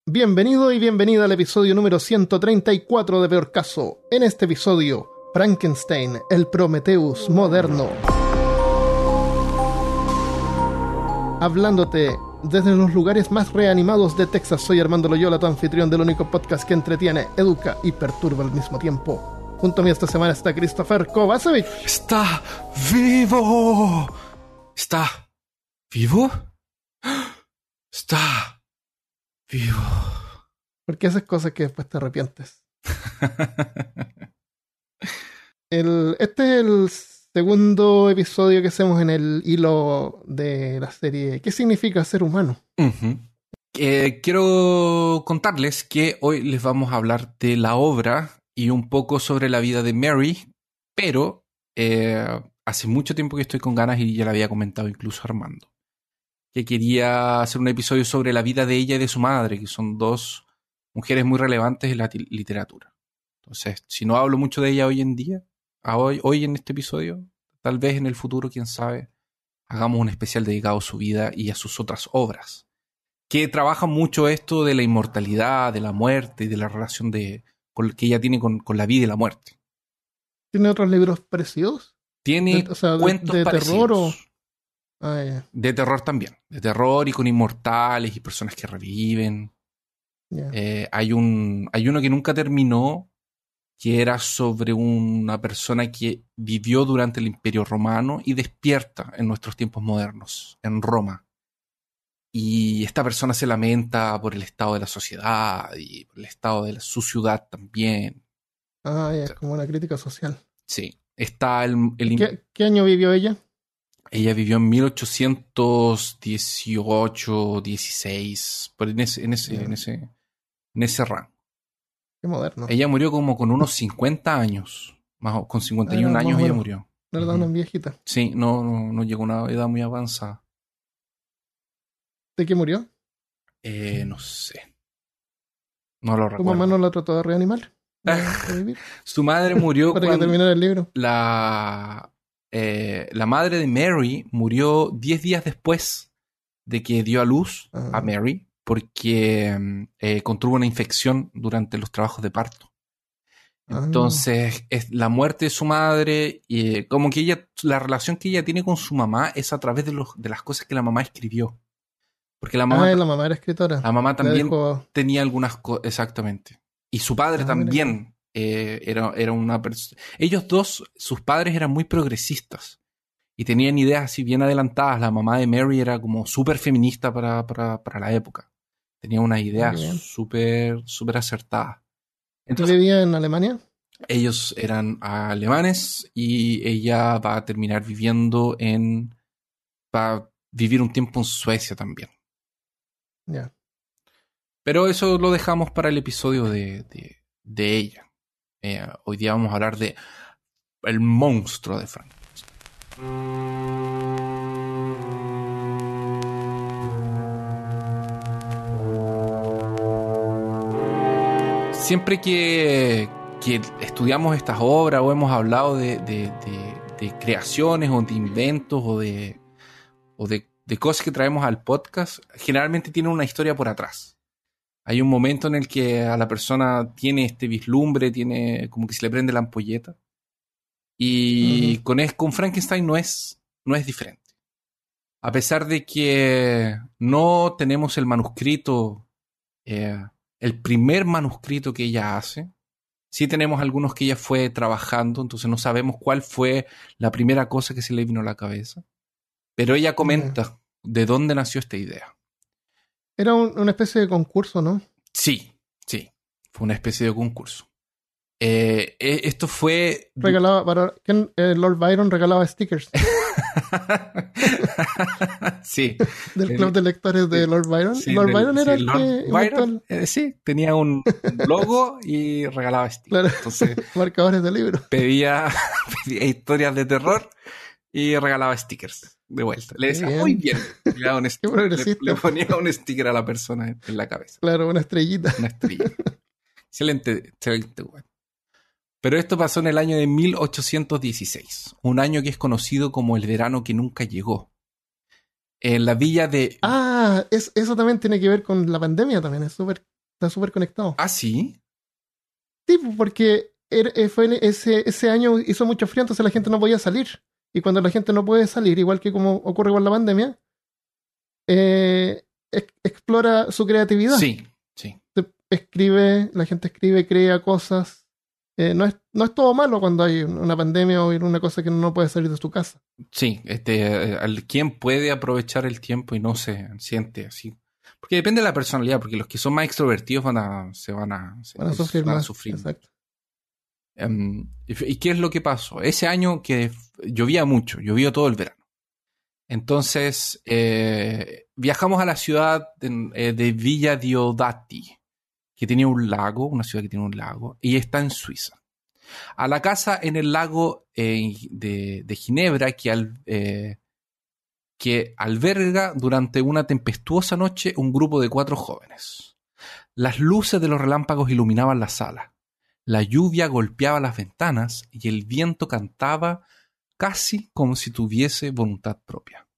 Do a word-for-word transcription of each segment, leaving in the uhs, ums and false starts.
Bienvenido y bienvenida al episodio número ciento treinta y cuatro de Peor Caso. En este episodio, Frankenstein, el Prometheus moderno. Hablándote desde los lugares más reanimados de Texas, soy Armando Loyola, tu anfitrión del único podcast que entretiene, educa y perturba al mismo tiempo. Junto a mí esta semana está Christopher Kovacevic. ¡Está vivo! ¿Está vivo? ¡Está vivo! Porque haces cosas que después te arrepientes. el, este es el segundo episodio que hacemos en el hilo de la serie ¿Qué significa ser humano? Uh-huh. Eh, quiero contarles que hoy les vamos a hablar de la obra y un poco sobre la vida de Mary, pero eh, hace mucho tiempo que estoy con ganas y ya la había comentado incluso Armando, que quería hacer un episodio sobre la vida de ella y de su madre, que son dos mujeres muy relevantes en la t- literatura. Entonces, si no hablo mucho de ella hoy en día, a hoy, hoy en este episodio, tal vez en el futuro, quién sabe, hagamos un especial dedicado a su vida y a sus otras obras, que trabajan mucho esto de la inmortalidad, de la muerte y de la relación de, con, que ella tiene con, con la vida y la muerte. ¿Tiene otros libros parecidos? Tiene De, o sea, de, cuentos de terror o... Ah, yeah. De terror también. De terror y con inmortales y personas que reviven. Yeah. Eh, hay, un, hay uno que nunca terminó, que era sobre una persona que vivió durante el Imperio Romano y despierta en nuestros tiempos modernos, en Roma. Y esta persona se lamenta por el estado de la sociedad y por el estado de la, su ciudad también. Ah, ya, yeah, como una crítica social. Sí. Está el... el ¿Qué, ¿Qué año vivió ella? Ella vivió en mil ochocientos dieciocho, dieciséis, por en ese, en ese, yeah. en ese, en ese rango. Qué moderno. Ella murió como con unos cincuenta años, más o, con cincuenta y uno ah, años ella murió. La verdad, uh-huh. Una viejita. Sí, no, no, no llegó a una edad muy avanzada. ¿De qué murió? Eh, no sé. No lo ¿Tu recuerdo. ¿Tu mamá no la trató de reanimar? Su madre murió para cuando que terminara el libro. La, eh, la madre de Mary murió diez días después de que dio a luz uh-huh. a Mary, porque eh, contrajo una infección durante los trabajos de parto. Entonces, uh-huh. es la muerte de su madre, y eh, como que ella, la relación que ella tiene con su mamá es a través de, los, de las cosas que la mamá escribió. Porque la mamá, ah, la mamá era escritora. La mamá también dejó... tenía algunas cosas, exactamente. Y su padre ah, también eh, era, era una persona. Ellos dos, sus padres eran muy progresistas y tenían ideas así bien adelantadas. La mamá de Mary era como súper feminista para, para, para la época. Tenía unas ideas súper súper acertadas. Entonces, ¿vivía en Alemania? Ellos eran alemanes y ella va a terminar viviendo en... va a vivir un tiempo en Suecia también. Ya. Yeah. Pero eso lo dejamos para el episodio de, de, de ella. Eh, hoy día vamos a hablar de el monstruo de Frankenstein. Siempre que, que estudiamos estas obras o hemos hablado de, de, de, de creaciones o de inventos o de, o de, de cosas que traemos al podcast, generalmente tienen una historia por atrás. Hay un momento en el que a la persona tiene este vislumbre, tiene como que se le prende la ampolleta. Y uh-huh. con, es, con Frankenstein no es, no es diferente. A pesar de que no tenemos el manuscrito, eh, el primer manuscrito que ella hace, sí tenemos algunos que ella fue trabajando, entonces no sabemos cuál fue la primera cosa que se le vino a la cabeza. Pero ella comenta uh-huh. de dónde nació esta idea. Era un, una especie de concurso, ¿no? Sí, sí. Fue una especie de concurso. Eh, eh, esto fue... Regalaba para... ¿quién? Eh, Lord Byron regalaba stickers. Sí. Del club de lectores de Lord Byron. Sí, Lord del, Byron era sí, el Lord que... Byron, eh, sí, tenía un logo y regalaba stickers. Claro. Entonces, marcadores de libros. Pedía, pedía historias de terror y regalaba stickers. De vuelta. Le decía, bien. Muy bien. Le, daba un st- le, le ponía un sticker a la persona en, en la cabeza. Claro, una estrellita. Una estrella. Excelente, excelente. Bueno. Pero esto pasó en el año de mil ochocientos dieciséis. Un año que es conocido como el verano que nunca llegó. En la villa de... Ah, es, eso también tiene que ver con la pandemia también. Es súper Está súper conectado. ¿Ah, sí? Sí, porque era- eh, fue ese, ese año hizo mucho frío, entonces la gente no podía salir. Y cuando la gente no puede salir, igual que como ocurre con la pandemia, eh, ex- explora su creatividad. Sí, sí. Se- Escribe, la gente escribe, crea cosas. Eh, no es, no es todo malo cuando hay una pandemia o una cosa que no puede salir de su casa. Sí, este, eh, al- ¿quién puede aprovechar el tiempo y no se siente así? Porque depende de la personalidad, porque los que son más extrovertidos van a, se van a, se- Van a es- sufrir van a más. sufrir. Exacto. Em, y, y qué es lo que pasó? Ese año que f- llovía mucho, llovió todo el verano. Entonces, eh, viajamos a la ciudad de, eh, de Villa Diodati, que tenía un lago, una ciudad que tiene un lago, y está en Suiza. A la casa en el lago eh, de, de Ginebra, que, al, eh, que alberga durante una tempestuosa noche un grupo de cuatro jóvenes. Las luces de los relámpagos iluminaban la sala. La lluvia golpeaba las ventanas y el viento cantaba casi como si tuviese voluntad propia.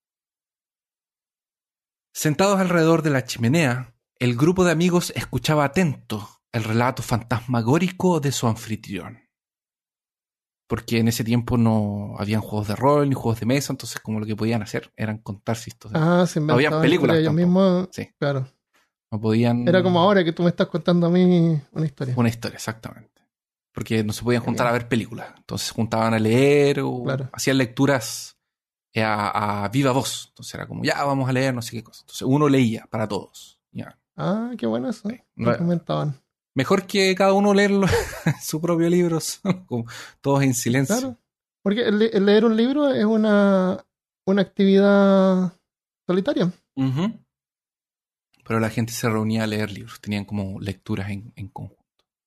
Sentados alrededor de la chimenea, el grupo de amigos escuchaba atento el relato fantasmagórico de su anfitrión. Porque en ese tiempo no habían juegos de rol ni juegos de mesa, entonces como lo que podían hacer eran contarse historias. Ah, se No habían inventaban películas historias ellos tampoco. mismos. Sí, Claro. no podían... Era como ahora que tú me estás contando a mí una historia. Una historia, exactamente. Porque no se podían Qué juntar bien. a ver películas. Entonces se juntaban a leer o Claro. hacían lecturas eh, a, a viva voz. Entonces era como, ya, vamos a leer, no sé qué cosa. Entonces uno leía para todos. Ya. Ah, qué bueno eso. Sí. Lo No- comentaban. Mejor que cada uno leerlo su propio libro, como todos en silencio. Claro. Porque el, le- el leer un libro es una, una actividad solitaria. Ujú. Pero la gente se reunía a leer libros, tenían como lecturas en, en conjunto.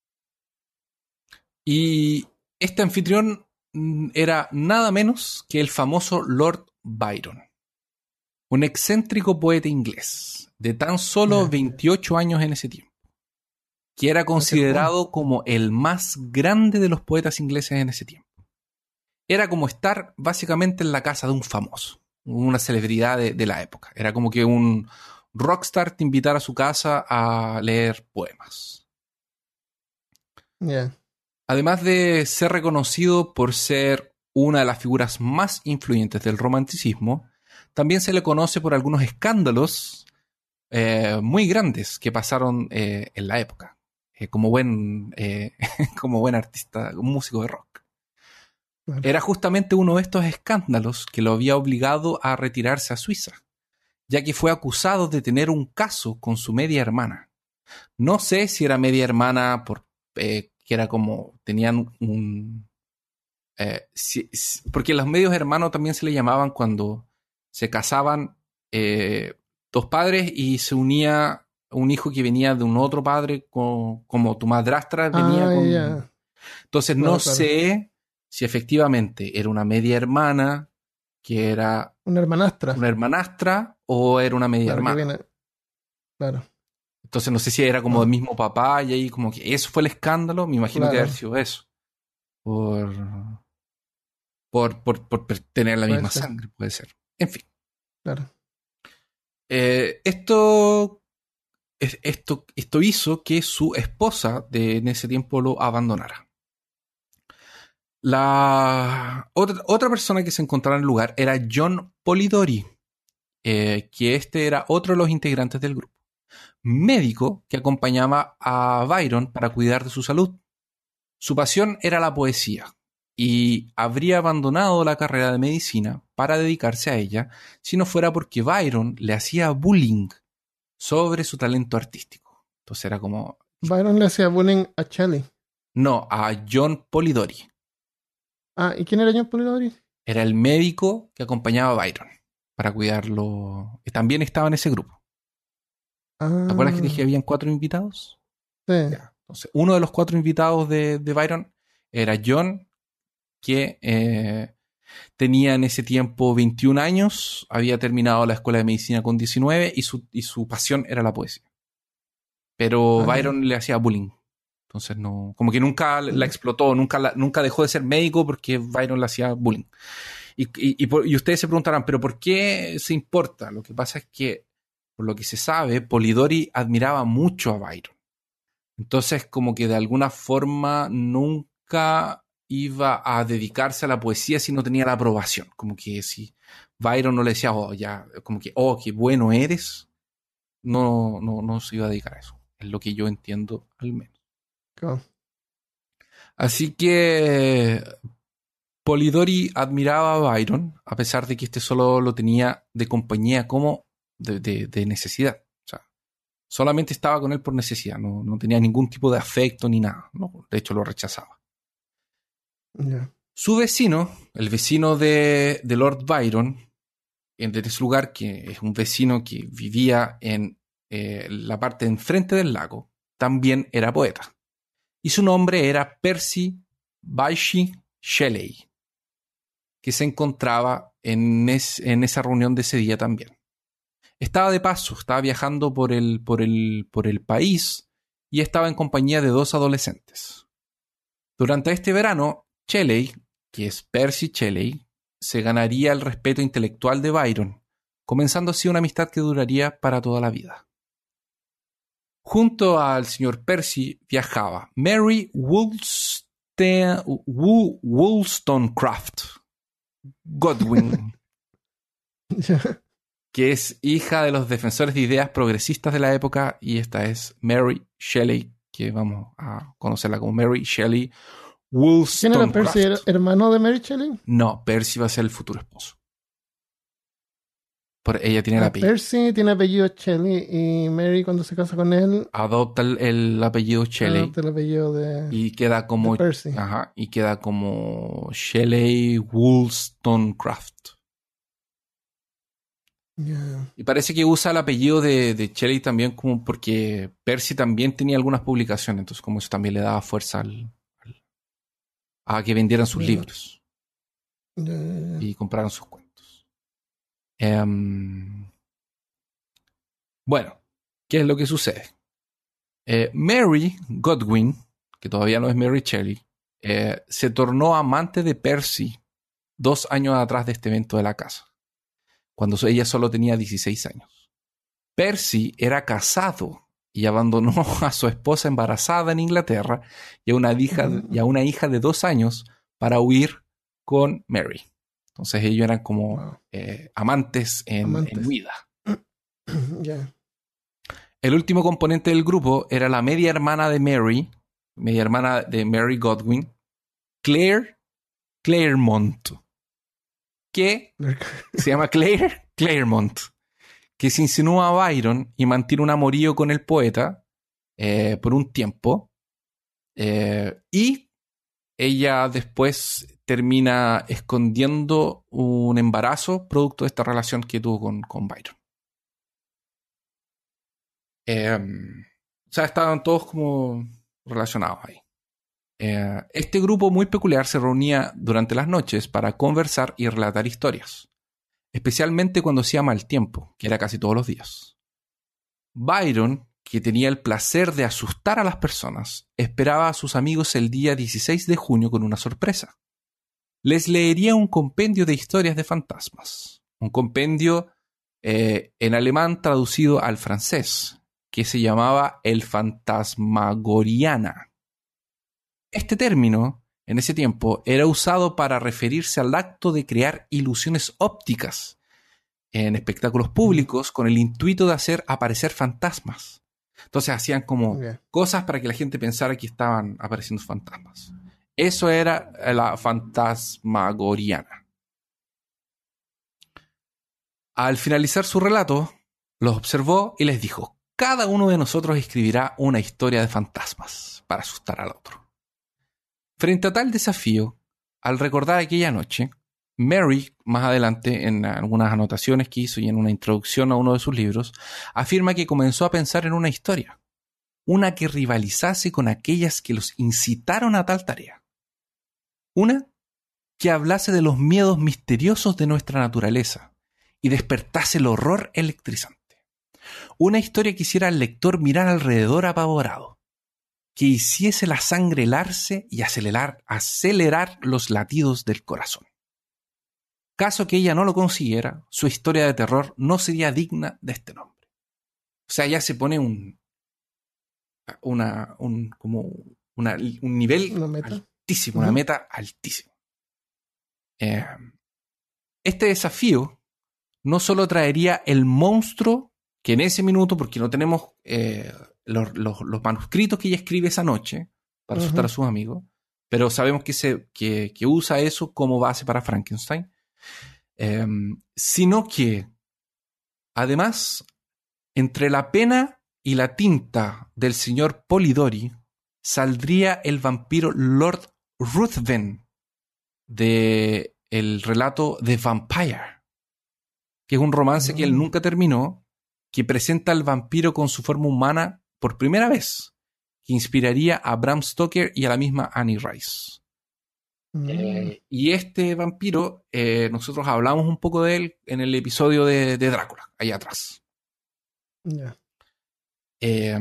Y este anfitrión mm, era nada menos que el famoso Lord Byron, un excéntrico poeta inglés de tan solo Ya. veintiocho años en ese tiempo, que era Ese joven. considerado como el más grande de los poetas ingleses en ese tiempo. Era como estar básicamente en la casa de un famoso, una celebridad de, de la época. Era como que un rockstar te invitara a su casa a leer poemas. Ya. Además de ser reconocido por ser una de las figuras más influyentes del romanticismo, también se le conoce por algunos escándalos eh, muy grandes que pasaron eh, en la época, eh, como, buen, eh, como buen artista, un músico de rock. Claro. Era justamente uno de estos escándalos que lo había obligado a retirarse a Suiza, ya que fue acusado de tener un caso con su media hermana. No sé si era media hermana por, eh, que era como, tenían un... Eh, si, si, porque los medios hermanos también se le llamaban cuando se casaban eh, dos padres y se unía un hijo que venía de un otro padre, con, como tu madrastra venía Ah, con... ya. Entonces Claro, no claro. sé si efectivamente era una media hermana que era Una hermanastra. una hermanastra o era una media Claro, que hermana. viene. Claro. Entonces no sé si era como Ah, del mismo papá y ahí como que eso fue el escándalo. Me imagino que claro. haber sido eso. Por, por, por, por tener la Puede misma ser. sangre, puede ser. En fin. Claro. Eh, esto, es- esto, esto hizo que su esposa de, en ese tiempo lo abandonara. La otra, otra persona que se encontraba en el lugar era John Polidori, eh, que este era otro de los integrantes del grupo. Médico que acompañaba a Byron para cuidar de su salud. Su pasión era la poesía y habría abandonado la carrera de medicina para dedicarse a ella si no fuera porque Byron le hacía bullying sobre su talento artístico. Entonces era como, Byron le hacía bullying a Shelley. no, a John Polidori. Ah, ¿y quién era John Polidori? Era el médico que acompañaba a Byron para cuidarlo. Y también estaba en ese grupo. Ah, ¿Te acuerdas que te dije que habían cuatro invitados? sí. Ya. Entonces, uno de los cuatro invitados de, de Byron era John, que eh, tenía en ese tiempo veintiún años, había terminado la escuela de medicina con diecinueve y su, y su pasión era la poesía. Pero Ah, Byron le hacía bullying. Entonces, no, como que nunca la explotó, nunca, la, nunca dejó de ser médico porque Byron le hacía bullying. Y, y, y, por, y ustedes se preguntarán, ¿pero por qué se importa? Lo que pasa es que por lo que se sabe, Polidori admiraba mucho a Byron. Entonces, como que de alguna forma nunca iba a dedicarse a la poesía si no tenía la aprobación. Como que si Byron no le decía, oh, ya, como que, oh, qué bueno eres, no, no, no se iba a dedicar a eso. Es lo que yo entiendo, al menos. Claro. Así que Polidori admiraba a Byron, a pesar de que este solo lo tenía de compañía como de, de, de necesidad. O sea, solamente estaba con él por necesidad, no, no tenía ningún tipo de afecto ni nada. No, de hecho, lo rechazaba. Yeah. Su vecino, el vecino de, de Lord Byron, en ese lugar, que es un vecino que vivía en eh, la parte de enfrente del lago, también era poeta. Y su nombre era Percy Bysshe Shelley, que se encontraba en, es, en esa reunión de ese día también. Estaba de paso, estaba viajando por el, por el, por el país y estaba en compañía de dos adolescentes. Durante este verano, Shelley, que es Percy Shelley, se ganaría el respeto intelectual de Byron, comenzando así una amistad que duraría para toda la vida. Junto al señor Percy viajaba Mary Wollstonecraft Godwin, Yeah. que es hija de los defensores de ideas progresistas de la época, y esta es Mary Shelley, que vamos a conocerla como Mary Shelley ¿Quién era Wollstonecraft. Percy? ¿Era hermano de Mary Shelley? No, Percy va a ser el futuro esposo. Por, ella tiene el Ah, apellido. Percy tiene apellido Shelley y Mary cuando se casa con él Adopta el, el apellido Shelley adopta el apellido de, y queda como de Percy. ajá, y queda como Shelley Wollstonecraft. Yeah. Y parece que usa el apellido de, de Shelley también como porque Percy también tenía algunas publicaciones, entonces como eso también le daba fuerza al, al- a que vendieran sus Yeah. libros Yeah, yeah, yeah. y compraran sus cuentos. Um, bueno, ¿qué es lo que sucede? Eh, Mary Godwin, que todavía no es Mary Shelley, eh, se tornó amante de Percy dos años atrás de este evento de la casa, cuando ella solo tenía dieciséis años. Percy era casado y abandonó a su esposa embarazada en Inglaterra y a una hija, Mm. y a una hija de dos años para huir con Mary. Entonces ellos eran como Wow. eh, amantes en, Amantes. en huida. Yeah. El último componente del grupo era la media hermana de Mary, media hermana de Mary Godwin, Claire Claremont, que se llama Claire Claremont, que se insinúa a Byron y mantiene un amorío con el poeta eh, por un tiempo. Eh, y ella después termina escondiendo un embarazo producto de esta relación que tuvo con, con Byron. Eh, o sea, estaban todos como relacionados ahí. Eh, este grupo muy peculiar se reunía durante las noches para conversar y relatar historias, especialmente cuando hacía mal tiempo, que era casi todos los días. Byron, que tenía el placer de asustar a las personas, esperaba a sus amigos el día dieciséis de junio con una sorpresa. Les leería un compendio de historias de fantasmas, un compendio eh, en alemán traducido al francés, que se llamaba el Fantasmagoriana. Este término, en ese tiempo, era usado para referirse al acto de crear ilusiones ópticas en espectáculos públicos con el intuito de hacer aparecer fantasmas. Entonces hacían como Yeah. cosas para que la gente pensara que estaban apareciendo fantasmas. Eso era la Fantasmagoriana. Al finalizar su relato, los observó y les dijo: cada uno de nosotros escribirá una historia de fantasmas para asustar al otro. Frente a tal desafío, al recordar aquella noche, Mary, más adelante en algunas anotaciones que hizo y en una introducción a uno de sus libros, afirma que comenzó a pensar en una historia, una que rivalizase con aquellas que los incitaron a tal tarea. Una que hablase de los miedos misteriosos de nuestra naturaleza y despertase el horror electrizante. Una historia que hiciera al lector mirar alrededor apavorado, que hiciese la sangre helarse y acelerar, acelerar los latidos del corazón. Caso que ella no lo consiguiera, su historia de terror no sería digna de este nombre. O sea, ya se pone un, una, un, como una, un nivel Una meta. altísimo, Ujú. una meta altísima. Eh, este desafío no solo traería el monstruo que en ese minuto, porque no tenemos eh, los, los, los manuscritos que ella escribe esa noche para asustar a Ujú. sus amigos, pero sabemos que, se, que, que usa eso como base para Frankenstein, eh, sino que además, entre la pena y la tinta del señor Polidori, saldría el vampiro Lord Ruthven de el relato The Vampire, que es un romance que él Mm. nunca terminó, que presenta al vampiro con su forma humana por primera vez, que inspiraría a Bram Stoker y a la misma Annie Rice. Mm. Eh, y este vampiro, eh, nosotros hablamos un poco de él en el episodio de, de Drácula, allá atrás. Ya. Eh,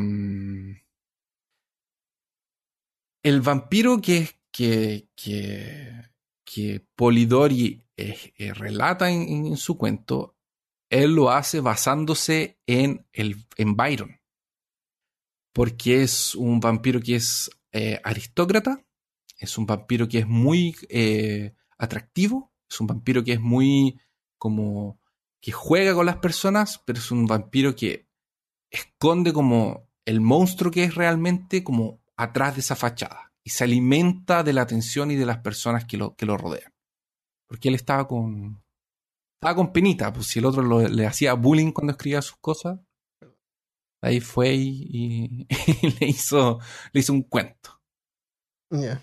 el vampiro que, que, que, que Polidori eh, eh, relata en, en su cuento, él lo hace basándose en, el, en Byron, porque es un vampiro que es eh, aristócrata, es un vampiro que es muy eh, atractivo, es un vampiro que es muy como que juega con las personas, pero es un vampiro que esconde como el monstruo que es realmente como atrás de esa fachada y se alimenta de la atención y de las personas que lo, que lo rodean. Porque él estaba con estaba con penita, pues si el otro lo, le hacía bullying cuando escribía sus cosas, ahí fue y, y, y le hizo le hizo un cuento. Ya.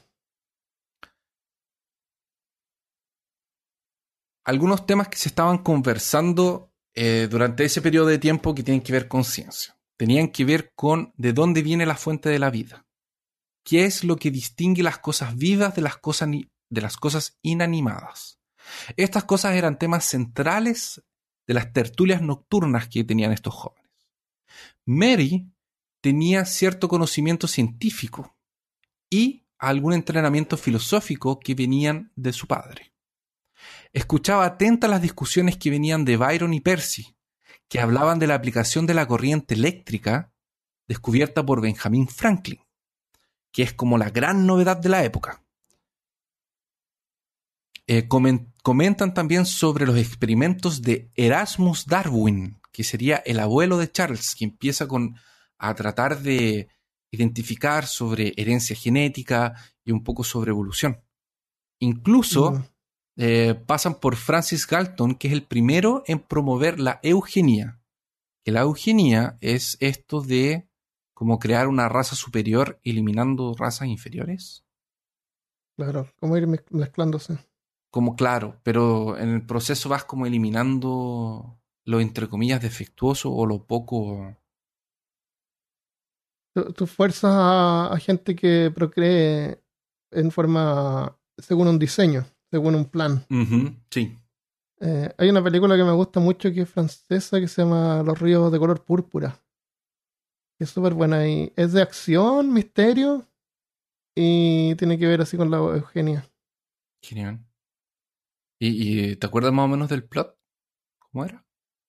Algunos temas que se estaban conversando eh, durante ese periodo de tiempo que tienen que ver con ciencia. Tenían que ver con de dónde viene la fuente de la vida. ¿Qué es lo que distingue las cosas vivas de las cosas, de las cosas inanimadas? Estas cosas eran temas centrales de las tertulias nocturnas que tenían estos jóvenes. Mary tenía cierto conocimiento científico y algún entrenamiento filosófico que venían de su padre. Escuchaba atenta las discusiones que venían de Byron y Percy, que hablaban de la aplicación de la corriente eléctrica descubierta por Benjamin Franklin, que es como la gran novedad de la época. Eh, coment- comentan también sobre los experimentos de Erasmus Darwin, que sería el abuelo de Charles, que empieza con, a tratar de identificar sobre herencia genética y un poco sobre evolución. Incluso Mm. eh, pasan por Francis Galton, que es el primero en promover la eugenía. Que la eugenía es esto de como crear una raza superior eliminando razas inferiores. Claro. Como ir mez- mezclándose. Como claro, pero en el proceso vas como eliminando lo entre comillas defectuoso o lo poco. Tú, tú fuerzas a, a gente que procree en forma según un diseño, según un plan. Ujú, sí. Eh, hay una película que me gusta mucho que es francesa que se llama Los ríos de color púrpura. Que es súper buena y es de acción, misterio y tiene que ver así con la Eugenia. Genial. ¿Y, y te acuerdas más o menos del plot? ¿Cómo era?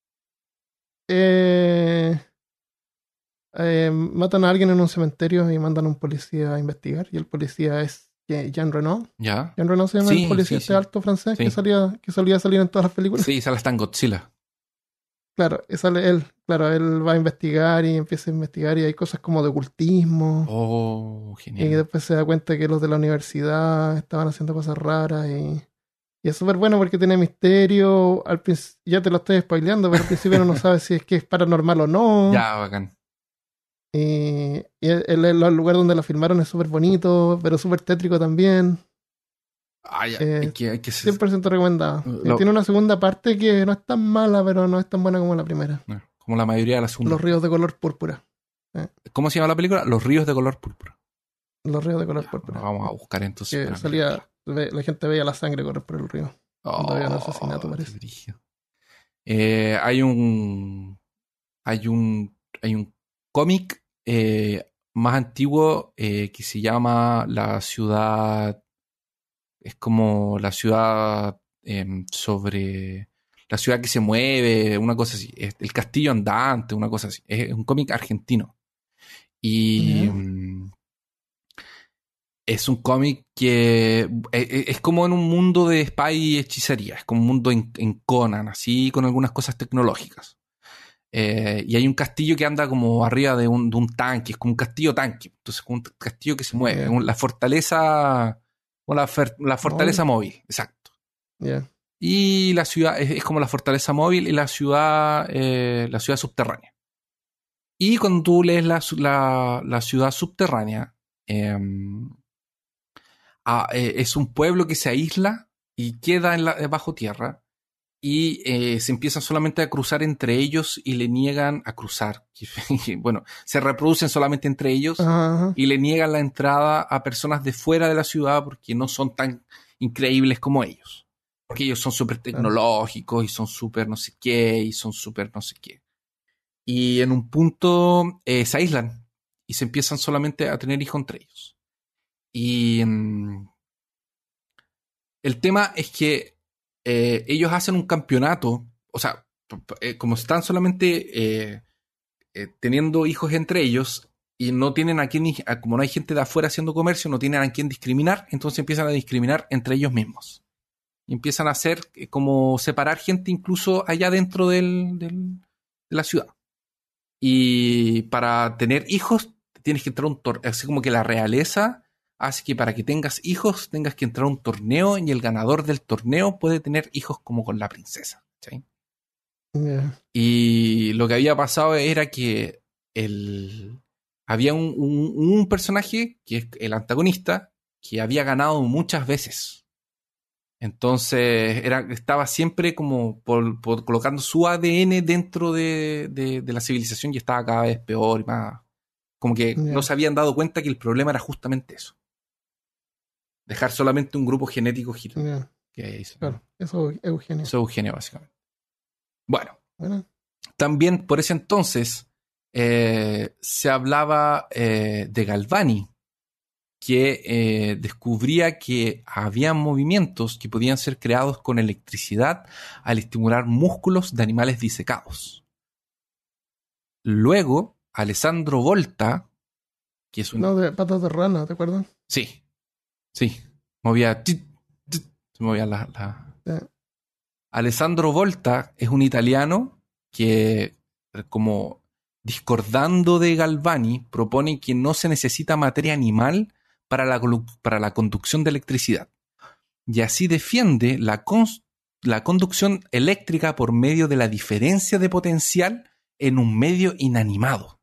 Eh, eh, matan a alguien en un cementerio y mandan a un policía a investigar y el policía es Je- Jean Reno. ¿Ya? Jean Reno se llama el Sí, policía sí, este sí. alto francés que Sí. salía que solía salir en todas las películas. Sí, sale hasta en Godzilla. Claro, y sale él. Claro, él va a investigar y empieza a investigar y hay cosas como de ocultismo. Oh, Y genial. después se da cuenta que los de la universidad estaban haciendo cosas raras y, y es súper bueno porque tiene misterio. Al princi- ya te lo estoy spoileando, pero al principio uno no sabe si es que es paranormal o no. Ya, bacán. Y, y el, el- el lugar donde la filmaron es súper bonito, pero súper tétrico también. Ah, ya. Hay Eh, que, hay que cien por ciento recomendada. Y lo- tiene una segunda parte que no es tan mala, pero no es tan buena como la primera. no, como la mayoría de las segundas. Los ríos de color púrpura. Eh, ¿Cómo se llama la película? Los ríos de color púrpura. los ríos de color Ya, bueno, púrpura. vamos a buscar entonces Que para salía, mirarla. ve- la gente veía la sangre correr por el río. Cuando había un asesinato, Oh, qué parece. brígido. Eh, hay un. Hay un. Hay un cómic eh, más antiguo eh, que se llama La ciudad. Es como la ciudad eh, sobre. La ciudad que se mueve, una cosa así. El castillo andante, una cosa así. Es un cómic argentino. Y um, es un cómic que es, es como en un mundo de spy y hechicería. Es como un mundo en, en Conan, así, con algunas cosas tecnológicas. Eh, y hay un castillo que anda como arriba de un, de un tanque. Es como un castillo tanque. Entonces, como un castillo que se mueve. Yeah. La fortaleza... O la, fer, la fortaleza móvil. móvil. Exacto. Yeah. Y la ciudad es, es como la fortaleza móvil y la ciudad, eh, la ciudad subterránea. Y cuando tú lees la, la, la ciudad subterránea, eh, ah, eh, es un pueblo que se aísla y queda en la, bajo tierra y eh, se empiezan solamente a cruzar entre ellos y le niegan a cruzar. Bueno, se reproducen solamente entre ellos uh-huh. y le niegan la entrada a personas de fuera de la ciudad porque no son tan increíbles como ellos. Porque ellos son súper tecnológicos y son súper no sé qué y son súper no sé qué. Y en un punto eh, se aíslan y se empiezan solamente a tener hijos entre ellos. Y um, el tema es que eh, ellos hacen un campeonato, o sea, eh, como están solamente eh, eh, teniendo hijos entre ellos y no tienen a quién, como no hay gente de afuera haciendo comercio, no tienen a quién discriminar, entonces empiezan a discriminar entre ellos mismos. Y empiezan a hacer eh, como separar gente incluso allá dentro del, del, de la ciudad. Y para tener hijos tienes que entrar a un torneo, así como que la realeza hace que para que tengas hijos tengas que entrar a un torneo y el ganador del torneo puede tener hijos como con la princesa, ¿sí? Yeah. Y lo que había pasado era que el, había un, un, un personaje que es el antagonista que había ganado muchas veces. Entonces era, estaba siempre como por, por colocando su A D N dentro de, de, de la civilización y estaba cada vez peor y más. Como que yeah. no se habían dado cuenta que el problema era justamente eso. Dejar solamente un grupo genético giro. Yeah. Que hizo, claro, eso es eugenio. Eso es eugenio, básicamente. Bueno, bueno. También por ese entonces eh, se hablaba eh, de Galvani, que eh, descubría que había movimientos que podían ser creados con electricidad al estimular músculos de animales disecados. Luego, Alessandro Volta, que es un... No, de patas de rana, ¿te acuerdas? Sí, sí, movía... Tit, tit, movía la... la... Sí. Alessandro Volta es un italiano que, como discordando de Galvani, propone que no se necesita materia animal para la, para la conducción de electricidad. Y así defiende la, cons, la conducción eléctrica por medio de la diferencia de potencial en un medio inanimado.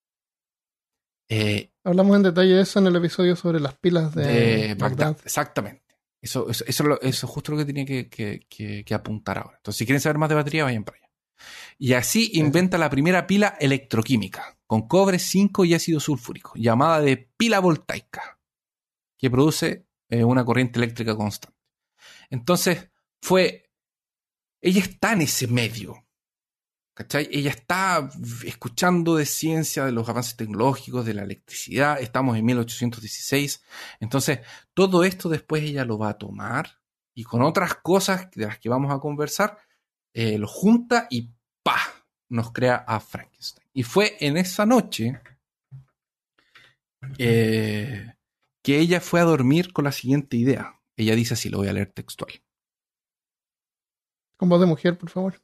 Eh, Hablamos en detalle de eso en el episodio sobre las pilas de, de Bagdad. Bagdad. Exactamente. Eso, eso, eso, eso es justo lo que tenía que, que, que, que apuntar ahora. Entonces, si quieren saber más de batería, vayan para allá. Y así inventa la primera pila electroquímica, con cobre, zinco y ácido sulfúrico, llamada de pila voltaica, que produce eh, una corriente eléctrica constante. Entonces, fue... Ella está en ese medio, ¿cachai? Ella está escuchando de ciencia, de los avances tecnológicos, de la electricidad. Estamos en mil ochocientos dieciséis. Entonces, todo esto después ella lo va a tomar y con otras cosas de las que vamos a conversar, eh, lo junta y ¡pah! Nos crea a Frankenstein. Y fue en esa noche eh, que ella fue a dormir con la siguiente idea. Ella dice así, lo voy a leer textual. Con voz de mujer, por favor.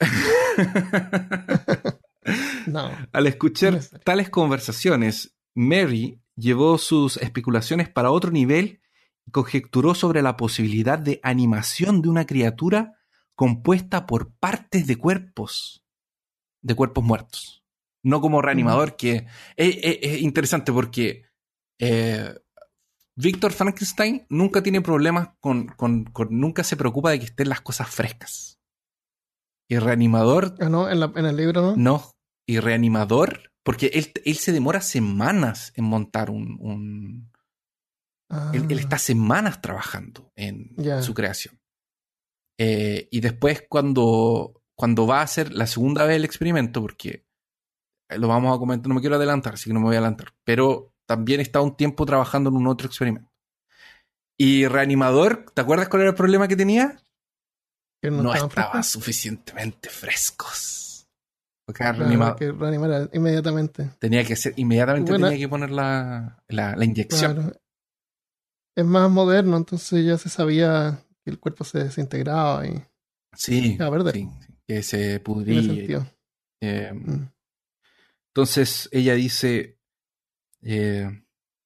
No. Al escuchar no tales conversaciones, Mary llevó sus especulaciones para otro nivel y conjecturó sobre la posibilidad de animación de una criatura compuesta por partes de cuerpos, de cuerpos muertos. No como reanimador, uh-huh. que es, es, es interesante porque eh, Víctor Frankenstein nunca tiene problemas con, con, con, nunca se preocupa de que estén las cosas frescas. Y reanimador... Ah, no, en, la, en el libro no. No, y reanimador, porque él, él se demora semanas en montar un... un ah. él, él está semanas trabajando en yeah. su creación. Eh, y después cuando, cuando va a hacer la segunda vez el experimento, porque lo vamos a comentar, no me quiero adelantar, así que no me voy a adelantar, pero también está un tiempo trabajando en un otro experimento. Y reanimador, ¿te acuerdas cuál era el problema que tenía? Que no, no estaban estaban frescos. suficientemente frescos. Porque era Claro, reanimado. que reanimar inmediatamente. Tenía que ser, inmediatamente Bueno, tenía que poner la, la, la inyección. claro, es más moderno, entonces ya se sabía que el cuerpo se desintegraba y Sí, iba a perder. sí, sí, que se Tiene pudría. sentido. eh, Mm. entonces ella dice, eh,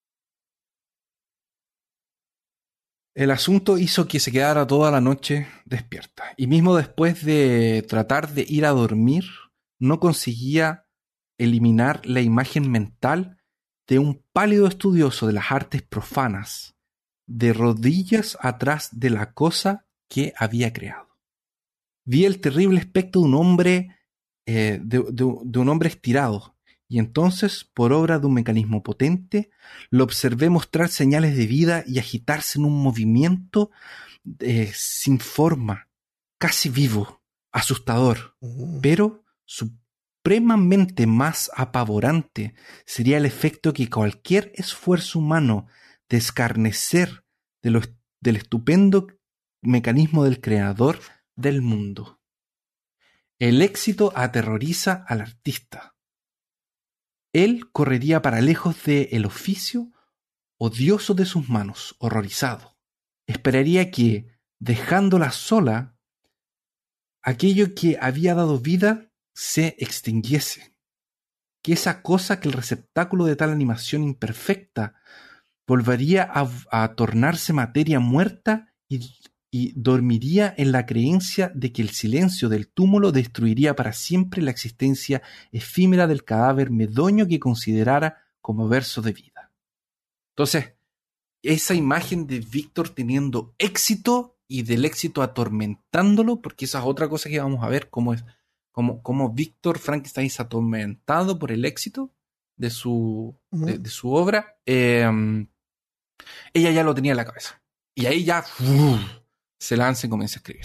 el asunto hizo que se quedara toda la noche despierta. Y mismo después de tratar de ir a dormir, no conseguía eliminar la imagen mental de un pálido estudioso de las artes profanas, de rodillas atrás de la cosa que había creado. Vi el terrible aspecto de un hombre, eh, de, de- de un hombre estirado, y entonces, por obra de un mecanismo potente, lo observé mostrar señales de vida y agitarse en un movimiento eh, sin forma, casi vivo, asustador, Mm. pero supremamente más apavorante sería el efecto que cualquier esfuerzo humano de escarnecer de lo, del estupendo mecanismo del creador del mundo. El éxito aterroriza al artista. Él correría para lejos del oficio odioso de sus manos, horrorizado. Esperaría que, dejándola sola, aquello que había dado vida se extinguiese. Que esa cosa, que el receptáculo de tal animación imperfecta, volvería a, a tornarse materia muerta y, y dormiría en la creencia de que el silencio del túmulo destruiría para siempre la existencia efímera del cadáver medonio que considerara como verso de vida. Entonces, esa imagen de Víctor teniendo éxito y del éxito atormentándolo, porque esa es otra cosa que vamos a ver, cómo es, cómo, cómo Víctor Frankenstein es atormentado por el éxito de su, de, Mm. de su obra. Eh, ella ya lo tenía en la cabeza. Y ahí ya ¡uf! Se lanza y comienza a escribir.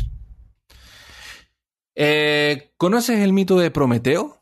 Eh, ¿Conoces el mito de Prometeo?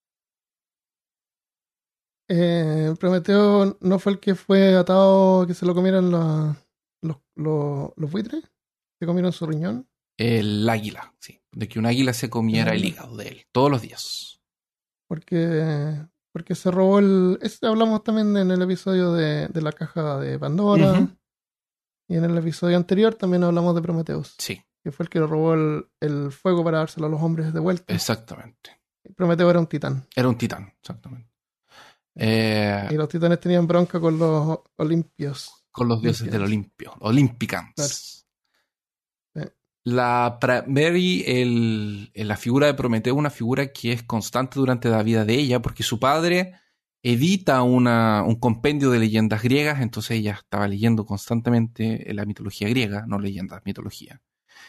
Eh, Prometeo no fue el que fue atado, que se lo comieron la- los, los, los buitres, que comieron su riñón, El águila, sí. De que un águila se el comiera el águila, hígado de él todos los días. porque, porque se robó el... Este hablamos también en el episodio de, de la caja de Ujú. Pandora, y en el episodio anterior también hablamos de Prometeus, Sí, que fue el que robó el, el fuego para dárselo a los hombres de vuelta. exactamente. Prometeo era un titán. Era un titán, exactamente. Eh, Y los titanes tenían bronca con los olimpios. con los dioses del Olympians. Olimpio, Claro. Olympicans. Sí. La pra- Mary, el, el- la figura de Prometeo, una figura que es constante durante la vida de ella, porque su padre edita una, un compendio de leyendas griegas, entonces ella estaba leyendo constantemente la mitología griega, no leyendas, mitología.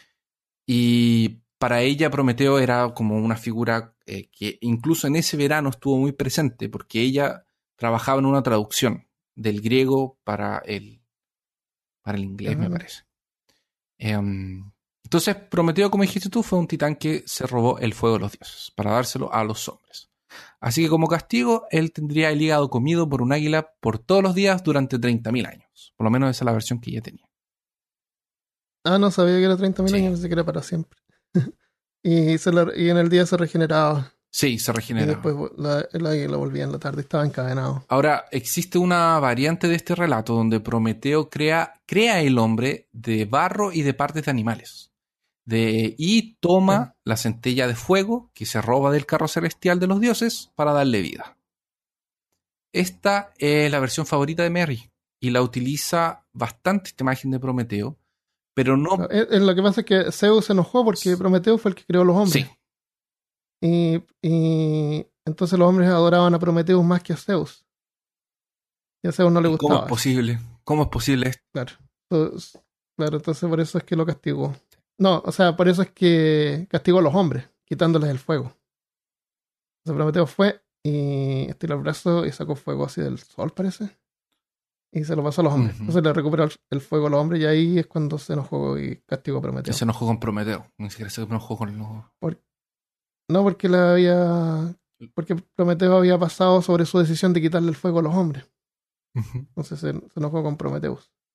Y para ella Prometeo era como una figura eh, que incluso en ese verano estuvo muy presente, porque ella trabajaba en una traducción del griego para el, para el inglés, Ah, me mira. parece. Em, entonces, Prometeo, como dijiste tú, fue un titán que se robó el fuego de los dioses para dárselo a los hombres. Así que como castigo, él tendría el hígado comido por un águila por todos los días durante treinta mil años. Por lo menos esa es la versión que ella tenía. Ah, no sabía que era treinta mil Sí, años, pensé que era para siempre. Y, se la- y en el día se regeneraba. sí, se Y regeneraba. después vo- la, el águila volvía en la tarde. Estaba encadenado. Ahora, existe una variante de este relato donde Prometeo crea, crea el hombre de barro y de partes de animales. De, y Sí. toma la centella de fuego que se roba del carro celestial de los dioses para darle vida. Esta es la versión favorita de Mary y la utiliza bastante esta imagen de Prometeo, pero Ah, no... eh, eh, lo que pasa es que Zeus se enojó porque Prometeo fue el que creó los Sí, hombres. Y, y entonces los hombres adoraban a Prometeo más que a Zeus. Y a Zeus no le ¿y cómo es gustaba eso. posible? ¿Cómo es posible esto? Claro. Entonces, claro, entonces por eso es que lo castigó. No, o sea, por eso es que castigó a los hombres, quitándoles el fuego. Entonces Prometeo fue y estiró el brazo y sacó fuego así del sol, parece. Y se lo pasó a los hombres. Ujú. Entonces le recuperó el, el fuego a los hombres y ahí es cuando se enojó y castigó a Que Prometeo. se enojó con Prometeo, ni siquiera se enojó con los... Por- no porque le había. Porque Prometeo había pasado sobre su decisión de quitarle el fuego a los hombres. Ujú. Entonces se, se enojó con Prometeus.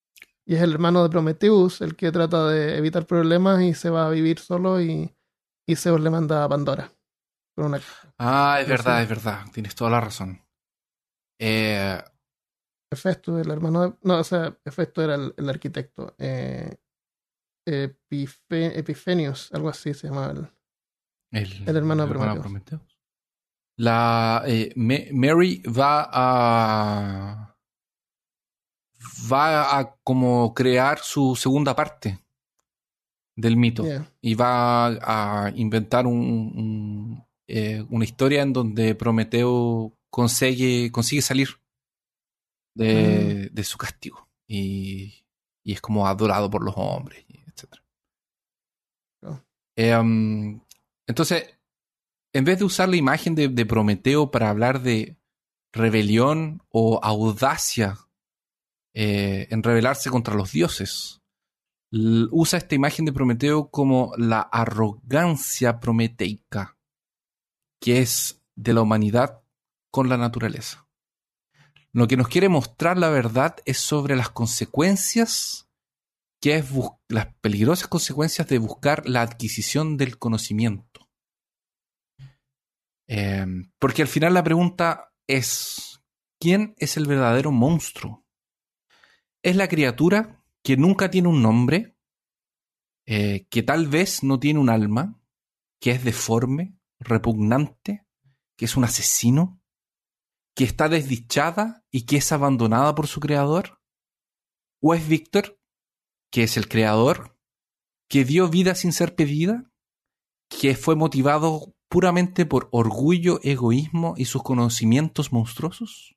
Y es el hermano de Prometheus el que trata de evitar problemas y se va a vivir solo y, y Zeus le manda a Pandora. Por una, Ah, es no verdad, sé, es verdad. Tienes toda la razón. Eh, Hefesto, el hermano de... No, o sea, Hefesto era el, el arquitecto. Eh, Epife- Epifenios, algo así se llamaba el, el, el hermano el de hermano de Prometheus. Prometeo. La eh, Me- Mary va a va a como crear su segunda parte del mito Yeah. y va a inventar un, un, eh, una historia en donde Prometeo consigue, consigue salir Mm, de, de su castigo y, y es como adorado por los hombres, etcétera. oh, Eh, um, entonces, en vez de usar la imagen de, de Prometeo para hablar de rebelión o audacia eh, en rebelarse contra los dioses, l- usa esta imagen de Prometeo como la arrogancia prometeica, que es de la humanidad con la naturaleza. Lo que nos quiere mostrar la verdad es sobre las consecuencias, que es bus- las peligrosas consecuencias de buscar la adquisición del conocimiento. Eh, porque al final la pregunta es, ¿quién es el verdadero monstruo? ¿Es la criatura que nunca tiene un nombre, eh, que tal vez no tiene un alma, que es deforme, repugnante, que es un asesino, que está desdichada y que es abandonada por su creador? ¿O es Víctor, que es el creador, que dio vida sin ser pedida, que fue motivado puramente por orgullo, egoísmo y sus conocimientos monstruosos?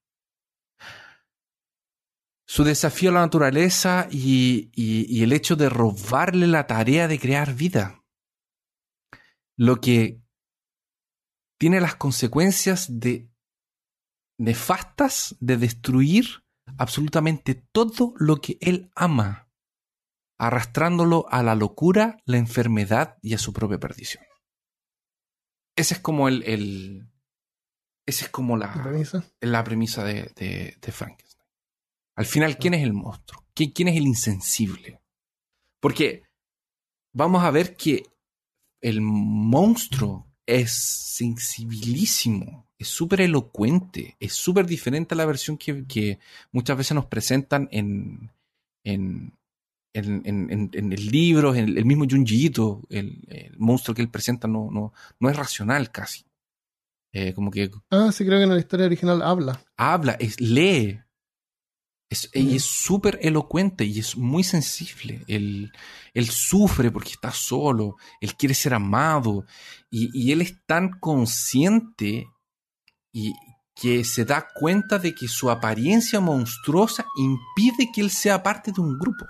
Su desafío a la naturaleza y, y, y el hecho de robarle la tarea de crear vida, lo que tiene las consecuencias de nefastas de destruir absolutamente todo lo que él ama, arrastrándolo a la locura, la enfermedad y a su propia perdición. Ese es como el, el esa es como ¿la la, premisa? la premisa de, de, de Frankenstein. Al final, ¿quién Oh. es el monstruo? ¿Quién, ¿Quién es el insensible? Porque vamos a ver que el monstruo es sensibilísimo, es súper elocuente, es súper diferente a la versión que, que muchas veces nos presentan en, en, en, en, en, en el libro, en el, el mismo Junji Ito, el, el monstruo que él presenta no, no, no es racional casi. Eh, como que Ah, sí, creo que en la historia original habla. habla, es, lee, es, y Yeah. es súper elocuente y es muy sensible. Él, él sufre porque está solo, él quiere ser amado y, y él es tan consciente y que se da cuenta de que su apariencia monstruosa impide que él sea parte de un grupo.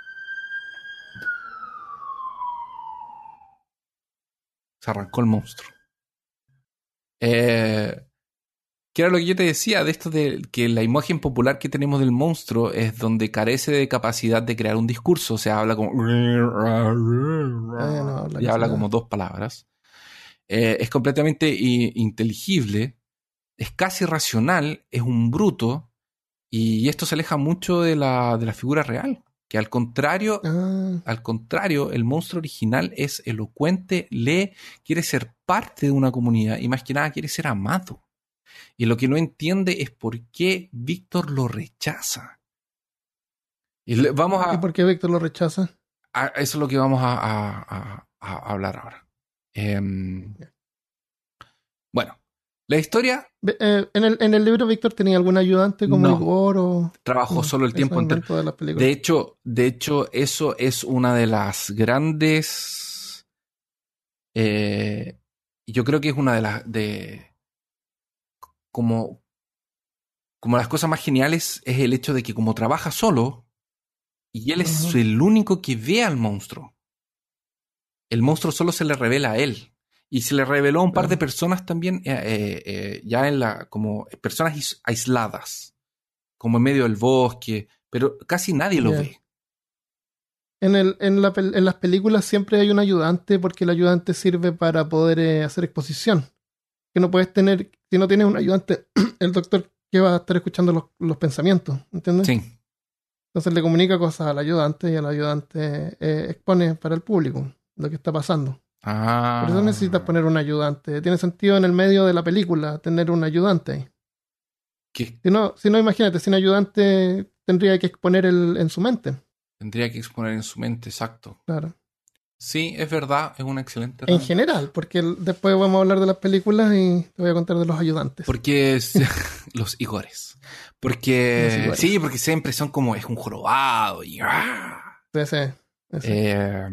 Se arrancó el monstruo. Eh, que era lo que yo te decía, de esto de que la imagen popular que tenemos del monstruo es donde carece de capacidad de crear un discurso, o sea, habla como... Ah, no habla y casi habla como nada. dos palabras. Eh, es completamente i- inteligible, es casi racional, es un bruto, y esto se aleja mucho de la, de la figura real, que al contrario, Ah, al contrario, el monstruo original es elocuente, lee, quiere ser parte de una comunidad y más que nada quiere ser amado. Y lo que no entiende es por qué Víctor lo rechaza. Y le- vamos ¿y a, por qué Víctor lo rechaza? a- Eso es lo que vamos a, a- a- a hablar ahora. Em, bueno, la historia Ve- eh, en el, en el libro Víctor tenía algún ayudante como no Igor o... trabajó No, solo el eso tiempo es entero. invento de las De películas. hecho, de hecho, eso es una de las grandes. eh, yo creo que es una de las de como como las cosas más geniales es el hecho de que como trabaja solo y él es Ajá, el único que ve al monstruo. El monstruo solo se le revela a él. Y se le reveló a un par de claro. personas también, eh, eh, eh, ya en la, como personas is- aisladas, como en medio del bosque, pero casi nadie lo Ya. ve. En, el, en, la pel- en las películas siempre hay un ayudante porque el ayudante sirve para poder eh, hacer exposición. Que no puedes tener, si no tienes un ayudante, el doctor que va a estar escuchando los, los pensamientos, ¿entiendes? Sí, Entonces le comunica cosas al ayudante y el ayudante eh, expone para el público lo que está pasando. Ah. Por eso necesitas poner un ayudante. Tiene sentido en el medio de la película tener un ayudante ahí. ¿Qué? Si no, si no, imagínate, sin ayudante tendría que exponer el, en su mente. Tendría que exponer en su mente, exacto. Claro. Sí, es verdad, es una excelente En general, porque el- después vamos a hablar de las películas y te voy a contar de los ayudantes. Porque es, los Igores. Porque Los Igores. sí, porque siempre son como es un jorobado y ¡ah! Ese, ese. Eh,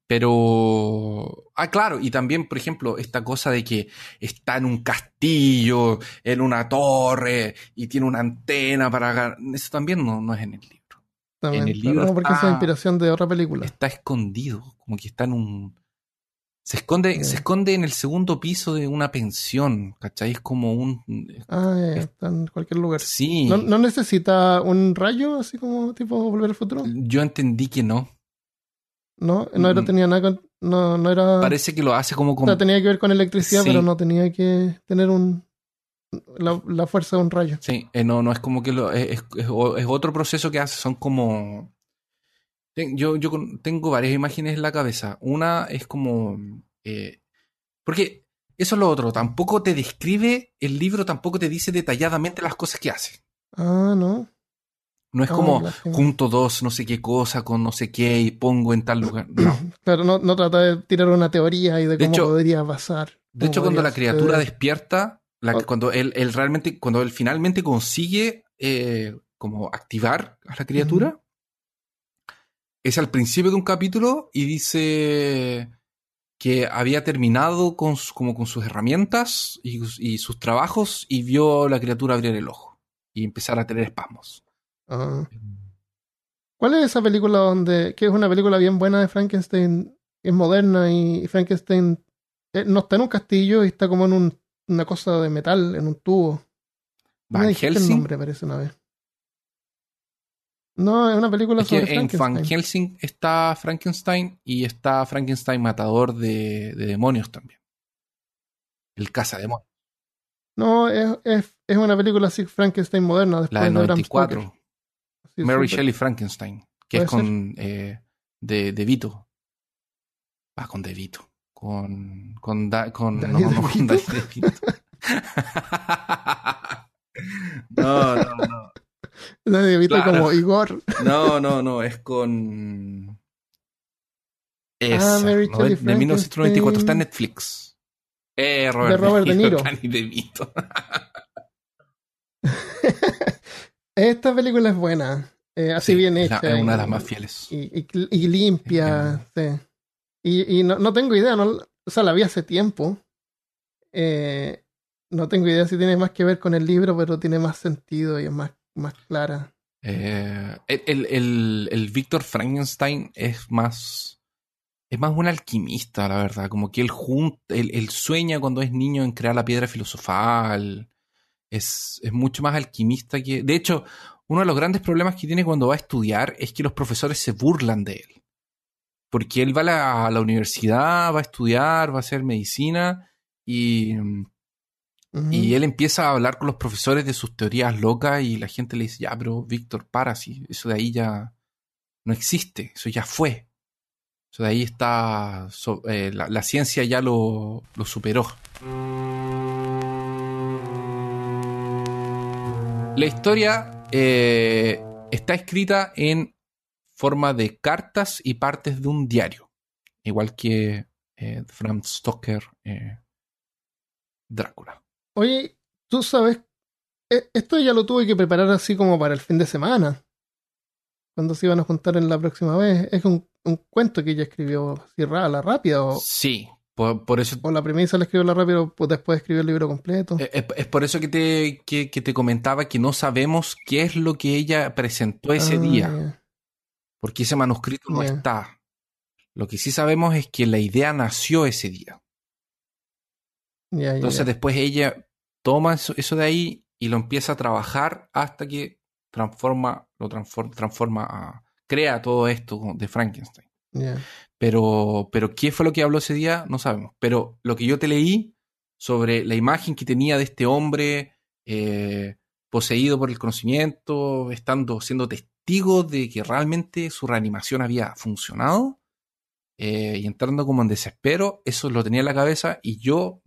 pero ah, claro, y también, por ejemplo, esta cosa de que está en un castillo, en una torre y tiene una antena para agar- eso también no, no es en el libro. También, En el claro. libro No, porque está, esa es inspiración de otra película. está escondido, como que está en un se esconde, Yeah. se esconde en el segundo piso de una pensión, ¿cachai? Es como un Ah, ya, es- está en cualquier lugar. sí. ¿No, no necesita un rayo así como tipo Volver al Futuro? Yo entendí que no. No, no era, Mm, tenía nada con, no, no era, Parece que lo hace como o con... sea, tenía que ver con electricidad, Sí. pero no tenía que tener un la, la fuerza de un rayo. Sí, eh, no, no es como que lo... Es, es- es o- es otro proceso que hace, son como... Ten- Yo, yo con- tengo varias imágenes en la cabeza. Una es como... eh, porque eso es lo otro. Tampoco te describe, el libro tampoco te dice detalladamente las cosas que hace. Ah, no. No es Ah, como lástima. junto dos no sé qué cosa con no sé qué y pongo en tal lugar. No. Claro, no, no trata de tirar una teoría y de, De cómo hecho- podría pasar. De cómo hecho, cuando podría la criatura suceder. despierta, la, Oh. cuando él, él realmente, cuando él finalmente consigue eh, como activar a la criatura, es al principio de un capítulo y dice que había terminado con, su- como con sus herramientas y, y sus trabajos y vio a la criatura abrir el ojo y empezar a tener espasmos. Ah. ¿Cuál es esa película donde, que es una película bien buena de Frankenstein, es moderna y Frankenstein eh, no está en un castillo y está como en un, una cosa de metal, en un tubo? Me Van dijiste el Helsing, nombre, parece una vez. No, es una película es que sobre en Van Frankenstein. Helsing está Frankenstein y está Frankenstein matador de, de demonios también. El cazademonios. No, es, es, es una película así Frankenstein moderna después La del de Bram noventa y cuatro. Stoker. Así, Mary súper- Shelley Frankenstein, que es Puede con eh, de, de Vito. Ah, con De Vito. Con. Con. Da- con ¿Danny no, no, con DeVito? Danny DeVito. No, no, no. Danny DeVito Claro. como Igor. No, no, no. Es con. Ah, Esa, Mary ¿no? Shelley De mil novecientos noventa y cuatro. Está en Frankenstein. Netflix. Eh, Robert, De Robert De Niro. Danny DeVito. Esta película es buena. eh, así Sí, bien es, la- hecha. es una de y- las más fieles. Y, y, y limpia. Sí. Y, y no, no tengo idea. No, o sea, la vi hace tiempo. Eh, no tengo idea si tiene más que ver con el libro, pero tiene más sentido y es más, más clara. Eh, el, el, el, el Víctor Frankenstein es más. Es más un alquimista, la verdad. Como que él, jun- él, él sueña cuando es niño en crear la piedra filosofal. Es, es mucho más alquimista que. De hecho, uno de los grandes problemas que tiene cuando va a estudiar es que los profesores se burlan de él. Porque él va a la, a la universidad, va a estudiar, va a hacer medicina y, Ujú. y él empieza a hablar con los profesores de sus teorías locas y la gente le dice, ya, pero Víctor, para, si eso de ahí ya no existe, eso ya fue. Eso de ahí está, so- eh, la, la ciencia ya lo, lo superó. La historia eh, está escrita en forma de cartas y partes de un diario, igual que eh, Bram Stoker, eh, Drácula. Oye, tú sabes, e- esto ya lo tuve que preparar así como para el fin de semana. Cuando se iban a juntar en la próxima vez. Es un, un cuento que ella escribió así ra- a la rápida. O, Sí, por, por eso o la premisa la escribió a la rápida, o pues después escribió el libro completo. es, es por eso que te, que, que te comentaba que no sabemos qué es lo que ella presentó ese Ah, día, ya. porque ese manuscrito no Ya. está. Lo que sí sabemos es que la idea nació ese día. Ya, ya, Entonces ya. después ella toma eso, eso de ahí y lo empieza a trabajar hasta que transforma, lo transforma, transforma a, crea todo esto de Frankenstein. Ya. Pero, pero qué fue lo que habló ese día, no sabemos. Pero lo que yo te leí sobre la imagen que tenía de este hombre, eh, poseído por el conocimiento, estando siendo testigo de que realmente su reanimación había funcionado, eh, y entrando como en desespero. Eso lo tenía en la cabeza, y yo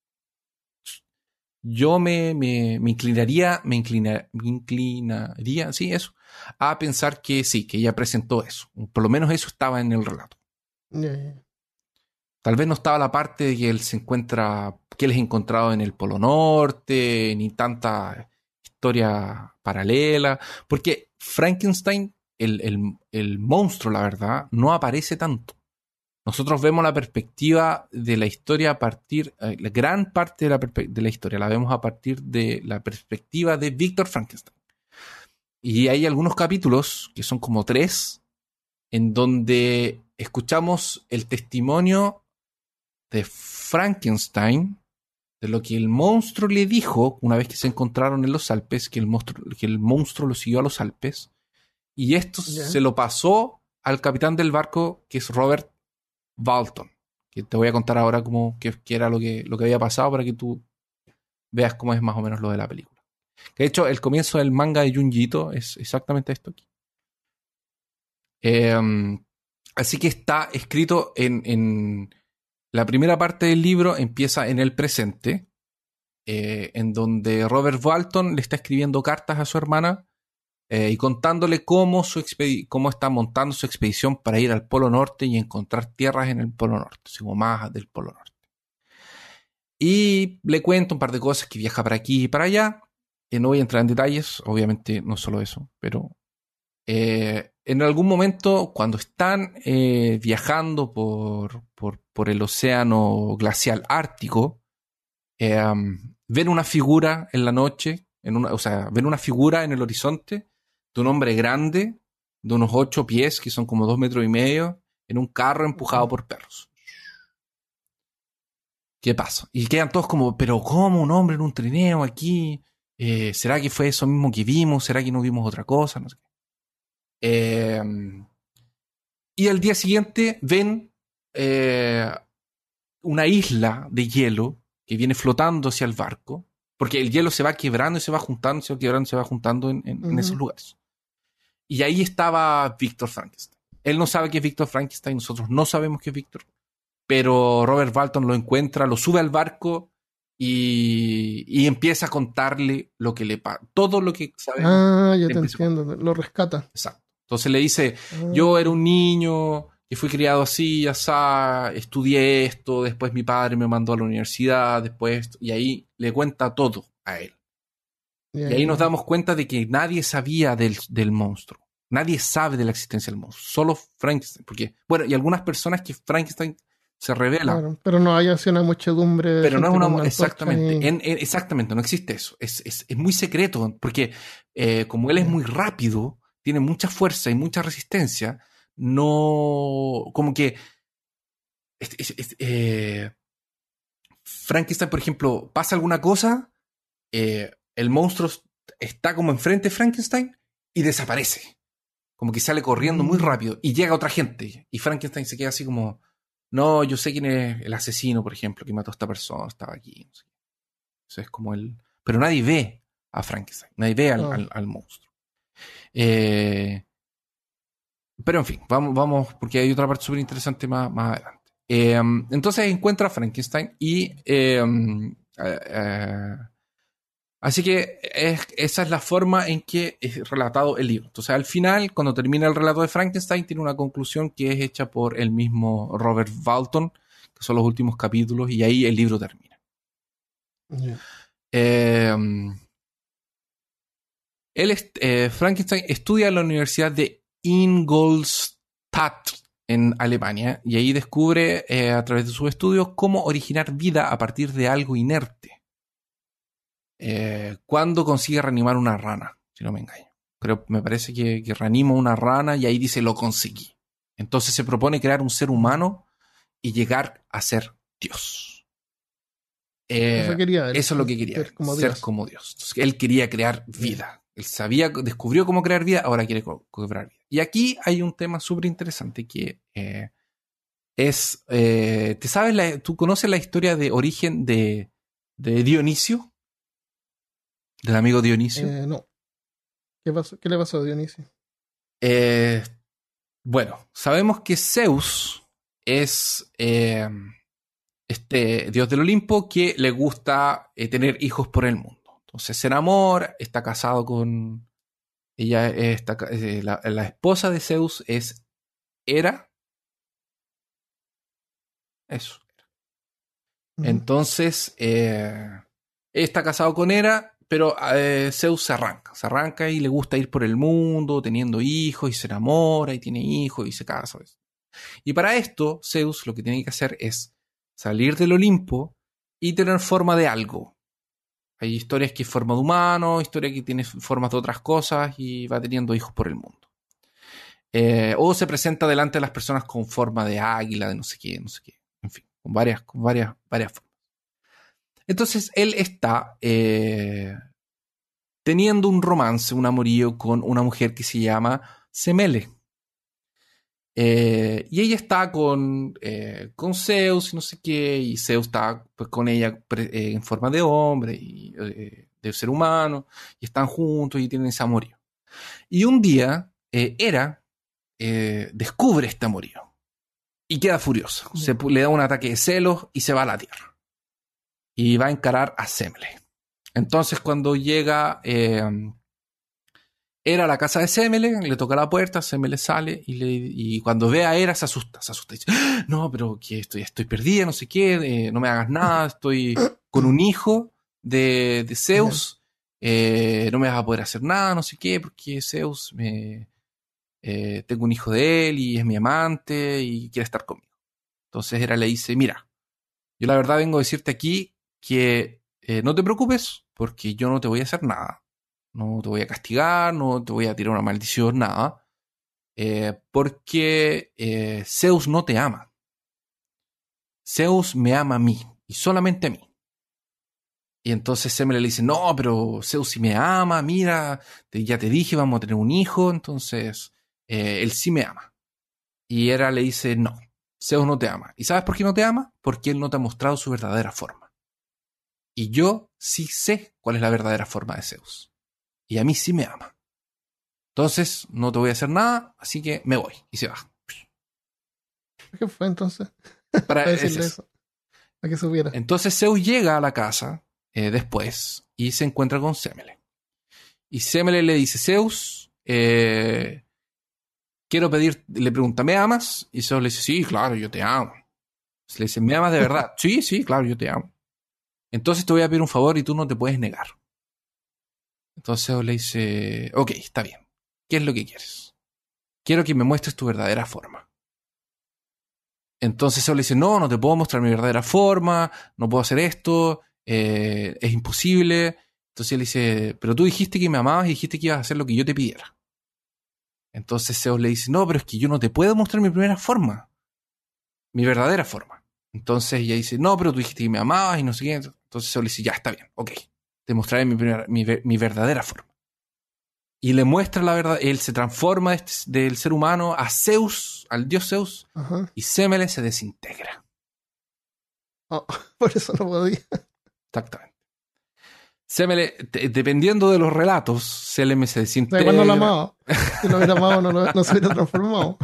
yo me, me, me inclinaría, me, inclina, me inclinaría, sí, eso, a pensar que sí, que ella presentó eso. Por lo menos eso estaba en el relato. Yeah. Tal vez no estaba la parte de que él se encuentra, que él es encontrado en el Polo Norte, ni tanta historia paralela, porque Frankenstein, el, el, el monstruo, la verdad, no aparece tanto. Nosotros vemos la perspectiva de la historia a partir, eh, la gran parte de la, de la historia la vemos a partir de la perspectiva de Víctor Frankenstein. Y hay algunos capítulos, que son como tres, en donde escuchamos el testimonio de Frankenstein, de lo que el monstruo le dijo una vez que se encontraron en los Alpes, que el monstruo, que el monstruo lo siguió a los Alpes, y esto yeah. se lo pasó al capitán del barco, que es Robert Walton, que te voy a contar ahora cómo, qué, qué era lo que, lo que había pasado para que tú veas cómo es más o menos lo de la película. Que de hecho el comienzo del manga de Junji Ito es exactamente esto aquí. Eh, así que está escrito en, en la primera parte del libro, empieza en el presente, eh, en donde Robert Walton le está escribiendo cartas a su hermana, Eh, y contándole cómo, su expedi- cómo está montando su expedición para ir al Polo Norte y encontrar tierras en el Polo Norte, así como más del Polo Norte. Y le cuento un par de cosas, que viaja para aquí y para allá, que no voy a entrar en detalles, obviamente no solo eso, pero eh, en algún momento cuando están eh, viajando por, por, por el océano glacial ártico, eh, um, ven una figura en la noche, en una, o sea, ven una figura en el horizonte de un hombre grande, de unos ocho pies, que son como dos metros y medio, en un carro empujado por perros. ¿Qué pasa? Y quedan todos como, pero ¿cómo un hombre en un trineo aquí? Eh, ¿Será que fue eso mismo que vimos? ¿Será que no vimos otra cosa? No sé qué. Eh, y al día siguiente ven eh, una isla de hielo que viene flotando hacia el barco, porque el hielo se va quebrando y se va juntando, se va quebrando y se va juntando en, en, uh-huh. en esos lugares. Y ahí estaba Víctor Frankenstein. Él no sabe que es Víctor Frankenstein, nosotros no sabemos que es Víctor, pero Robert Walton lo encuentra, lo sube al barco y, y empieza a contarle lo que le pasa, todo lo que sabemos. Ah, ya te entiendo, lo rescata. Exacto. Entonces le dice, ah. yo era un niño que fui criado así, asá, estudié esto, después mi padre me mandó a la universidad, después esto, y ahí le cuenta todo a él. Yeah, y ahí yeah. nos damos cuenta de que nadie sabía del, del monstruo. Nadie sabe de la existencia del monstruo. Solo Frankenstein. Porque, bueno, y algunas personas que Frankenstein se revela. Claro, pero no hay así una muchedumbre. Pero no es una. una exactamente. Y... En, en, exactamente, no existe eso. Es, es, es muy secreto. Porque eh, como él yeah. es muy rápido, tiene mucha fuerza y mucha resistencia, no. Como que. Es, es, es, eh, Frankenstein, por ejemplo, pasa alguna cosa. Eh, el monstruo está como enfrente de Frankenstein y desaparece. Como que sale corriendo muy rápido y llega otra gente. Y Frankenstein se queda así como, no, yo sé quién es el asesino, por ejemplo, que mató a esta persona, estaba aquí. No sé. Eso es como el... Pero nadie ve a Frankenstein, nadie ve al, oh. al, al monstruo. Eh... Pero en fin, vamos, vamos, porque hay otra parte súper interesante más, más adelante. Eh, entonces encuentra a Frankenstein y... Eh, eh, eh, Así que es, esa es la forma en que es relatado el libro. Entonces, al final, cuando termina el relato de Frankenstein, tiene una conclusión que es hecha por el mismo Robert Walton, que son los últimos capítulos, y ahí el libro termina. Yeah. Eh, él, eh, Frankenstein estudia en la Universidad de Ingolstadt, en Alemania, y ahí descubre, eh, a través de sus estudios, cómo originar vida a partir de algo inerte. Eh, cuando consigue reanimar una rana, si no me engaño. Creo, me parece que, que reanima una rana y ahí dice lo conseguí. Entonces se propone crear un ser humano y llegar a ser Dios. Eh, eso, quería él, eso es lo que quería, ser como ser Dios. Como Dios. Entonces, él quería crear vida. Él sabía, descubrió cómo crear vida, ahora quiere co- crear vida. Y aquí hay un tema súper interesante que eh, es, eh, ¿te sabes la, tú conoces la historia de origen de, de Dionisio? del amigo Dionisio? Eh, no. ¿Qué pasó? ¿Qué le pasó a Dionisio? Eh, bueno, sabemos que Zeus es eh, este dios del Olimpo que le gusta eh, tener hijos por el mundo. Entonces se enamora, está casado con... Ella está, eh, la, la esposa de Zeus es Hera. Eso. Ujú. Entonces, eh, está casado con Hera, pero eh, Zeus se arranca. Se arranca y le gusta ir por el mundo teniendo hijos y se enamora y tiene hijos y se casa. Y para esto, Zeus lo que tiene que hacer es salir del Olimpo y tener forma de algo. Hay historias que es forma de humano, historias que tiene formas de otras cosas y va teniendo hijos por el mundo. Eh, o se presenta delante de las personas con forma de águila, de no sé qué, no sé qué. En fin, con varias, con varias, varias formas. Entonces él está eh, teniendo un romance, un amorío con una mujer que se llama Semele. Eh, y ella está con, eh, con Zeus y no sé qué, y Zeus está pues, con ella eh, en forma de hombre y eh, de ser humano, y están juntos y tienen ese amorío. Y un día, eh, Hera eh, descubre este amorío y queda furiosa. Se, le da un ataque de celos y se va a la tierra. Y va a encarar a Semele. Entonces, cuando llega eh, Hera a la casa de Semele, le toca la puerta, Semele sale y, le, y cuando ve a Hera se asusta, se asusta y dice, ¡Ah! No, pero que estoy, estoy perdida, no sé qué, eh, no me hagas nada, estoy con un hijo de, de Zeus, eh, no me vas a poder hacer nada, no sé qué, porque Zeus, me, eh, tengo un hijo de él y es mi amante y quiere estar conmigo. Entonces Hera le dice, mira, yo la verdad vengo a decirte aquí que eh, no te preocupes porque yo no te voy a hacer nada. No te voy a castigar, no te voy a tirar una maldición, nada. Eh, porque eh, Zeus no te ama. Zeus me ama a mí, y solamente a mí. Y entonces Semele le dice, no, pero Zeus sí me ama, mira, te, ya te dije, vamos a tener un hijo, entonces eh, él sí me ama. Y Hera le dice, no, Zeus no te ama. ¿Y sabes por qué no te ama? Porque él no te ha mostrado su verdadera forma. Y yo sí sé cuál es la verdadera forma de Zeus. Y a mí sí me ama. Entonces, no te voy a hacer nada, así que me voy. Y se va. ¿Qué fue entonces? Para Para decirle ese. eso. Para que supiera. Entonces Zeus llega a la casa eh, después y se encuentra con Semele. Y Semele le dice, Zeus, eh, quiero pedir, le pregunta, ¿me amas? Y Zeus le dice, sí, claro, yo te amo. Le dice, ¿me amas de verdad? Sí, sí, claro, yo te amo. Entonces te voy a pedir un favor y tú no te puedes negar. Entonces Zeus le dice, ok, está bien. ¿Qué es lo que quieres? Quiero que me muestres tu verdadera forma. Entonces Zeus le dice, no, no te puedo mostrar mi verdadera forma, no puedo hacer esto, eh, es imposible. Entonces él dice, pero tú dijiste que me amabas y dijiste que ibas a hacer lo que yo te pidiera. Entonces Zeus le dice, no, pero es que yo no te puedo mostrar mi primera forma, mi verdadera forma. Entonces ella dice, no, pero tú dijiste que me amabas y no sé qué. Entonces Zeus le dice, ya, está bien, ok, te mostraré mi, primera, mi, mi verdadera forma. Y le muestra la verdad, él se transforma de este, del ser humano a Zeus, al dios Zeus, Ajá. y Semele se desintegra. Oh, por eso no podía. Exactamente. Semele, te, dependiendo de los relatos, Semele se O desintegra. sea, cuando lo amaba. Si lo hubiera amado, no, lo, no se hubiera transformado.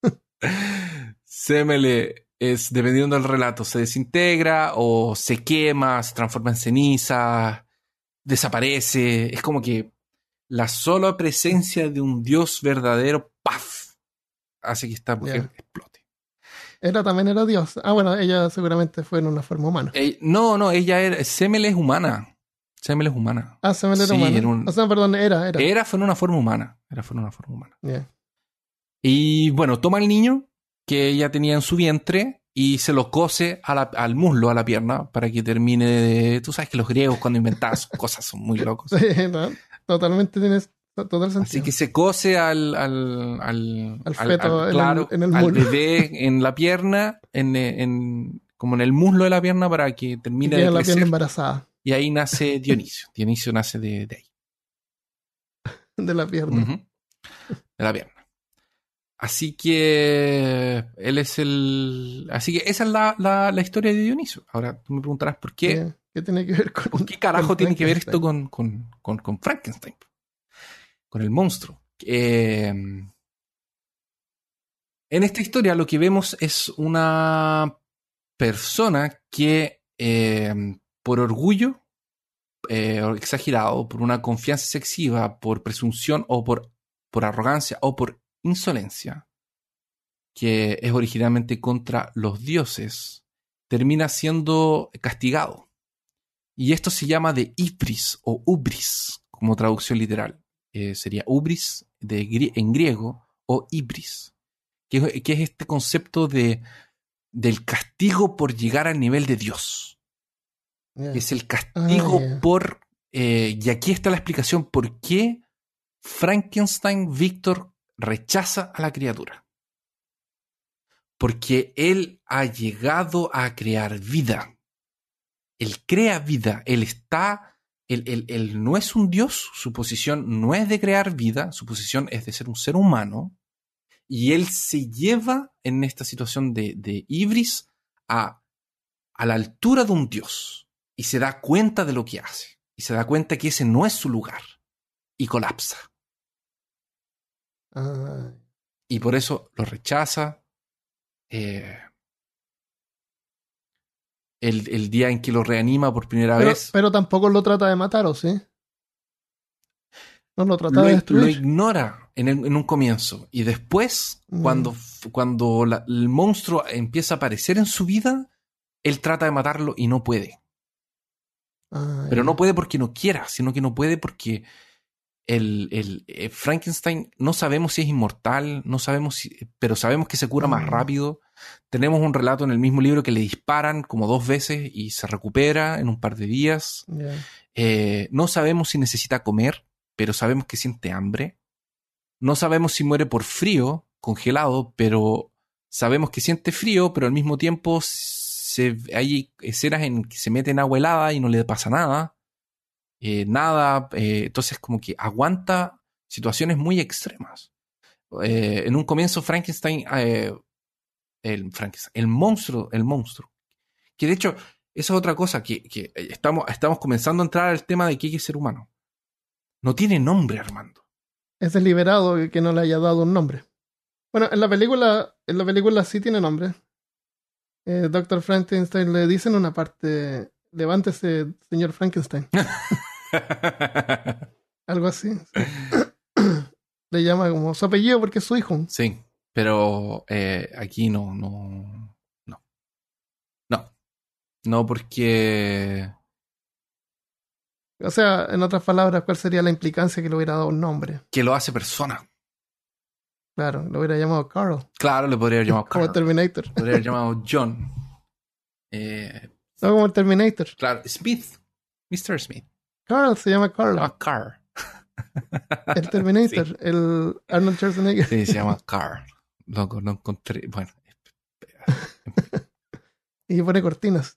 Semele es, dependiendo del relato, se desintegra o se quema, se transforma en ceniza, desaparece. Es como que la sola presencia de un dios verdadero, ¡paf!, hace que esta mujer Yeah. explote. Ella también era Dios. Ah, bueno, ella seguramente fue en una forma humana. Eh, no, no, ella era. Semele es humana. Semele es humana. Ah, se me era Sí, humana. en un- O sea, perdón, era, era. Era fue en una forma humana. Era fue en una forma humana. Yeah. Y bueno, toma al niño que ella tenía en su vientre y se lo cose a la- al muslo, a la pierna, para que termine de... Tú sabes que los griegos cuando inventaban sus cosas son muy locos. Sí, no, totalmente tienes total sentido. Así que se cose al, al, al, Al feto en el- claro, en el al muslo. bebé en la pierna, en, en, como en el muslo de la pierna para que Y termine queda de la pierna crecer. embarazada Y ahí nace Dionisio. Dionisio nace de, de ahí. de la pierna. Ujú. De la pierna. Así que él es el... Así que esa es la, la, la historia de Dionisio. Ahora tú me preguntarás por qué Yeah. ¿Qué tiene que ver con ¿Por qué carajo con tiene que ver esto Frankenstein? con, con, con, con Frankenstein? Con el monstruo. Eh, en esta historia lo que vemos es una persona que eh, por orgullo eh, exagerado, por una confianza excesiva, por presunción o por, por arrogancia o por insolencia, que es originalmente contra los dioses, termina siendo castigado. Y esto se llama de ibris o ubris, como traducción literal. Eh, sería ubris de, grie- en griego o ibris, que, que es este concepto de, del castigo por llegar al nivel de Dios. Yeah. Es el Ah, castigo yeah. por... Eh, y aquí está la explicación por qué Frankenstein Víctor rechaza a la criatura. Porque él ha llegado a crear vida. Él crea vida. Él está... Él, él, él no es un dios. Su posición no es de crear vida. Su posición es de ser un ser humano. Y él se lleva en esta situación de, de ibris a, a la altura de un dios. Y se da cuenta de lo que hace. Y se da cuenta que ese no es su lugar. Y colapsa. Ah. Y por eso lo rechaza. Eh, el, el día en que lo reanima por primera Pero, vez, pero tampoco lo trata de matar, ¿o sí? No lo trata lo, de lo destruir. ignora en, el- en un comienzo. Y después, Mm. cuando, cuando la- el monstruo empieza a aparecer en su vida, él trata de matarlo y no puede. Ah, Pero yeah. no puede porque no quiera, sino que no puede porque el, el eh, Frankenstein no sabemos si es inmortal, no sabemos si, pero sabemos que se cura más Mm. rápido. Tenemos un relato en el mismo libro que le disparan como dos veces y se recupera en un par de días. Yeah. Eh, no sabemos si necesita comer, pero sabemos que siente hambre. No sabemos si muere por frío, congelado, pero sabemos que siente frío, pero al mismo tiempo se, hay escenas en que se mete en agua helada y no le pasa nada. Eh, nada, eh, entonces como que aguanta situaciones muy extremas. Eh, en un comienzo Frankenstein, eh, el Frankenstein, el monstruo, el monstruo, que de hecho esa es otra cosa que, que estamos, estamos comenzando a entrar al tema de qué es ser humano. No tiene nombre, Armando. Es deliberado que no le haya dado un nombre. Bueno, en la película, en la película sí tiene nombre. Eh, doctor Frankenstein le dice en una parte, levántese, señor Frankenstein. Algo así. Sí. Le llama como su apellido porque es su hijo. Sí, pero eh, aquí no, no, no, no, no porque O sea, en otras palabras, ¿cuál sería la implicancia que le hubiera dado un nombre? que lo hace persona. Claro, lo hubiera llamado Carl. Claro, le podría haber llamado Como Carl, Terminator. podría haber llamado John. Eh, No como el Terminator. claro, Smith, mister Smith. Carl se llama Se Carl. llama Carl. El Terminator, Sí. el Arnold Schwarzenegger. Sí, se llama Carl. Loco, no encontré. Bueno, Y pone cortinas.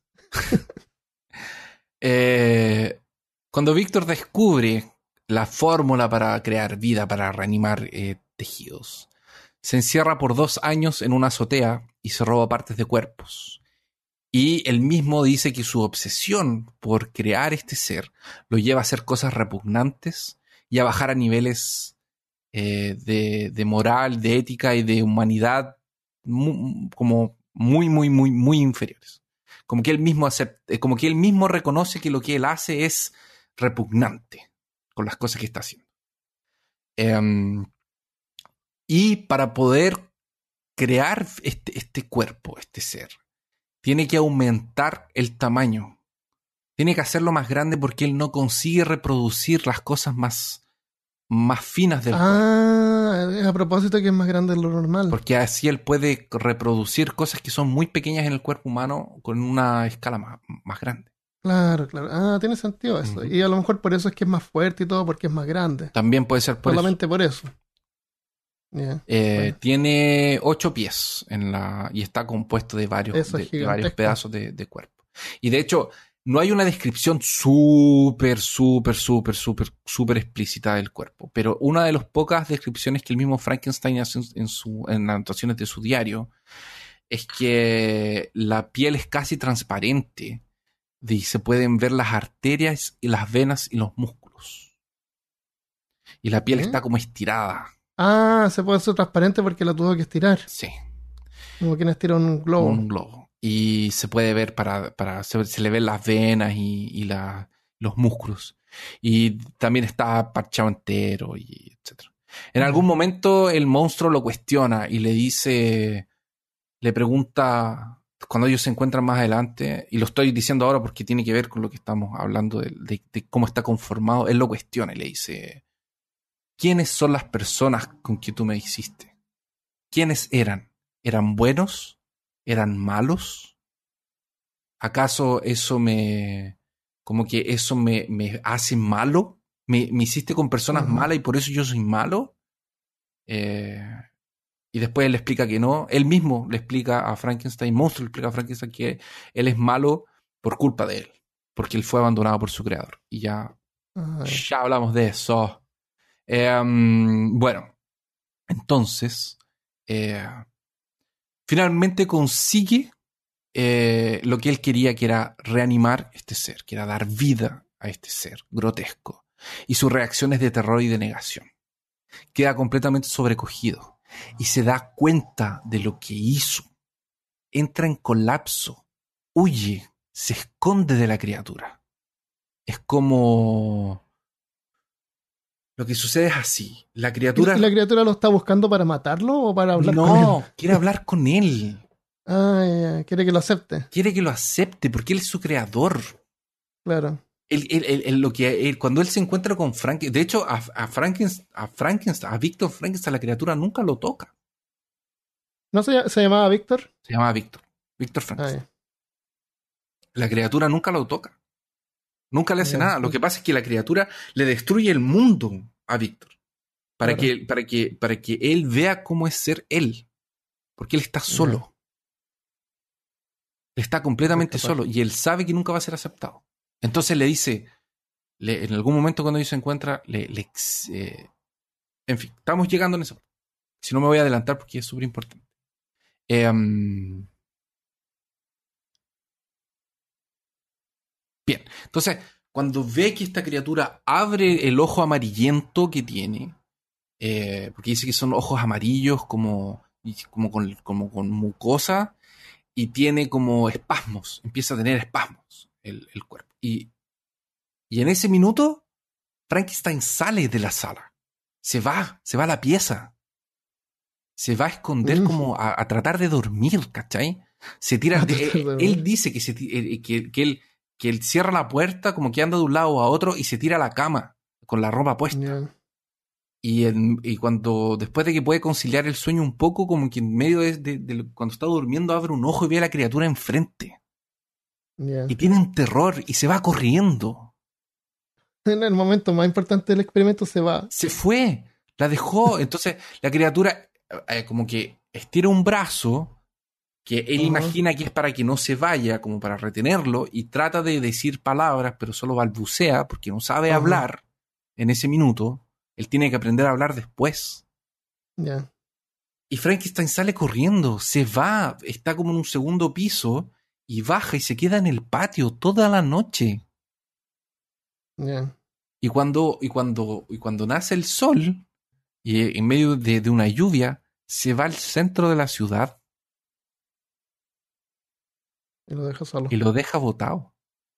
eh, cuando Víctor descubre la fórmula para crear vida, para reanimar eh, tejidos, se encierra por dos años en una azotea y se roba partes de cuerpos. Y él mismo dice que su obsesión por crear este ser lo lleva a hacer cosas repugnantes y a bajar a niveles eh, de, de moral, de ética y de humanidad mu- como muy, muy, muy, muy inferiores. Como que él mismo acepta, como que él mismo reconoce que lo que él hace es repugnante con las cosas que está haciendo. Um, y para poder crear este, este cuerpo, este ser, tiene que aumentar el tamaño. Tiene que hacerlo más grande porque él no consigue reproducir las cosas más, más finas del cuerpo. Ah, a propósito que es más grande de lo normal. Porque así él puede reproducir cosas que son muy pequeñas en el cuerpo humano con una escala más, más grande. Claro, claro. Ah, tiene sentido eso. Ujú. Y a lo mejor por eso es que es más fuerte y todo, porque es más grande. También puede ser por eso. Solamente por eso. Yeah, Eh, bueno. Tiene ocho pies en la, y está compuesto de varios, Eso de, es de varios gigantesco. pedazos de, de cuerpo. Y de hecho, no hay una descripción súper, súper, súper, súper, súper explícita del cuerpo. Pero una de las pocas descripciones que el mismo Frankenstein hace en, en, su, en las anotaciones de su diario es que la piel es casi transparente y se pueden ver las arterias y las venas y los músculos. Y la piel ¿Eh? está como estirada. Ah, se puede hacer transparente porque la tuvo que estirar. Sí. Como quien estira un globo. Un globo. Y se puede ver para, para se, se le ven las venas y, y la, los músculos. Y también está parchado entero, y etcétera. En algún Ya. momento el monstruo lo cuestiona y le dice, le pregunta, cuando ellos se encuentran más adelante, y lo estoy diciendo ahora porque tiene que ver con lo que estamos hablando de, de, de cómo está conformado, él lo cuestiona y le dice, ¿quiénes son las personas con que tú me hiciste? ¿Quiénes eran? ¿Eran buenos? ¿Eran malos? ¿Acaso eso me... como que eso me, me hace malo? ¿Me, me hiciste con personas Ajá. malas y por eso yo soy malo? Eh, y después él le explica que no. Él mismo le explica a Frankenstein, monstruo le explica a Frankenstein que él es malo por culpa de él. Porque él fue abandonado por su creador. Y ya, Ay. ya hablamos de eso. Eh, um, bueno, entonces, eh, finalmente consigue eh, lo que él quería, que era reanimar este ser, que era dar vida a este ser grotesco. Y sus reacciones de terror y de negación. Queda completamente sobrecogido y se da cuenta de lo que hizo. Entra en colapso, huye, se esconde de la criatura. Es como... Lo que sucede es así. La criatura... ¿Y la criatura lo está buscando para matarlo o para hablar con él? No, quiere hablar con él. Ah, ya, quiere que lo acepte. Quiere que lo acepte porque él es su creador. Claro. Él, él, él, él, lo que, él, cuando él se encuentra con Frankenstein... De hecho, a, a Frankenstein, a Frankenstein, a Víctor Frankenstein, la criatura nunca lo toca. ¿No se, se llamaba Víctor? Se llama Víctor. Víctor Ah, Frankenstein. ya. La criatura nunca lo toca. Nunca le hace Ya. nada. Lo que pasa es que la criatura le destruye el mundo a Víctor. Para, Claro. que, para, que, para que él vea cómo es ser él. Porque él está solo. Ya. Él está completamente Escapar. solo. Y él sabe que nunca va a ser aceptado. Entonces le dice, le, en algún momento cuando ellos se encuentran, le, le, eh, en fin, estamos llegando en eso. Si no me voy a adelantar porque es súper importante. Eh, um, bien, entonces, cuando ve que esta criatura abre el ojo amarillento que tiene, eh, porque dice que son ojos amarillos como, como, con, como con mucosa, y tiene como espasmos, empieza a tener espasmos el, el cuerpo. Y, y en ese minuto, Frankenstein sale de la sala, se va, se va a la pieza, se va a esconder Mm. como a, a tratar de dormir, ¿cachai? Se tira, A de, tratar de dormir. él dice que, se, eh, que, que, él, que él cierra la puerta, como que anda de un lado a otro y se tira a la cama con la ropa puesta. Ya. Y, en, y cuando, después de que puede conciliar el sueño un poco, como que en medio de, de, de cuando está durmiendo, abre un ojo y ve a la criatura enfrente. Ya. Y tiene un terror y se va corriendo. En el momento más importante del experimento se va. Se fue, la dejó. Entonces la criatura eh, como que estira un brazo que él Ajá. imagina que es para que no se vaya, como para retenerlo, y trata de decir palabras, pero solo balbucea porque no sabe Ajá. hablar en ese minuto. Él tiene que aprender a hablar después. Ya. Y Frankenstein sale corriendo, se va, está como en un segundo piso y baja y se queda en el patio toda la noche. Ya. Y cuando, y cuando, y cuando nace el sol, y en medio de, de una lluvia, se va al centro de la ciudad Y lo deja solo. y lo deja botado.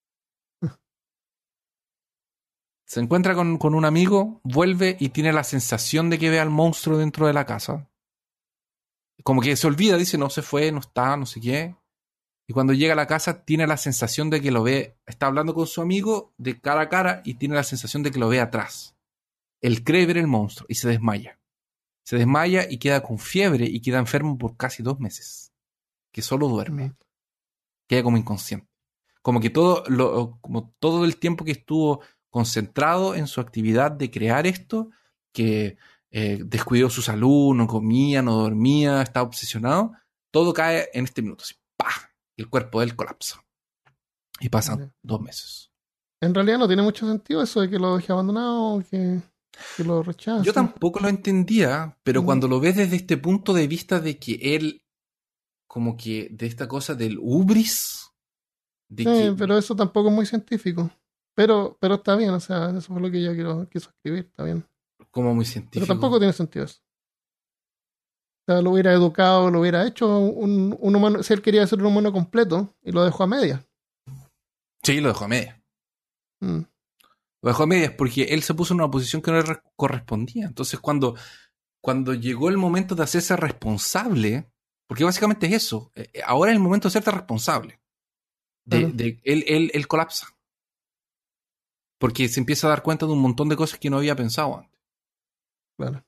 Se encuentra con, con un amigo, vuelve y tiene la sensación de que ve al monstruo dentro de la casa. Como que se olvida, dice, no se fue, no está, no sé qué. Y cuando llega a la casa tiene la sensación de que lo ve, está hablando con su amigo de cara a cara y tiene la sensación de que lo ve atrás. Él cree ver el monstruo y se desmaya. Se desmaya y queda con fiebre y queda enfermo por casi dos meses. Que solo duerme. Mm. Queda como inconsciente. Como que todo, lo, como todo el tiempo que estuvo concentrado en su actividad de crear esto, que eh, descuidó su salud, no comía, no dormía, estaba obsesionado, todo cae en este minuto. Así, ¡pah! Y el cuerpo de él colapsa. Y pasan Ya. dos meses. En realidad no tiene mucho sentido eso de que lo deje abandonado, que, que lo rechace. Yo tampoco lo entendía, pero Mm. cuando lo ves desde este punto de vista de que él, como que de esta cosa del hubris, De Sí, que, pero eso tampoco es muy científico. Pero, pero está bien, o sea, eso fue lo que yo quiero, quiso escribir, está bien. como muy Pero tampoco científico. tiene sentido eso. O sea, lo hubiera educado, lo hubiera hecho un, un humano, si él quería ser un humano completo y lo dejó a media. Sí, lo dejó a medias. Mm, Lo dejó a medias porque él se puso en una posición que no le correspondía. Entonces, cuando, cuando llegó el momento de hacerse responsable, porque básicamente es eso, eh, ahora es el momento de hacerte responsable. De, claro, de él, él, él colapsa. Porque se empieza a dar cuenta de un montón de cosas que no había pensado antes. claro.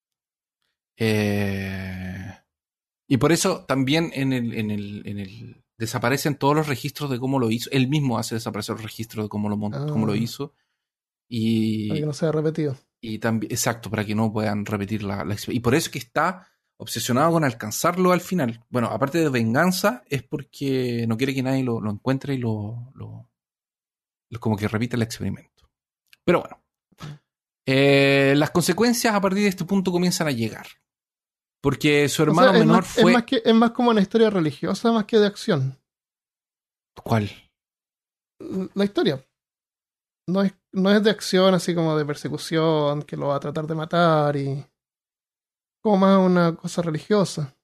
Eh, y por eso también en el, en el, en el desaparecen todos los registros de cómo lo hizo. Él mismo hace desaparecer los registros de cómo lo, cómo lo Ah, hizo. para que Y, no sea repetido. y también, exacto, para que no puedan repetir la, la experiencia. Y por eso es que está obsesionado con alcanzarlo al final. Bueno, aparte de venganza, es porque no quiere que nadie lo, lo encuentre y lo, lo, lo- como que repita el experimento. Pero bueno, eh, las consecuencias a partir de este punto comienzan a llegar. Porque su O sea, hermano es más, menor es más fue... que, es más como una historia religiosa más que de acción. ¿Cuál? La historia no es, no es de acción así como de persecución, que lo va a tratar de matar y como más una cosa religiosa,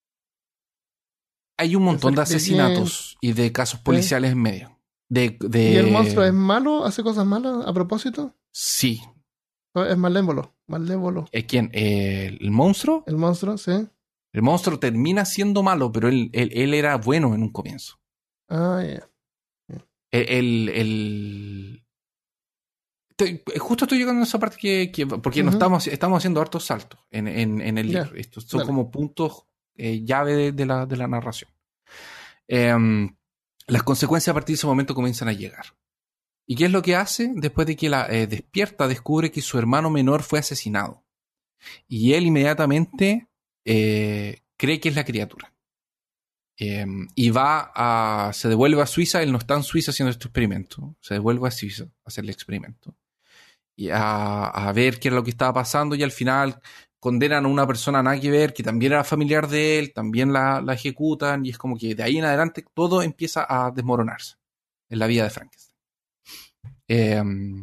Hay un de montón ser de creyente. asesinatos y de casos ¿Sí? policiales en medio. De, ¿Y el monstruo es de... malo? ¿Hace cosas malas a propósito? Sí. ¿O es malévolo? Malévolo. ¿Eh, ¿Quién? Eh, ¿El monstruo? El monstruo, sí. El monstruo termina siendo malo, pero él, él, él era bueno en un comienzo. Ah, ya. El, el, el- Estoy- justo estoy llegando a esa parte que, que- porque no Ujú, estamos, estamos haciendo hartos saltos en, en- en el libro. ya, Estos son dale. como puntos eh, llave de, de la, de la narración. Em, las consecuencias a partir de ese momento comienzan a llegar. ¿Y qué es lo que hace? Después de que la eh, despierta, descubre que su hermano menor fue asesinado. Y él inmediatamente eh, cree que es la criatura. Eh, y va a. Se devuelve a Suiza. Él no está en Suiza haciendo este experimento. Se devuelve a Suiza a hacer el experimento. Y a, a ver qué era lo que estaba pasando. Y al final condenan a una persona nada que ver, que también era familiar de él. También la, la ejecutan. Y es como que de ahí en adelante todo empieza a desmoronarse en la vida de Frankenstein. Eh,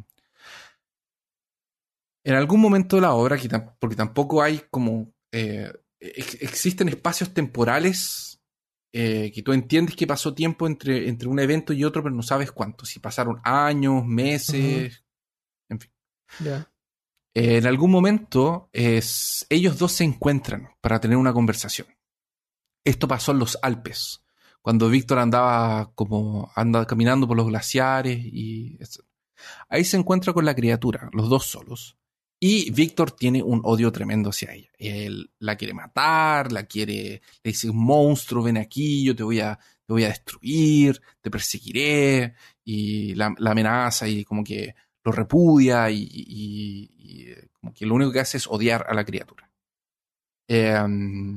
en algún momento de la obra, que tam- porque tampoco hay como... eh, ex- existen espacios temporales eh, que tú entiendes que pasó tiempo entre, entre un evento y otro, pero no sabes cuánto, si pasaron años, Ujú, meses, en fin. ya. Eh, en algún momento es, ellos dos se encuentran para tener una conversación. Esto pasó en los Alpes, cuando Víctor andaba como anda caminando por los glaciares y etcétera. Ahí se encuentra con la criatura, los dos solos. Y Víctor tiene un odio tremendo hacia ella. Él la quiere matar, la quiere, le dice, un monstruo, ven aquí, yo te voy a, te voy a destruir, te perseguiré. Y la, la amenaza y como que lo repudia y, y- y, eh, como que lo único que hace es odiar a la criatura. Eh,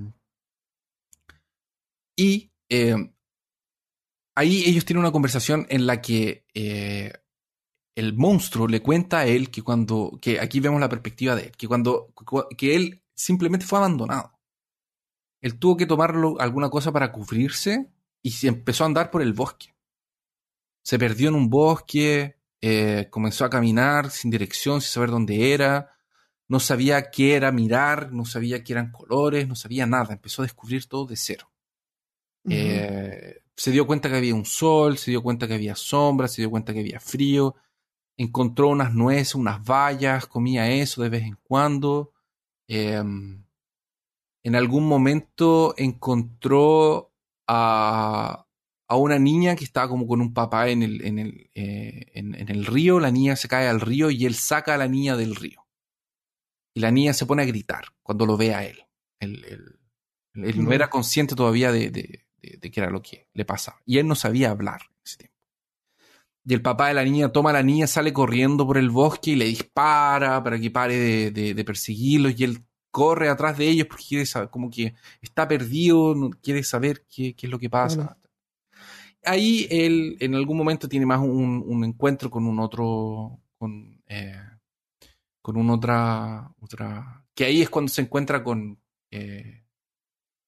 y eh, ahí ellos tienen una conversación en la que eh, el monstruo le cuenta a él que cuando, que aquí vemos la perspectiva de él, que cuando, que él simplemente fue abandonado. Él tuvo que tomarlo alguna cosa para cubrirse y se empezó a andar por el bosque. Se perdió en un bosque, eh, comenzó a caminar sin dirección, sin saber dónde era, no sabía qué era mirar, no sabía qué eran colores, no sabía nada, empezó a descubrir todo de cero. Ujú, Eh, se dio cuenta que había un sol, se dio cuenta que había sombra, se dio cuenta que había frío, encontró unas nueces, unas bayas, comía eso de vez en cuando. Eh, en algún momento encontró a, a, una niña que estaba como con un papá en el, en, el, eh, en, en el río, la niña se cae al río y él saca a la niña del río. Y la niña se pone a gritar cuando lo ve a él. Él, él, él no era ya. consciente todavía de, de, de, de qué era lo que le pasaba. Y él no sabía hablar en ese tiempo. Y el papá de la niña toma a la niña, sale corriendo por el bosque y le dispara para que pare de, de, de perseguirlos. Y él corre atrás de ellos porque quiere saber, como que está perdido, no quiere saber qué, qué es lo que Claro. pasa. Ahí él en algún momento tiene más un, un encuentro con un otro, con, eh, con un otra, otra, que ahí es cuando se encuentra con, eh,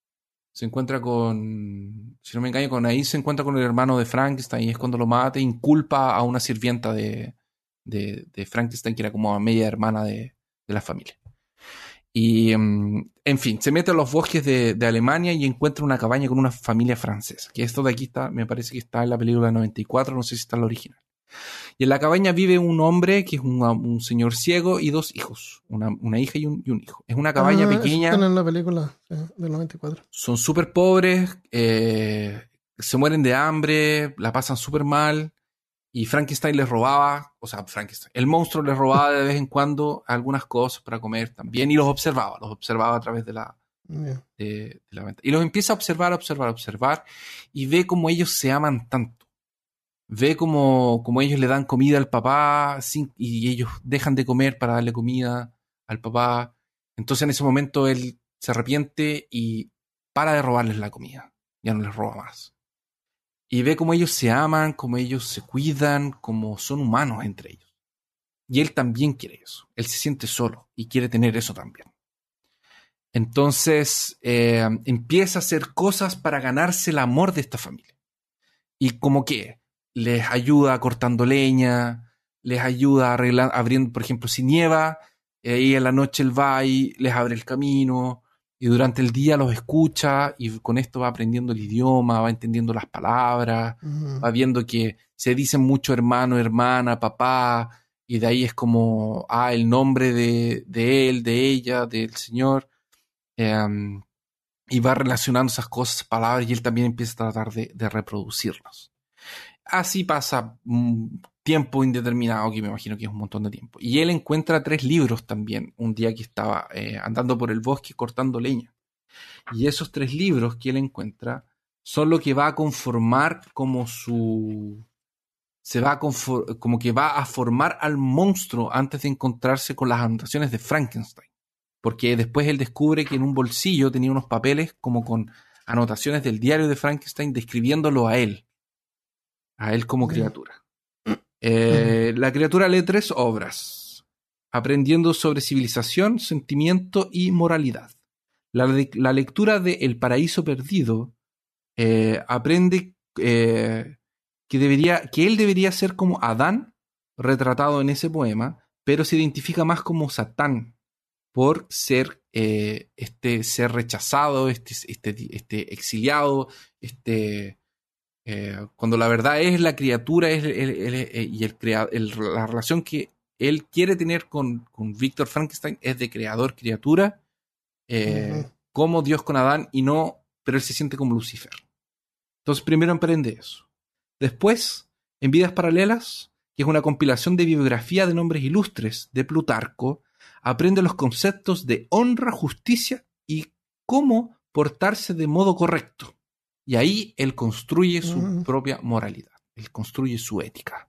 se encuentra con, si no me engaño, con ahí se encuentra con el hermano de Frankenstein y es cuando lo mata e inculpa a una sirvienta de, de, de Frankenstein que era como media hermana de, de la familia. Y, um, en fin, se mete a los bosques de, de Alemania y encuentra una cabaña con una familia francesa. Que esto de aquí está, me parece que está en la película noventa y cuatro, no sé si está en la original. Y en la cabaña vive un hombre que es un, un señor ciego y dos hijos, una, una hija y un, y un hijo. Es una cabaña ah, pequeña. Están en la película sí, del noventa y cuatro. Son súper pobres, eh, se mueren de hambre, la pasan súper mal. Y Frankenstein les robaba, o sea, Frankenstein, el monstruo les robaba de vez en cuando algunas cosas para comer también y los observaba, los observaba a través de la, Yeah. de, de la ventana. Y los empieza a observar, a observar, a observar y ve cómo ellos se aman tanto. Ve cómo, cómo ellos le dan comida al papá sin, y ellos dejan de comer para darle comida al papá. Entonces en ese momento él se arrepiente y para de robarles la comida. Ya no les roba más. Y ve cómo ellos se aman, cómo ellos se cuidan, cómo son humanos entre ellos. Y él también quiere eso. Él se siente solo y quiere tener eso también. Entonces eh, empieza a hacer cosas para ganarse el amor de esta familia. Y como que les ayuda cortando leña, les ayuda arreglando, abriendo, por ejemplo, si nieva, eh, y en la noche él va y les abre el camino. Y durante el día los escucha y con esto va aprendiendo el idioma, va entendiendo las palabras, Mm. va viendo que se dicen mucho hermano, hermana, papá, y de ahí es como, ah, el nombre de, de él, de ella, del señor, eh, y va relacionando esas cosas, palabras, y él también empieza a tratar de, de reproducirlos. Así pasa un tiempo indeterminado, que me imagino que es un montón de tiempo. Y él encuentra tres libros también, un día que estaba eh, andando por el bosque cortando leña. Y esos tres libros que él encuentra son lo que va a conformar como su... Se va a conform... como que va a formar al monstruo antes de encontrarse con las anotaciones de Frankenstein. Porque después él descubre que en un bolsillo tenía unos papeles como con anotaciones del diario de Frankenstein describiéndolo a él. A él como Yeah. criatura. Eh, la criatura lee tres obras, aprendiendo sobre civilización, sentimiento y moralidad. La, le- la lectura de El Paraíso Perdido eh, aprende eh, que, debería, que él debería ser como Adán, retratado en ese poema, pero se identifica más como Satán por ser eh, este ser rechazado, este, este, este exiliado, este... Eh, cuando la verdad es la criatura es el, el, el, el, y el crea, el, la relación que él quiere tener con, con Víctor Frankenstein es de creador-criatura, eh, Uh-huh. como Dios con Adán, y no, pero él se siente como Lucifer. Entonces primero emprende eso. Después, en Vidas Paralelas, que es una compilación de biografía de nombres ilustres de Plutarco, aprende los conceptos de honra, justicia y cómo portarse de modo correcto. Y ahí él construye su Uh-huh. propia moralidad. Él construye su ética.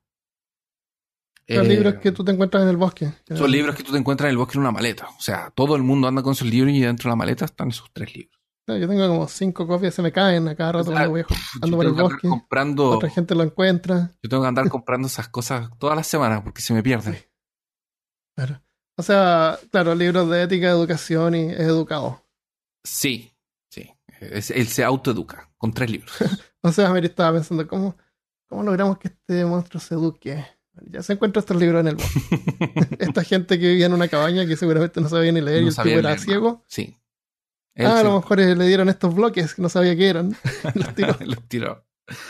Los Eh, libros que tú te encuentras en el bosque. son libros que tú te encuentras en el bosque en una maleta. O sea, todo el mundo anda con sus libros y dentro de la maleta están sus tres libros. Yo tengo como cinco copias, se me caen a cada rato O sea, cuando voy pf, ando yo por el tengo que andar bosque. comprando, Otra gente lo encuentra. yo tengo que andar comprando esas cosas todas las semanas porque se me pierden. Claro. O sea, claro, libros de ética, educación y es educado. Sí, sí. Es- él se autoeduca con tres libros. O sea, Mary estaba pensando, ¿cómo, cómo logramos que este monstruo se eduque? Ya se encuentra estos libros en el bosque. Esta gente que vivía en una cabaña que seguramente no sabía ni leer No y el sabía tipo era leer, ciego. ¿no? Sí. Él Ah, a se- lo mejor eh, le dieron estos bloques que no sabía qué eran. Los tiró. los tiró.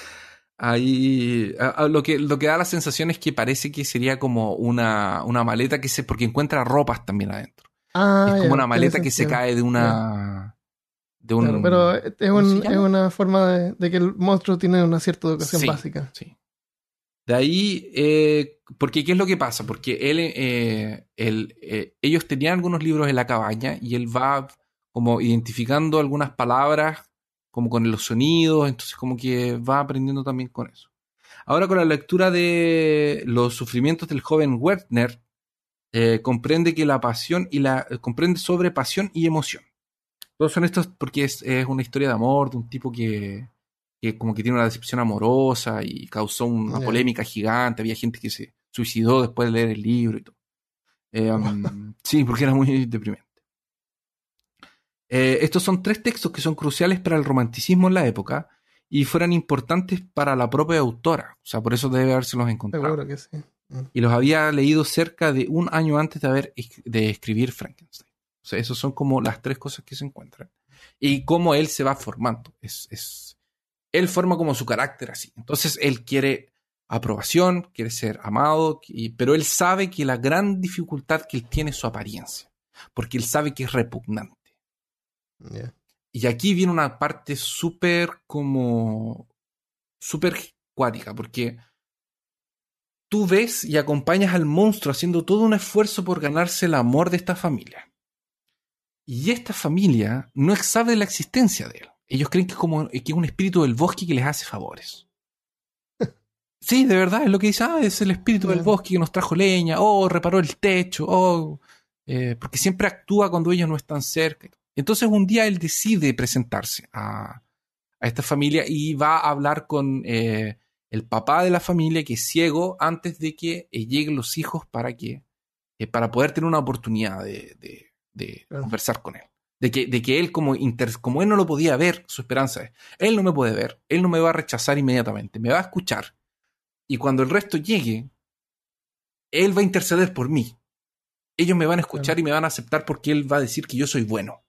Ahí a- a lo que lo que da la sensación es que parece que sería como una, una maleta que se porque encuentra ropas también adentro. Ah, Es como ya, una tiene maleta que se sentido. cae de una de un Claro, pero es, ¿cómo se un, es llama? una forma de, de que el monstruo tiene una cierta educación Sí, básica. sí. De ahí, eh, porque ¿qué es lo que pasa? Porque él, eh, él, eh, ellos tenían algunos libros en la cabaña y él va como identificando algunas palabras como con los sonidos, entonces como que va aprendiendo también con eso. Ahora con la lectura de Los sufrimientos del joven Werther, eh, comprende que la pasión y la eh, comprende sobre pasión y emoción. Todos son estos porque es, es una historia de amor de un tipo que, que como que tiene una decepción amorosa y causó una Ya. polémica gigante. Había gente que se suicidó después de leer el libro y todo. Eh, um, sí, porque era muy deprimente. Eh, estos son tres textos que son cruciales para el romanticismo en la época y fueran importantes para la propia autora. O sea, por eso debe habérselos encontrado. Seguro que sí. Mm. Y los había leído cerca de un año antes de, haber, de escribir Frankenstein. O sea, esas son como las tres cosas que se encuentran. Y cómo él se va formando. Es, es, él forma como su carácter así. Entonces, él quiere aprobación, quiere ser amado, y, pero él sabe que la gran dificultad que él tiene es su apariencia. Porque él sabe que es repugnante. Yeah. Y aquí viene una parte súper como... súper cuática, porque tú ves y acompañas al monstruo haciendo todo un esfuerzo por ganarse el amor de esta familia. Y esta familia no sabe de la existencia de él. Ellos creen que es como que es un espíritu del bosque que les hace favores. Sí, de verdad, es lo que dice, ah, es el espíritu yeah. del bosque que nos trajo leña, o oh, reparó el techo, o oh, eh, porque siempre actúa cuando ellos no están cerca. Entonces un día él decide presentarse a, a esta familia y va a hablar con eh, el papá de la familia, que es ciego, antes de que eh, lleguen los hijos para que eh, para poder tener una oportunidad de, de, de claro. conversar con él. De que, de que él, como, inter, como él no lo podía ver, su esperanza es, él no me puede ver, él no me va a rechazar inmediatamente, me va a escuchar. Y cuando el resto llegue, él va a interceder por mí. Ellos me van a escuchar claro. y me van a aceptar porque él va a decir que yo soy bueno.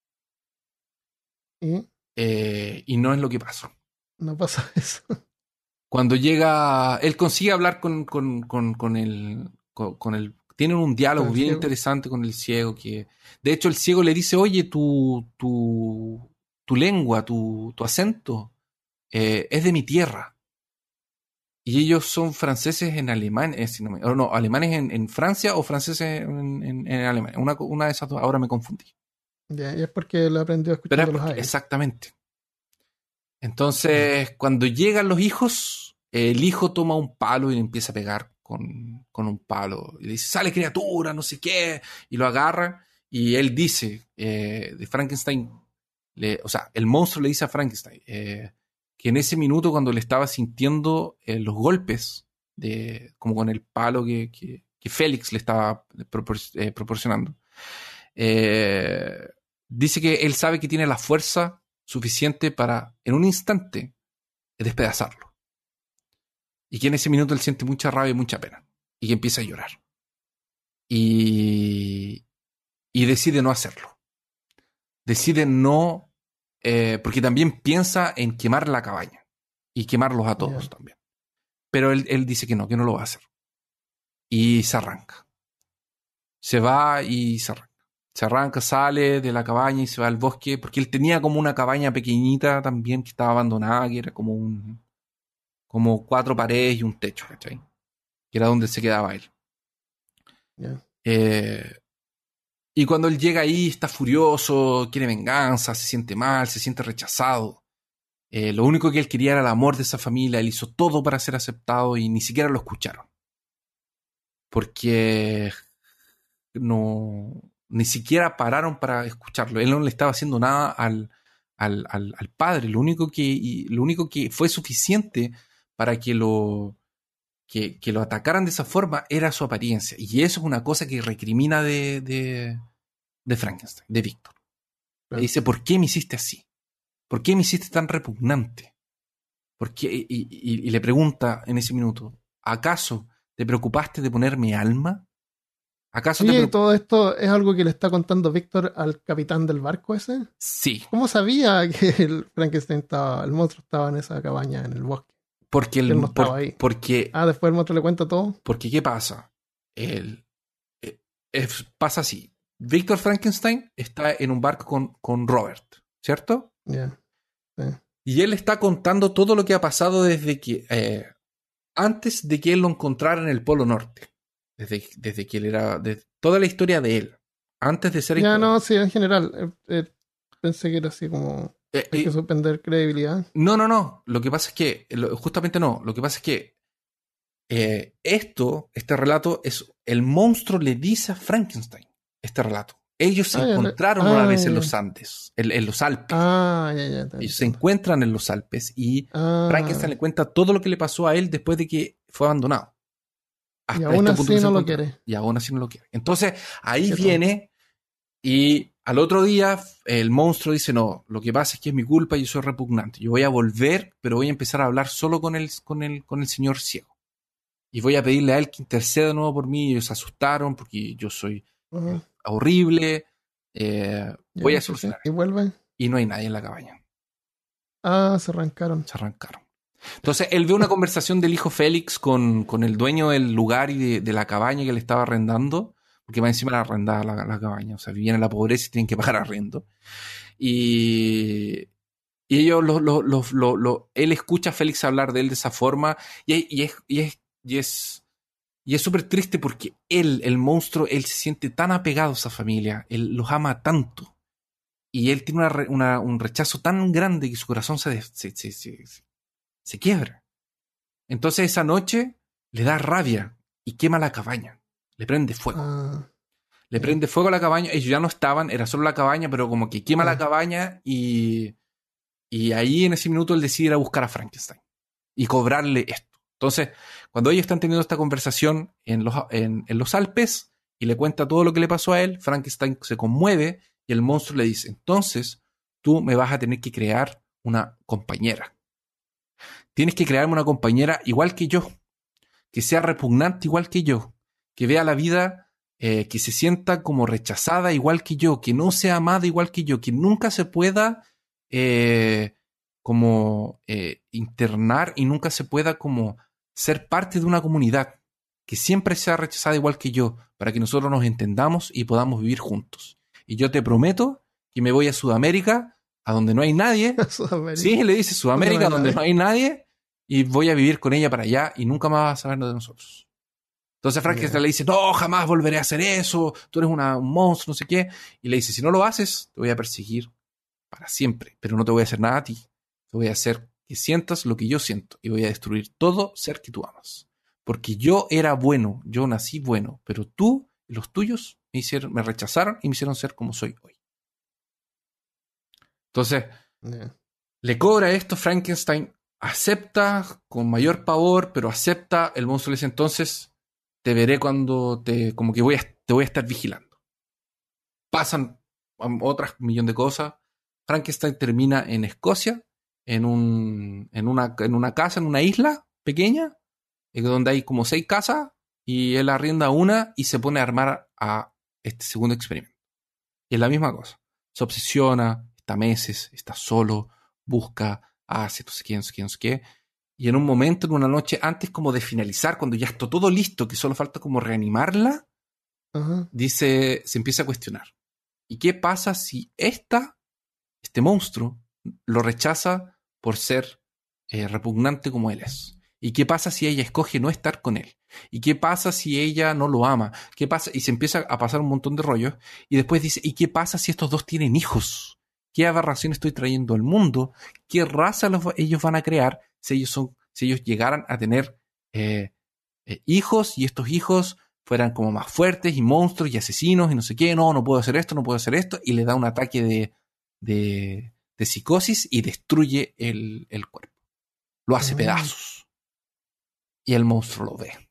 ¿Y? Eh, y no es lo que pasó. No pasa eso. Cuando llega, él consigue hablar con, con, con, con, el, con, con el... Tienen un diálogo bien ciego. interesante con el ciego. Que, de hecho, el ciego le dice, oye, tu, tu, tu lengua, tu, tu acento eh, es de mi tierra. Y ellos son franceses en Alemania, eh, si no, me, no, alemanes en, en Francia o franceses en, en, en Alemania. Una, una de esas dos, ahora me confundí. Ya, y es porque él aprendió a escuchar los aires. Exactamente. Entonces, sí. cuando llegan los hijos, el hijo toma un palo y le empieza a pegar con, con un palo. Y le dice, sale criatura, no sé qué. Y lo agarra. Y él dice, eh, de Frankenstein, le, o sea, el monstruo le dice a Frankenstein eh, que en ese minuto, cuando le estaba sintiendo eh, los golpes, de, como con el palo que, que, que Félix le estaba propor eh, proporcionando, eh, dice que él sabe que tiene la fuerza suficiente para, en un instante, despedazarlo. Y que en ese minuto él siente mucha rabia y mucha pena. Y que empieza a llorar. Y, y decide no hacerlo. Decide no... Eh, porque también piensa en quemar la cabaña. Y quemarlos a todos yeah. también. Pero él, él dice que no, que no lo va a hacer. Y se arranca. Se va y se arranca. Se arranca, sale de la cabaña y se va al bosque, porque él tenía como una cabaña pequeñita también que estaba abandonada, que era como un como cuatro paredes y un techo, ¿cachai? Que era donde se quedaba él. Yeah. Eh, y cuando él llega ahí está furioso, quiere venganza, se siente mal, se siente rechazado. Eh, lo único que él quería era el amor de esa familia, él hizo todo para ser aceptado y ni siquiera lo escucharon. Porque no... ni siquiera pararon para escucharlo. Él no le estaba haciendo nada al, al, al, al padre. Lo único que, y lo único que fue suficiente para que lo, que, que lo atacaran de esa forma era su apariencia. Y eso es una cosa que recrimina de, de, de Frankenstein, de Víctor. Le dice, ¿por qué me hiciste así? ¿Por qué me hiciste tan repugnante? ¿Por qué? Y, y, y le pregunta en ese minuto, ¿acaso te preocupaste de ponerme alma? ¿Acaso sí, te... todo esto es algo que le está contando Víctor al capitán del barco ese? Sí. ¿Cómo sabía que el Frankenstein estaba, el monstruo estaba en esa cabaña en el bosque? Porque el él no estaba por, ahí. Porque, ah, después el monstruo le cuenta todo. Porque, ¿qué pasa? El, eh, eh, pasa así. Víctor Frankenstein está en un barco con, con Robert, ¿cierto? Ya. Yeah. Sí. Y él está contando todo lo que ha pasado desde que... Eh, antes de que él lo encontrara en el Polo Norte. Desde, desde que él era... De, toda la historia de él. Antes de ser... Ya, no, sí, en general. Eh, eh, pensé que era así como... Eh, hay eh, que suspender credibilidad. No, no, no. Lo que pasa es que... Lo, justamente no. Lo que pasa es que... Eh, esto, este relato, es... El monstruo le dice a Frankenstein este relato. Ellos se ah, encontraron ya, una ah, vez ya. en los Andes. En, en los Alpes. Ah, ya, ya, Ellos ya. se encuentran en los Alpes. Y ah. Frankenstein le cuenta todo lo que le pasó a él después de que fue abandonado. Hasta y aún este así no lo quiere. Y aún así no lo quiere. Entonces, ahí viene y Al otro día, el monstruo dice, no, lo que pasa es que es mi culpa, yo soy repugnante. Yo voy a volver, pero voy a empezar a hablar solo con el, con el, con el señor ciego. Y voy a pedirle a él que interceda de nuevo por mí. Ellos se asustaron porque yo soy Ajá. eh, horrible. Eh, Ya, voy a sí, sí. solucionar. Y vuelven. Y no hay nadie en la cabaña. Ah, se arrancaron. Se arrancaron. Entonces, él ve una conversación del hijo Félix con, con el dueño del lugar y de, de la cabaña que le estaba arrendando, porque va encima de arrendada la, la cabaña. O sea, vivían en la pobreza y tienen que pagar arriendo. Y, y ellos, lo, lo, lo, lo, lo- él escucha a Félix hablar de él de esa forma y, y es... Y es, y es y es súper triste porque él, el monstruo, él se siente tan apegado a esa familia, él los ama tanto. Y él tiene una, re- una- un rechazo tan grande que su corazón se, des- se, se, se, se- se quiebra. Entonces esa noche le da rabia y quema la cabaña. Le prende fuego. Ah, Le ya. prende fuego a la cabaña. Ellos ya no estaban, era solo la cabaña, pero como que quema la Ah, cabaña y, y ahí en ese minuto él decide ir a buscar a Frankenstein y cobrarle esto. Entonces, cuando ellos están teniendo esta conversación en los, en, en los Alpes y le cuenta todo lo que le pasó a él, Frankenstein se conmueve y el monstruo le dice, entonces tú me vas a tener que crear una compañera. Tienes que crearme una compañera igual que yo, que sea repugnante igual que yo, que vea la vida, eh, que se sienta como rechazada igual que yo, que no sea amada igual que yo, que nunca se pueda eh, como eh, internar y nunca se pueda como ser parte de una comunidad, que siempre sea rechazada igual que yo, para que nosotros nos entendamos y podamos vivir juntos. Y yo te prometo que me voy a Sudamérica, a donde no hay nadie. Sudamérica. Sí, le dice ¿Dónde no Sudamérica, hay donde nadie? no hay nadie, y voy a vivir con ella para allá y nunca más vas a saber de nosotros. Entonces Frankenstein Ya. le dice, no, jamás volveré a hacer eso, tú eres una, un monstruo, no sé qué. Y le dice, si no lo haces, te voy a perseguir para siempre, pero no te voy a hacer nada a ti. Te voy a hacer que sientas lo que yo siento y voy a destruir todo ser que tú amas. Porque yo era bueno, yo nací bueno, pero tú y los tuyos me hicieron, me rechazaron y me hicieron ser como soy hoy. Entonces, Ya. le cobra esto, Frankenstein acepta con mayor pavor, pero acepta, el monstruo le dice entonces, te veré cuando te, como que voy a, te voy a estar vigilando. Pasan um, otras millón de cosas. Frankenstein termina en Escocia, en, un, en, una, en una casa, en una isla pequeña, eh, donde hay como seis casas, y él arrienda una y se pone a armar a este segundo experimento. Y es la misma cosa. Se obsesiona, está meses, está solo, busca, hace no sé qué, no sé qué, no sé qué. Y en un momento, en una noche, antes como de finalizar, cuando ya está todo listo, que solo falta como reanimarla, Ajá. dice, se empieza a cuestionar. ¿Y qué pasa si esta, este monstruo, lo rechaza por ser eh, repugnante como él es? ¿Y qué pasa si ella escoge no estar con él? ¿Y qué pasa si ella no lo ama? ¿Qué pasa? Y se empieza a pasar un montón de rollos. Y después dice, ¿y qué pasa si estos dos tienen hijos? ¿Qué aberración estoy trayendo al mundo? ¿Qué raza los, ellos van a crear si ellos, son, si ellos llegaran a tener eh, eh, hijos y estos hijos fueran como más fuertes y monstruos y asesinos y no sé qué? No, no puedo hacer esto, no puedo hacer esto. Y le da un ataque de, de, de psicosis y destruye el, el cuerpo. Lo hace Mm. pedazos. Y el monstruo lo ve.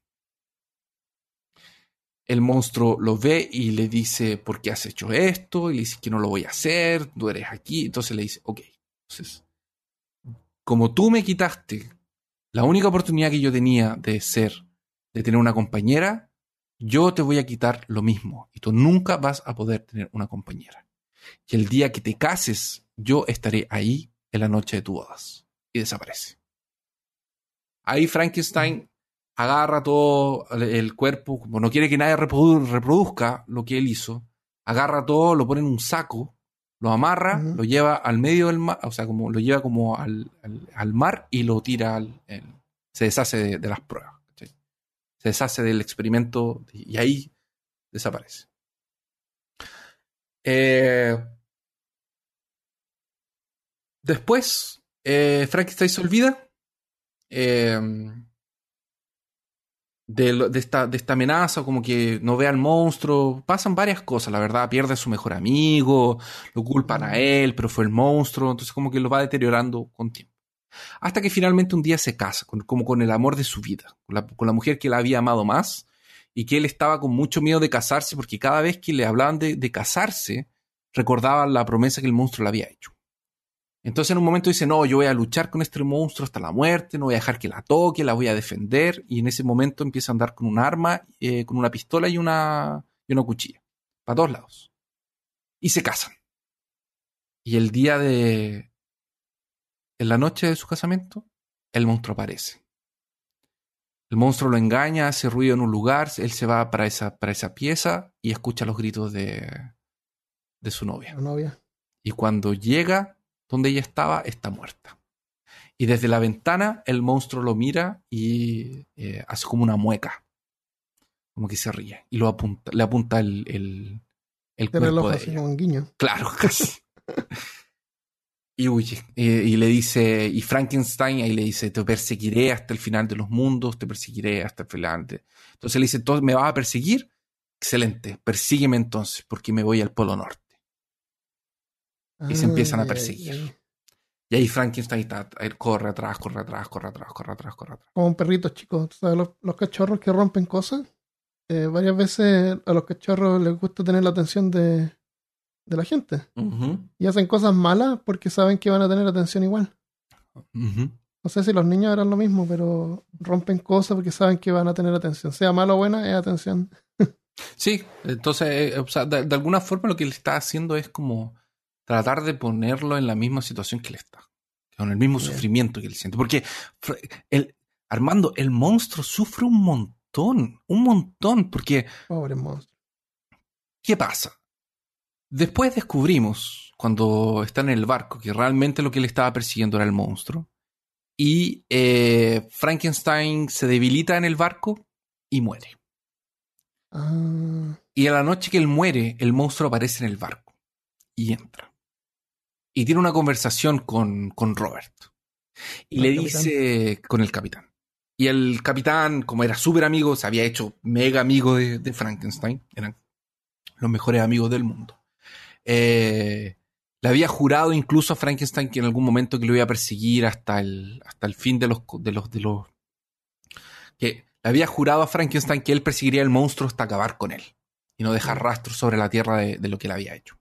El monstruo lo ve y le dice, ¿por qué has hecho esto? Y le dice que no lo voy a hacer, tú eres aquí. Entonces le dice, ok, entonces, como tú me quitaste la única oportunidad que yo tenía de ser, de tener una compañera, yo te voy a quitar lo mismo. Y tú nunca vas a poder tener una compañera. Y el día que te cases, yo estaré ahí en la noche de tu bodas. Y desaparece. Ahí Frankenstein agarra todo el cuerpo, como no quiere que nadie reprodu- reproduzca lo que él hizo, agarra todo, lo pone en un saco, lo amarra, Ujú. lo lleva al medio del mar, o sea, como lo lleva como al, al, al mar y lo tira al, el- se deshace de, de las pruebas. ¿Sí? Se deshace del experimento y ahí desaparece. Eh, después, eh, Frankenstein se olvida. Eh, de, lo- de esta, de esta amenaza, como que no ve al monstruo. Pasan varias cosas, la verdad. Pierde a su mejor amigo, lo culpan a Mm. él, pero fue el monstruo. Entonces, como que lo va deteriorando con tiempo. Hasta que finalmente un día se casa, con- como con el amor de su vida, con la, con la mujer que él había amado más y que él estaba con mucho miedo de casarse, porque cada vez que le hablaban de, de casarse, recordaban la promesa que el monstruo le había hecho. Entonces en un momento dice, no, yo voy a luchar con este monstruo hasta la muerte, no voy a dejar que la toque, la voy a defender. Y en ese momento empieza a andar con un arma, eh, con una pistola y una, y una cuchilla. Para todos lados. Y se casan. Y el día de... En la noche de su casamiento, el monstruo aparece. El monstruo lo engaña, hace ruido en un lugar, él se va para esa, para esa pieza y escucha los gritos de, de su novia. La novia. Y cuando llega donde ella estaba, está muerta. Y desde la ventana el monstruo lo mira y eh, hace como una mueca. Como que se ríe. Y lo apunta, le apunta el, el, el De cuerpo reloj de así ella. como un guiño. Claro, casi. Y huye. Eh, y le dice, y Frankenstein ahí le dice, te perseguiré hasta el final de los mundos, te perseguiré hasta el final. De... Entonces le dice, ¿entonces me vas a perseguir? Excelente, persígueme entonces, porque me voy al Polo Norte. Y se empiezan a perseguir. Ay, ay. Y ahí Frankenstein está, corre atrás, corre atrás, corre atrás, corre atrás, corre atrás. Como un perrito chico. ¿Sabes? Los, los cachorros que rompen cosas. Eh, varias veces a los cachorros les gusta tener la atención de, de la gente. Uh-huh. Y hacen cosas malas porque saben que van a tener atención igual. Uh-huh. No sé si los niños harán lo mismo, pero rompen cosas porque saben que van a tener atención. Sea malo o buena, es atención. Sí, entonces, eh, o sea, de, de alguna forma lo que le está haciendo es como tratar de ponerlo en la misma situación que él está. Con el mismo yeah. sufrimiento que él siente. Porque, el, Armando, el monstruo sufre un montón. Un montón. Porque... Pobre monstruo. ¿Qué pasa? Después descubrimos, cuando está en el barco, que realmente lo que él estaba persiguiendo era el monstruo. Y eh, Frankenstein se debilita en el barco y muere. Ah. Y a la noche que él muere, el monstruo aparece en el barco. Y entra. Y tiene una conversación con, con Robert. Y le dice... Capitán. Con el capitán. Y el capitán, como era súper amigo, se había hecho mega amigo de, de Frankenstein. Eran los mejores amigos del mundo. Eh, le había jurado incluso a Frankenstein que en algún momento que lo iba a perseguir hasta el, hasta el fin de los, de los... de los que le había jurado a Frankenstein que él perseguiría al monstruo hasta acabar con él. Y no dejar rastros sobre la tierra de, de lo que él había hecho.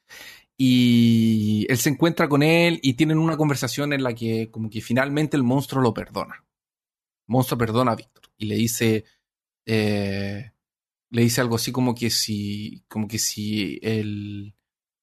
Y él se encuentra con él y tienen una conversación en la que como que finalmente el monstruo lo perdona. El monstruo perdona a Víctor y le dice eh, le dice algo así como que si como que si él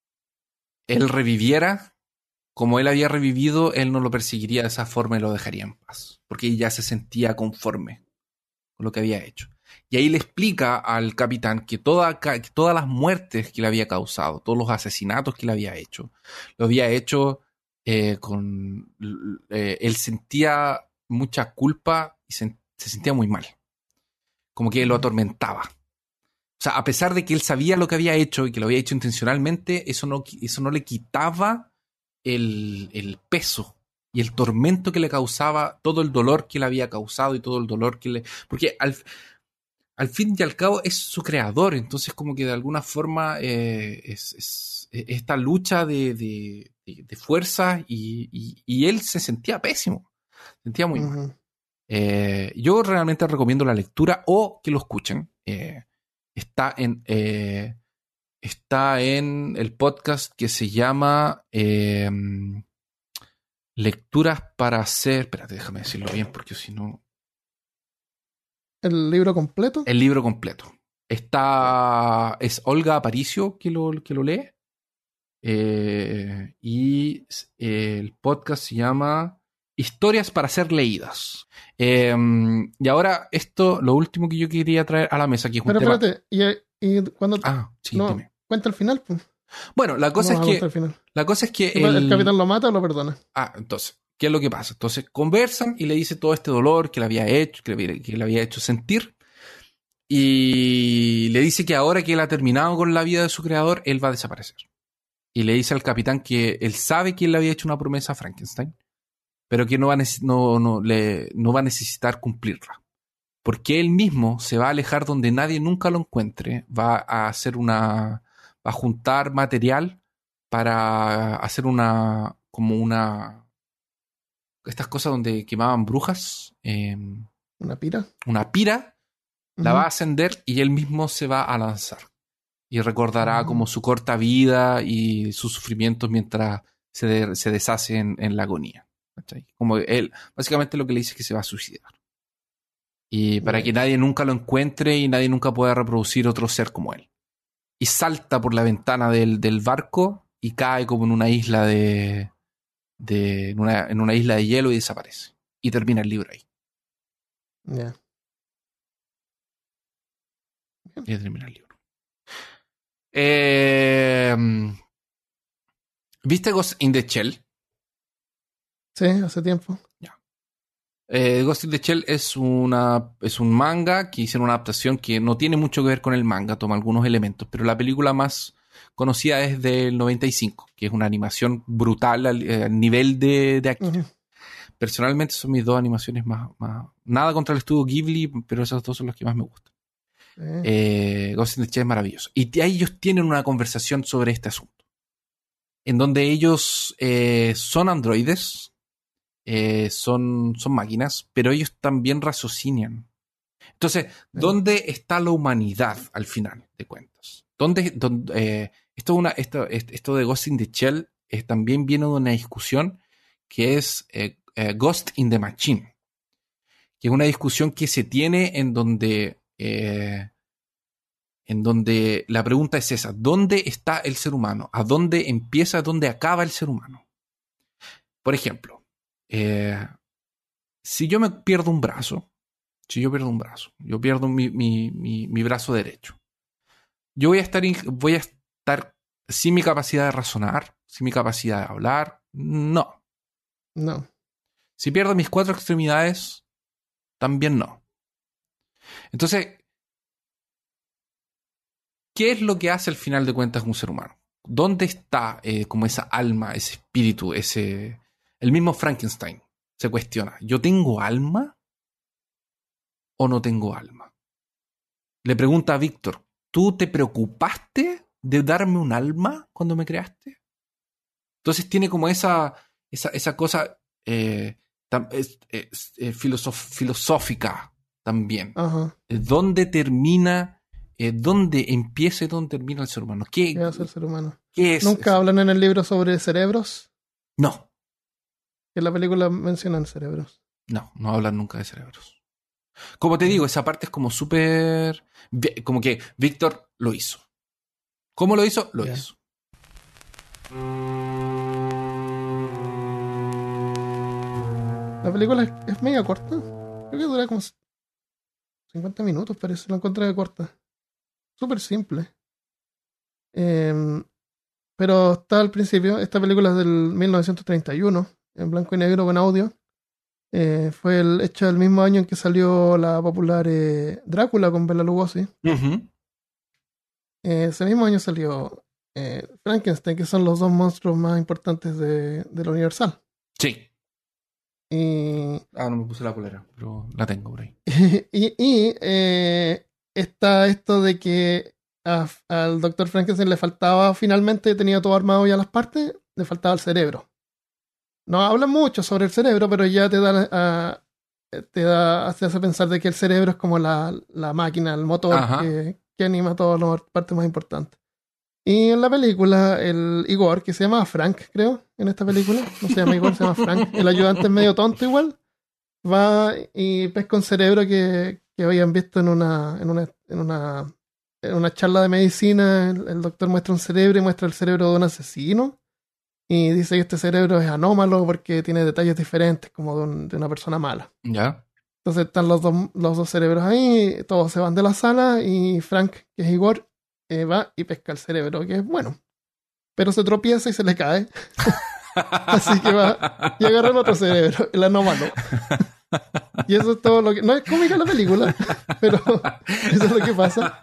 él reviviera como él había revivido, él no lo perseguiría de esa forma y lo dejaría en paz, porque ya se sentía conforme con lo que había hecho. Y ahí le explica al capitán que, toda, que todas las muertes que le había causado, todos los asesinatos que le había hecho, lo había hecho eh, con... Eh, él sentía mucha culpa y se, se sentía muy mal. Como que lo atormentaba. O sea, a pesar de que él sabía lo que había hecho y que lo había hecho intencionalmente, eso no, eso no le quitaba el, el peso y el tormento que le causaba, todo el dolor que le había causado y todo el dolor que le... Porque al... Al fin y al cabo es su creador, entonces como que de alguna forma eh, es, es esta lucha de, de, de, de fuerza y, y, y él se sentía pésimo, se sentía muy uh-huh. mal. Eh, yo realmente recomiendo la lectura o que lo escuchen. Eh, está en eh, está en el podcast que se llama eh, Lecturas para hacer... Espérate, déjame decirlo bien porque si no... ¿El libro completo? El libro completo. Está... Es Olga Aparicio que lo, que lo lee. Eh, y eh, el podcast se llama Historias para ser leídas. Eh, y ahora esto, lo último que yo quería traer a la mesa, que es un Pero tema... espérate, ¿y, y cuando... Ah, sí, no, dime. Cuenta el final, pues. Bueno, la cosa no es que... La cosa es que... El... el capitán lo mata o lo perdona. Ah, entonces... ¿Qué es lo que pasa? Entonces conversan y le dice todo este dolor que le había hecho, que le había, que le había hecho sentir. Y le dice que ahora que él ha terminado con la vida de su creador, él va a desaparecer. Y le dice al capitán que él sabe que él le había hecho una promesa a Frankenstein, pero que no va a, neces- no, no, le, no va a necesitar cumplirla. Porque él mismo se va a alejar donde nadie nunca lo encuentre, va a hacer una... va a juntar material para hacer una... como una... estas cosas donde quemaban brujas. Eh, ¿Una pira? Una pira, uh-huh. La va a ascender y él mismo se va a lanzar. y recordará Mm. como su corta vida y sus sufrimientos mientras se, de- se deshace en, en la agonía. ¿Cachai? Como él, básicamente lo que le dice es que se va a suicidar. Y para Ya. que nadie nunca lo encuentre y nadie nunca pueda reproducir otro ser como él. Y salta por la ventana del, del barco y cae como en una isla de, de en, una, en una isla de hielo y desaparece. Y termina el libro ahí. Ya. Y termina el libro. Eh, ¿Viste Ghost in the Shell? Sí, hace tiempo. Eh, Ghost in the Shell es, una, es un manga que hicieron una adaptación que no tiene mucho que ver con el manga, toma algunos elementos, pero la película más conocida es del noventa y cinco, que es una animación brutal al, eh, al nivel de, de Akira. Ujú. Personalmente son mis dos animaciones más, más... Nada contra el estudio Ghibli, pero esas dos son las que más me gustan. Sí. Eh, Ghost in the Shell es maravilloso. Y t- ahí ellos tienen una conversación sobre este asunto, en donde ellos eh, son androides, eh, son, son máquinas, pero ellos también raciocinian. Entonces, ¿dónde está la humanidad al final de cuentas? ¿Dónde, dónde, eh, esto, una, esto, esto de Ghost in the Shell eh, también viene de una discusión que es eh, eh, Ghost in the Machine, que es una discusión que se tiene en donde, eh, en donde la pregunta es esa: ¿dónde está el ser humano? ¿A dónde empieza, dónde acaba el ser humano? Por ejemplo, eh, si yo me pierdo un brazo, si yo pierdo un brazo, yo pierdo mi, mi, mi, mi brazo derecho, yo voy a estar, in- voy a estar sin mi capacidad de razonar, sin mi capacidad de hablar. No. No. Si pierdo mis cuatro extremidades, también no. Entonces, ¿qué es lo que hace al final de cuentas un ser humano? ¿Dónde está eh, como esa alma, ese espíritu, ese... El mismo Frankenstein se cuestiona: ¿yo tengo alma o no tengo alma? Le pregunta a Víctor: ¿tú te preocupaste de darme un alma cuando me creaste? Entonces tiene como esa, esa, esa cosa eh, tam- es- es- eh, filosof- filosófica también. Ajá. Eh, ¿Dónde termina, eh, dónde empieza y dónde termina el ser humano? ¿Qué, ¿Qué hace el ser humano? qué es Nunca eso? hablan en el libro sobre cerebros. No, En la película mencionan cerebros. no, no hablan nunca de cerebros. Como te digo, esa parte es como súper... vi- Como que Víctor lo hizo. ¿Cómo lo hizo? Lo Ya. hizo. La película es, es media corta. Creo que dura como cincuenta minutos, parece. La encontré corta. Súper simple. Em, pero está al principio. Esta película es del mil novecientos treinta y uno, en blanco y negro con audio. Eh, fue el, hecha el mismo año en que salió la popular eh, Drácula con Bela Lugosi. Ujú. Eh, ese mismo año salió eh, Frankenstein, que son los dos monstruos más importantes de, de la Universal. Sí. Y, Ah, no me puse la polera, pero la tengo por ahí. y, y, eh, está esto de que a- al doctor Frankenstein le faltaba, finalmente tenía todo armado ya las partes, le faltaba el cerebro. No habla mucho sobre el cerebro, pero ya te da, a- te da, te hace pensar de que el cerebro es como la, la máquina, el motor Ajá. que, que anima todas las partes más importantes. Y en la película, el Igor, que se llama Frank, creo, en esta película, no se llama Igor, se llama Frank, el ayudante es medio tonto igual, va y pesca un cerebro que, que habían visto en una, en una, en una, en una charla de medicina. El, el doctor muestra un cerebro y muestra el cerebro de un asesino. Y dice que este cerebro es anómalo porque tiene detalles diferentes, como de, un- de una persona mala. ¿Ya? Entonces están los dos, los dos cerebros ahí, todos se van de la sala y Frank, que es Igor, eh, va y pesca el cerebro, que es bueno. Pero se tropieza y se le cae. Así que va y agarra el otro cerebro, el anómalo. Y eso es todo lo que... No es cómica la película, pero eso es lo que pasa.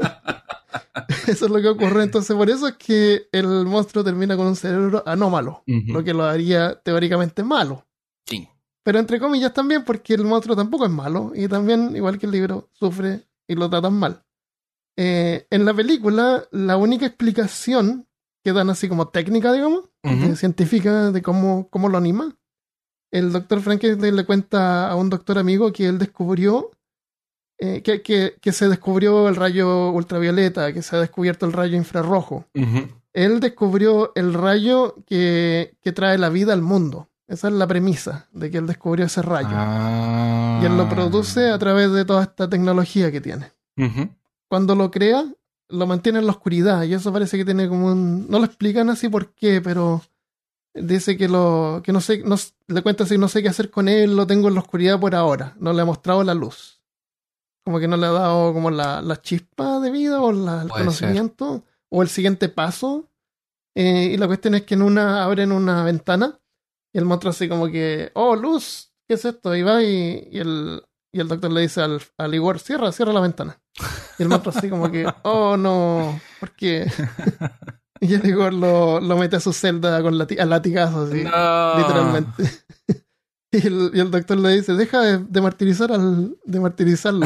Eso es lo que ocurre. Entonces, por eso es que el monstruo termina con un cerebro anómalo, Ujú. lo que lo haría teóricamente malo. Sí. Pero entre comillas también, porque el monstruo tampoco es malo y también, igual que el libro, sufre y lo tratan mal. Eh, en la película, la única explicación que dan así como técnica, digamos, Ujú. de científica de cómo, cómo lo anima, el doctor Frankenstein le cuenta a un doctor amigo que él descubrió eh, que, que, que se descubrió el rayo ultravioleta, que se ha descubierto el rayo infrarrojo. Ujú. Él descubrió el rayo que, que trae la vida al mundo. Esa es la premisa de que él descubrió ese rayo. Ah. Y él lo produce a través de toda esta tecnología que tiene. Ujú. Cuando lo crea, lo mantiene en la oscuridad. Y eso parece que tiene como un... No lo explican así por qué, pero dice que lo que no sé, no, le cuenta así, no sé qué hacer con él, lo tengo en la oscuridad por ahora. No le ha mostrado la luz. Como que no le ha dado como la, la chispa de vida o la, el Puede conocimiento ser. O el siguiente paso. Eh, y la cuestión es que en una abren una ventana y el monstruo así como que, oh, luz, ¿qué es esto? Y va y, y, el, y el doctor le dice al, al Igor, cierra, cierra la ventana. Y el monstruo así como que, oh, no, ¿por qué? Y el Igor lo, lo mete a su celda con lati a latigazos, así, No. literalmente. Y el, y el doctor le dice, deja de, de martirizar al, de martirizarlo.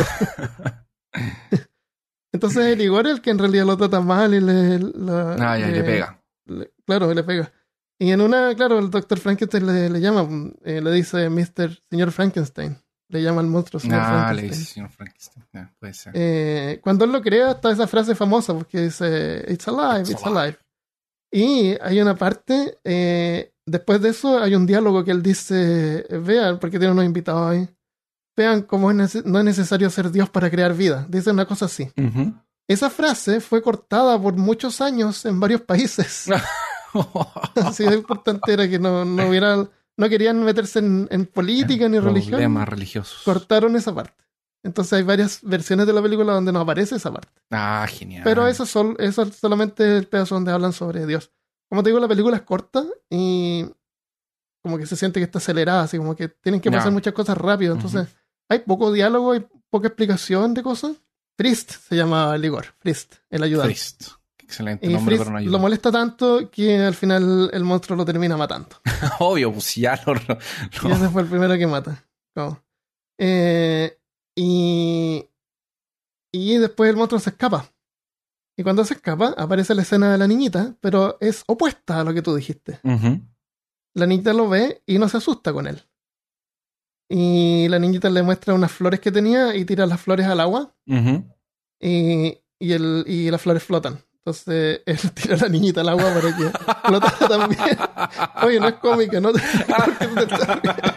Entonces el Igor es el que en realidad lo trata mal y le... la- Ah, ya, le- le pega. le- claro, le pega. Y en una, claro, el doctor Frankenstein le, le llama, eh, le dice mister Señor Frankenstein. Le llama al monstruo Señor Ah, le Frankenstein. dice señor Frankenstein. Ya, puede ser. Eh, cuando él lo crea está esa frase famosa porque dice, It's alive, It's it's, alive. alive. Y hay una parte, eh, después de eso hay un diálogo que él dice, vean, porque tiene unos invitados ahí, vean cómo es nece- no es necesario ser Dios para crear vida. Dice una cosa así. Ujú. Esa frase fue cortada por muchos años en varios países. Así de importante era que no, no hubiera, no querían meterse en, en política ni religión. Problemas religiosos. Cortaron esa parte. Entonces hay varias versiones de la película donde no aparece esa parte. Ah, genial. Pero eso, sol, eso es solamente el pedazo donde hablan sobre Dios. Como te digo, la película es corta y como que se siente que está acelerada, así como que tienen que pasar Ya. muchas cosas rápido. Entonces Ujú. hay poco diálogo, hay poca explicación de cosas. Frist se llama el Igor, Frist, el ayudante. Frist. Excelente Y nombre Frist para una lo ayuda. molesta tanto que al final el monstruo lo termina matando. Obvio, pues si ya lo. Y lo- ese fue el primero que mata. Como. Eh, y, y después el monstruo se escapa. Y cuando se escapa, aparece la escena de la niñita, pero es opuesta a lo que tú dijiste. Ujú. La niñita lo ve y no se asusta con él. Y la niñita le muestra unas flores que tenía y tira las flores al agua Ujú. y, y, el, y las flores flotan. Entonces él tira a la niñita al agua para que flotara también. Oye, no es cómica, ¿no? ¿Por qué te estás riendo?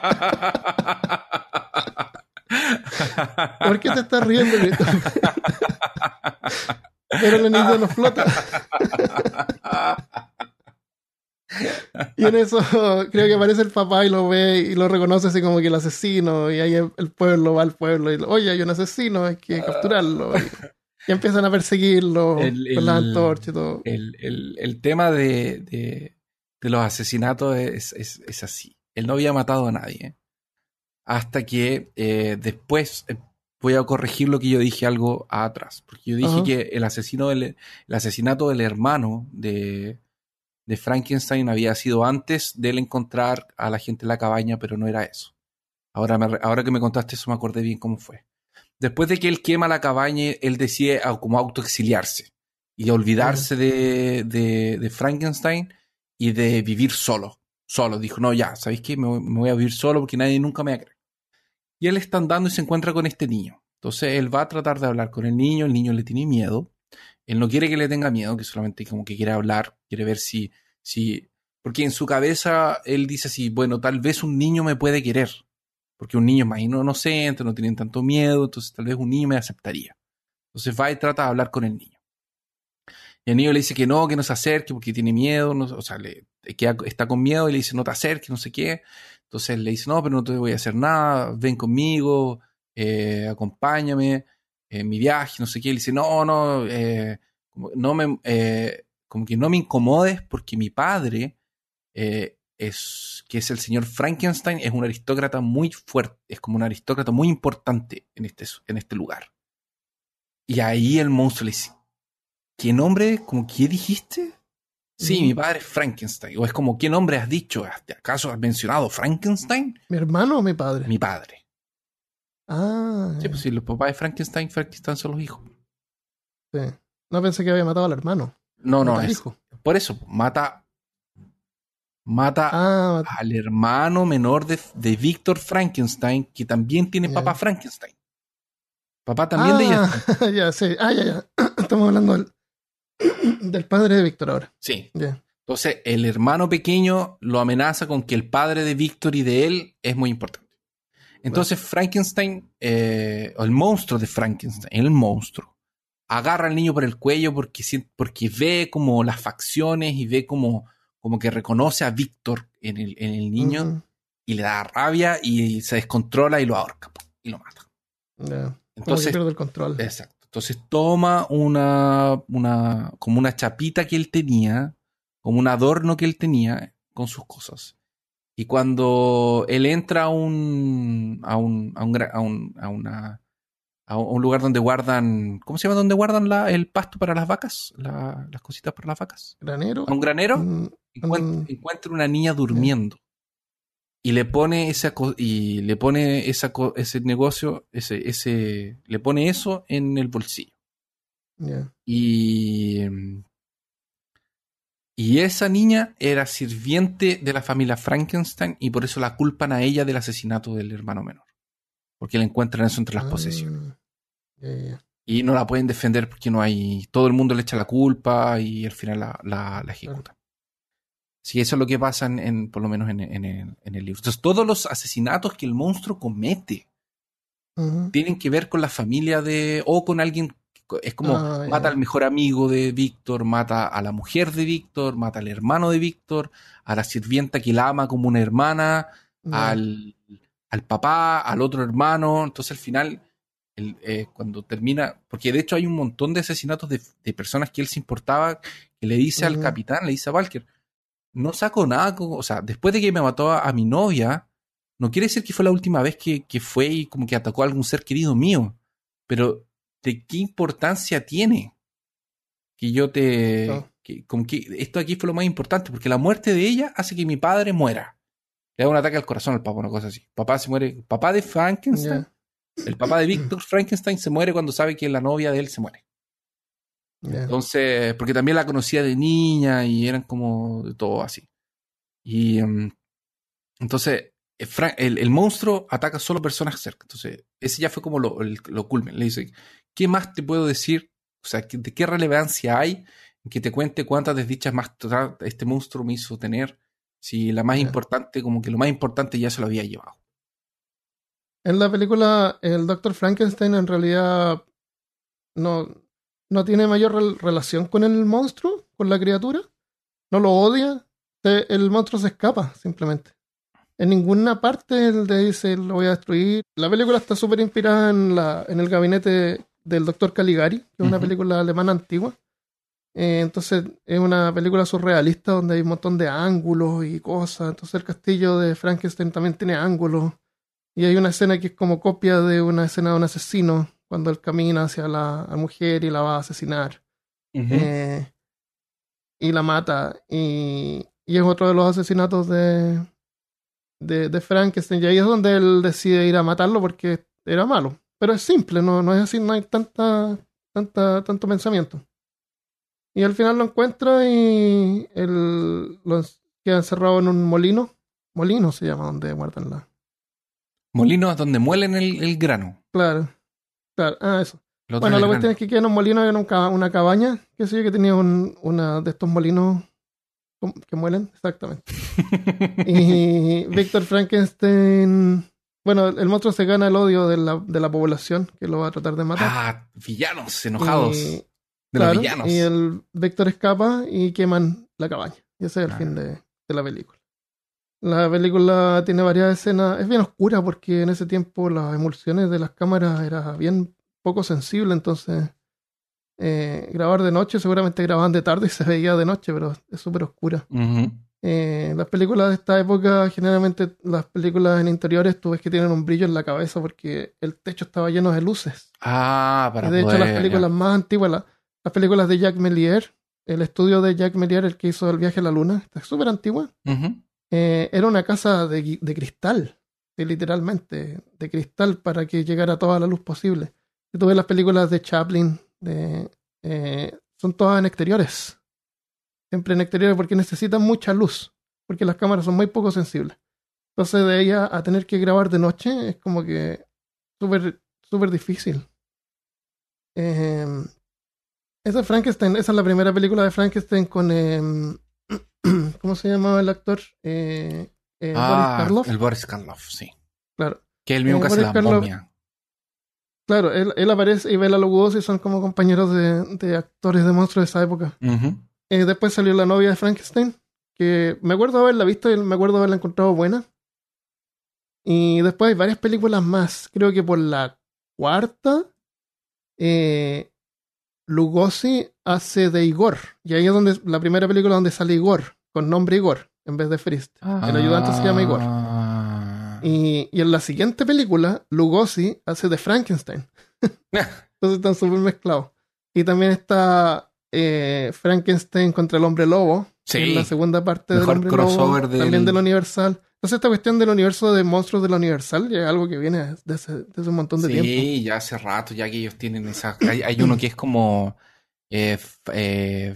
¿Por qué te estás riendo, Cristóbal? Pero la niñita no flota. Y en eso creo que aparece el papá y lo ve y lo reconoce así como que el asesino. Y ahí el, el pueblo va al pueblo y oye, hay un asesino, hay que capturarlo. Y, y empiezan a perseguirlo El- con las el- antorchas y todo. El, el- el tema de, de- de los asesinatos es, es- es así. Él no había matado a nadie. Hasta que eh, después eh, voy a corregir lo que yo dije algo atrás. Porque yo dije Ajá. que el, asesino del, el asesinato del hermano de, de Frankenstein había sido antes de él encontrar a la gente en la cabaña, pero no era eso. Ahora, me, ahora que me contaste eso me acordé bien cómo fue. Después de que él quema la cabaña, él decide a- como autoexiliarse y olvidarse de, de, de Frankenstein y de vivir solo. Solo. Dijo, no, ya, ¿sabéis qué? Me, voy- me voy a vivir solo porque nadie nunca me va a creer. Y él está andando y se encuentra con este niño. Entonces él va a tratar de hablar con el niño, el niño le tiene miedo. Él no quiere que le tenga miedo, que solamente como que quiere hablar, quiere ver si, si... Porque en su cabeza él dice así, bueno, tal vez un niño me puede querer. Porque un niño es más inocente, no tienen tanto miedo, entonces tal vez un niño me aceptaría. Entonces va y trata de hablar con el niño. Y el niño le dice que no, que no se acerque porque tiene miedo, no, o sea, le, queda, está con miedo y le dice no te acerques, no sé qué. Entonces él le dice no, pero no te voy a hacer nada, ven conmigo, eh, acompáñame en mi viaje, no sé qué. Y le dice no, no, eh, como, no me, eh, como que no me incomodes porque mi padre... Eh, es, que es el señor Frankenstein, es un aristócrata muy fuerte, es como un aristócrata muy importante en este, en este lugar. Y ahí el monstruo le dice, ¿qué nombre? ¿Cómo qué dijiste? Sí, Ujú. mi padre es Frankenstein. O es como, ¿qué nombre has dicho? ¿Acaso has mencionado Frankenstein? ¿Mi hermano o mi padre? Mi padre. Ah, Sí, pues si los papás de Frankenstein, Frankenstein son los hijos. sí. No pensé que había matado al hermano. No, no, Mata al es. hijo. Por eso, mata. Mata Ah, al hermano menor de, de Víctor Frankenstein, que también tiene ya. papá Frankenstein. Papá también de ella. Ah, ya, sí. Ah, ya, ya. Estamos hablando del, del padre de Víctor ahora. Sí. Ya. Entonces, el hermano pequeño lo amenaza con que el padre de Víctor y de él es muy importante. Entonces, Frankenstein, eh, o el monstruo de Frankenstein, el monstruo, agarra al niño por el cuello porque, porque ve como las facciones y ve como, como que reconoce a Víctor en el, en el niño uh-huh. y le da rabia y se descontrola y lo ahorca y lo mata. Yeah. Entonces, como que pierde el control. Exacto. Entonces toma una, una, como una chapita que él tenía, como un adorno que él tenía con sus cosas. Y cuando él entra a un, a un, a un, a un, a una, a un lugar donde guardan, ¿cómo se llama? Donde guardan la, el pasto para las vacas, la, las cositas para las vacas. ¿Granero? A un granero, mm, encuentra, mm. encuentra una niña durmiendo. Yeah. Y le pone esa y le pone esa ese negocio, ese, ese, le pone eso en el bolsillo. Yeah. Y, y esa niña era sirviente de la familia Frankenstein y por eso la culpan a ella del asesinato del hermano menor. Porque le encuentran eso entre las ah, posesiones. Yeah, yeah. Y no la pueden defender porque no hay. Todo el mundo le echa la culpa y al final la, la, la ejecutan. Sí, eso es lo que pasa en, en por lo menos en, en, el, en el libro. Entonces, todos los asesinatos que el monstruo comete uh-huh. tienen que ver con la familia de... o con alguien... Es como ah, mata yeah. al mejor amigo de Víctor, mata a la mujer de Víctor, mata al hermano de Víctor, a la sirvienta que la ama como una hermana, yeah. al, al papá, al otro hermano. Entonces, al final, el, eh, cuando termina... Porque de hecho hay un montón de asesinatos de, de personas que él se importaba, que le dice uh-huh. al capitán, le dice a Walker... No saco nada, o sea, después de que me mató a, a mi novia, no quiere decir que fue la última vez que, que fue y como que atacó a algún ser querido mío, pero ¿de qué importancia tiene que yo te... Oh. Que, como que esto aquí fue lo más importante, porque la muerte de ella hace que mi padre muera. Le da un ataque al corazón al papá, una cosa así. Papá se muere, papá de Frankenstein, yeah. el papá de Víctor Frankenstein se muere cuando sabe que la novia de él se muere. Yeah. Entonces, porque también la conocía de niña y eran como de todo así. Y um, entonces, el, el monstruo ataca solo personas cerca. Entonces, ese ya fue como lo, el, lo culmen. Le dice, ¿qué más te puedo decir? O sea, ¿de qué relevancia hay en que te cuente cuántas desdichas más este monstruo me hizo tener? Si la más yeah. importante, como que lo más importante ya se lo había llevado. En la película, el doctor Frankenstein en realidad no... no tiene mayor re- relación con el monstruo, con la criatura, no lo odia, se, el monstruo se escapa simplemente. En ninguna parte él le dice lo voy a destruir. La película está súper inspirada en, la, en el gabinete del doctor Caligari, que es uh-huh. una película alemana antigua. Eh, entonces es una película surrealista donde hay un montón de ángulos y cosas. Entonces el castillo de Frankenstein también tiene ángulos. Y hay una escena que es como copia de una escena de un asesino, cuando él camina hacia la, la mujer y la va a asesinar. Uh-huh. Eh, y la mata. Y, y es otro de los asesinatos de, de, de Frankenstein. Y ahí es donde él decide ir a matarlo porque era malo. Pero es simple, no, no es así, no hay tanta, tanta, tanto pensamiento. Y al final lo encuentra y él lo queda encerrado en un molino. Molino se llama, donde guardan la... Molino es donde muelen el, el grano. Claro. Claro, ah, eso. Bueno, la cuestión es que queda en un molino, en un, una cabaña, que sé yo, que tenía un, una de estos molinos que muelen, exactamente. Y Víctor Frankenstein, bueno, el monstruo se gana el odio de la, de la población, que lo va a tratar de matar. Ah, villanos enojados. Y, de claro, los villanos. Y el Víctor escapa y queman la cabaña. Y ese es el ah. fin de, de la película. La película tiene varias escenas, es bien oscura porque en ese tiempo las emulsiones de las cámaras eran bien poco sensibles, entonces eh, grabar de noche, seguramente grababan de tarde y se veía de noche, pero es súper oscura. Uh-huh. Eh, las películas de esta época, generalmente las películas en interiores, tú ves que tienen un brillo en la cabeza porque el techo estaba lleno de luces. Ah, para y de poder, hecho las películas ya. más antiguas, la, las películas de Jacques Méliès, el estudio de Jacques Méliès, el que hizo El viaje a la luna, está súper antigua. Uh-huh. Eh, era una casa de, de cristal, de, literalmente, de cristal para que llegara toda la luz posible. Si tú ves las películas de Chaplin, de, eh, son todas en exteriores. Siempre en exteriores porque necesitan mucha luz, porque las cámaras son muy poco sensibles. Entonces de ella a tener que grabar de noche es como que súper súper difícil. Eh, esa es Frankenstein, esa es la primera película de Frankenstein con... Eh, ¿cómo se llamaba el actor? Eh, eh, Boris Ah, Karloff. el Boris Karloff, sí. Claro. Que es el mismo Eh, que hace Boris la Karloff, momia. claro, él, él aparece y Bela Lugosi son como compañeros de, de actores de monstruos de esa época. Ujú. Eh, después salió La novia de Frankenstein, que me acuerdo haberla visto y me acuerdo haberla encontrado buena. Y después hay varias películas más. Creo que por la cuarta, eh, Lugosi hace de Igor. Y ahí es donde la primera película donde sale Igor, con nombre Igor, en vez de Frist. El ayudante se llama Igor. Ah. Y, y en la siguiente película, Lugosi hace de Frankenstein. Entonces están súper mezclados. Y también está eh, Frankenstein contra el hombre lobo. Sí. En la segunda parte del Mejor hombre crossover lobo. del- También del Universal. Entonces esta cuestión del universo de monstruos de la Universal ya es algo que viene de hace, de hace un montón de Sí, tiempo. ya hace rato, ya que ellos tienen esa. Hay, hay uno que es como. Eh, f- eh,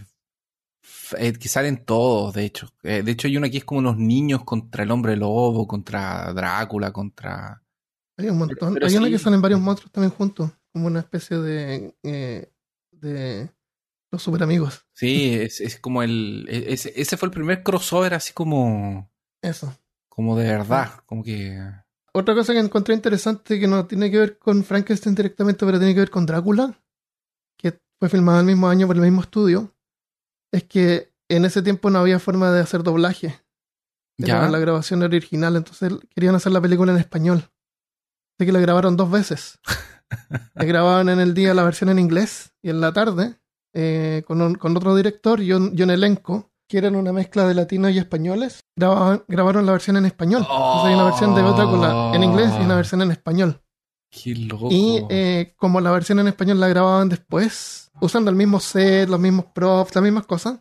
f- eh, que salen todos, de hecho. Eh, de hecho, hay uno que es como unos niños contra el hombre lobo, contra Drácula, contra. Hay un Pero, montón. pero Hay una que sí. salen varios monstruos también juntos. Como una especie de... eh, de los super amigos. Sí, es, es como el. e- Ese, ese fue el primer crossover así como. Eso. Como de verdad. Como que. Otra cosa que encontré interesante que no tiene que ver con Frankenstein directamente, pero tiene que ver con Drácula, que fue filmada el mismo año por el mismo estudio, es que en ese tiempo no había forma de hacer doblaje. Era Ya. la grabación era original, entonces querían hacer la película en español. Así que la grabaron dos veces. La grababan en el día la versión en inglés y en la tarde eh, con, un- con otro director y un, y un elenco que eran una mezcla de latinos y españoles. Grababan- grabaron la versión en español. Entonces hay una versión de Drácula en inglés y una versión en español. Qué loco. Y eh, como la versión en español la grababan después, usando el mismo set, los mismos props, las mismas cosas,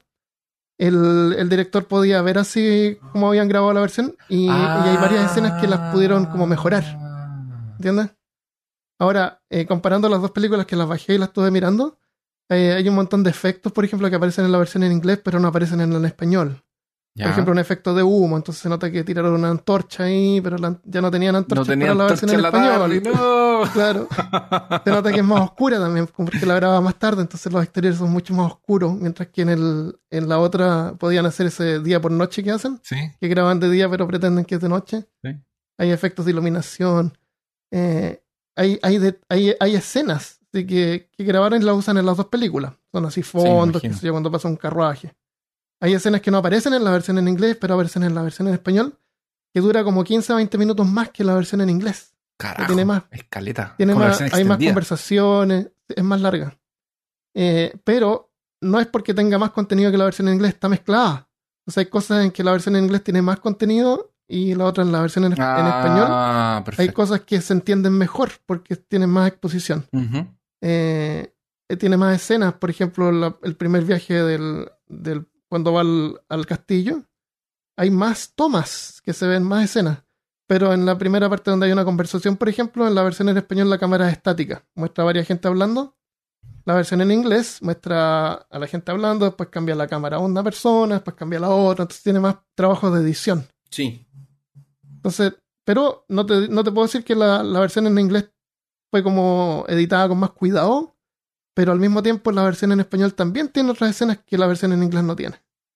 el, el director podía ver así como habían grabado la versión y, y hay varias escenas que las pudieron como mejorar, ¿entiendes? Ahora, eh, comparando las dos películas que las bajé y las estuve mirando, eh, hay un montón de efectos, por ejemplo, que aparecen en la versión en inglés, pero no aparecen en la en español. Ya. Por ejemplo, un efecto de humo, entonces se nota que tiraron una antorcha ahí, pero la- ya no tenían no antorchas tenía para la versión en antorcha en la español. tarde, no. Claro. Se nota que es más oscura también, como porque la grababa más tarde, entonces los exteriores son mucho más oscuros, mientras que en el en la otra podían hacer ese día por noche que hacen, Sí, que graban de día pero pretenden que es de noche. sí. Hay efectos de iluminación, eh, hay, hay, de- hay, hay escenas de que, que grabaron y las usan en las dos películas. Son así fondos, imagino. que sé yo, cuando pasa un carruaje. Hay escenas que no aparecen en la versión en inglés, pero aparecen en la versión en español, que dura como quince a veinte minutos más que la versión en inglés. Carajo. tiene más- Escaleta. Tiene Con la más, versión hay más extendida. conversaciones, es más larga. Eh, pero no es porque tenga más contenido que la versión en inglés, está mezclada. O sea, hay cosas en que la versión en inglés tiene más contenido y la otra en la versión en, en español. Ah, Hay perfecto. cosas que se entienden mejor porque tienen más exposición. Ujú. Eh, eh, tiene más escenas, por ejemplo, la- el primer viaje del, del cuando va al, al castillo, hay más tomas que se ven, más escenas. Pero en la primera parte donde hay una conversación, por ejemplo, en la versión en español la cámara es estática, muestra a varias gente hablando. La versión en inglés muestra a la gente hablando, después cambia la cámara a una persona, después cambia a la otra, entonces tiene más trabajo de edición. Sí. Entonces, pero no te, no te puedo decir que la, la versión en inglés fue como editada con más cuidado, pero al mismo tiempo la versión en español también tiene otras escenas que la versión en inglés no tiene.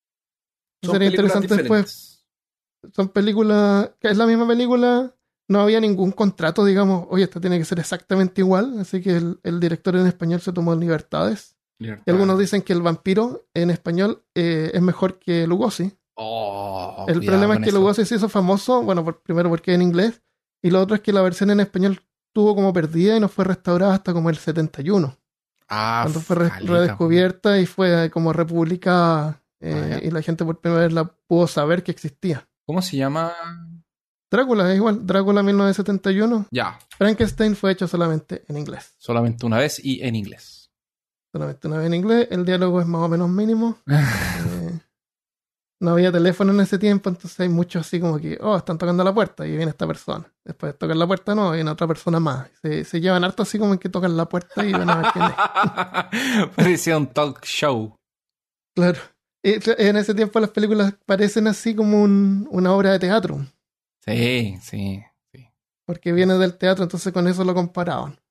Son Sería películas interesante después. diferentes. Son películas, que es la misma película, no había ningún contrato, digamos, oye, esto tiene que ser exactamente igual, así que el, el director en español se tomó libertades. Libertad. Y algunos dicen que el vampiro en español eh, es mejor que Lugosi. Oh, El cuidado problema es con que eso. Lugosi se hizo famoso, bueno, por- primero porque es en inglés, y lo otro es que la versión en español tuvo como perdida y no fue restaurada hasta como el setenta y uno, Ah, cuando fue re- caleta. redescubierta y fue como republicada eh, Ah, ya. y la gente por primera vez la pudo saber que existía. ¿Cómo se llama? Drácula es igual, Drácula mil novecientos setenta y uno. Ya, Frankenstein fue hecho solamente en inglés. solamente una vez y en inglés. Solamente una vez en inglés. El diálogo es más o menos mínimo. Eh, no había teléfono en ese tiempo, entonces hay muchos así como que, oh, están tocando la puerta y viene esta persona. Después de tocar la puerta, no, viene otra persona más. Se, se llevan harto así como en que tocan la puerta y van a ver quién es. Parecía un talk show. Claro. Y en ese tiempo las películas parecen así como un- una obra de teatro, Sí, sí, sí. porque viene del teatro, entonces con eso lo comparaban.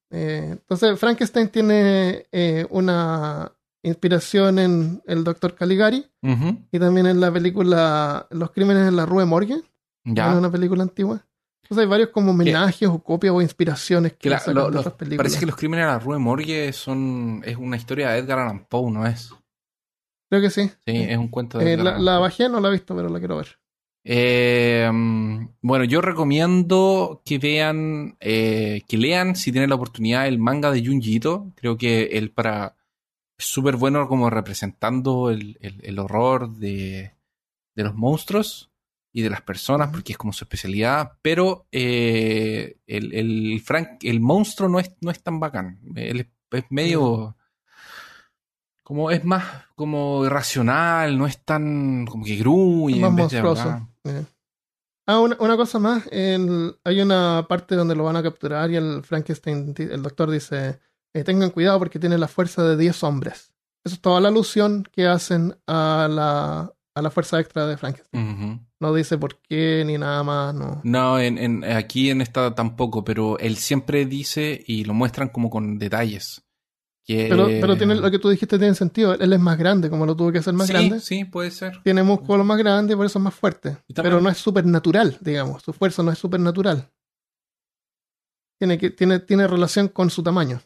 Eh, entonces, Frankenstein tiene eh, una inspiración en el doctor Caligari Ujú. y también en la película Los crímenes en la Rue Morgue, Ya. es una película antigua. Entonces hay varios como homenajes o copias o inspiraciones que, Que la- sacan lo- de lo- otras películas. parece que los crímenes de la Rue Morgue son, es una historia de Edgar Allan Poe, ¿no es? Creo que sí. Sí, es un cuento de Eh, Edgar la, Allan la Poe. bajé, no la he visto, pero la quiero ver. Eh, mm, bueno, yo recomiendo que vean, eh, que lean si tienen la oportunidad el manga de Junji Ito. Creo que él para es súper bueno como representando el, el- el horror de, de los monstruos y de las personas, Ujú. porque es como su especialidad. Pero eh, el, el, Frank, el monstruo no es, no es tan bacán. Él es, es medio como es más como irracional, no es tan como que Es gruñe más en vez de monstruoso. hablar. Eh. Ah, una, una cosa más. el- hay una parte donde lo van a capturar y el Frankenstein, di- el doctor dice, eh, tengan cuidado porque tiene la fuerza de diez hombres. Eso es toda la alusión que hacen a la, a la fuerza extra de Frankenstein. Ujú. No dice por qué ni nada más, no. No, en, en- aquí en esta tampoco, pero él siempre dice y lo muestran como con detalles. Que, Pero, pero tiene, lo que tú dijiste tiene sentido. Él es más grande, como lo tuvo que hacer más sí, grande. sí, puede ser. Tiene músculos más grandes y por eso es más fuerte. Y también- Pero no es supernatural, digamos. Su fuerza no es supernatural. Tiene, que, tiene, tiene relación con su tamaño.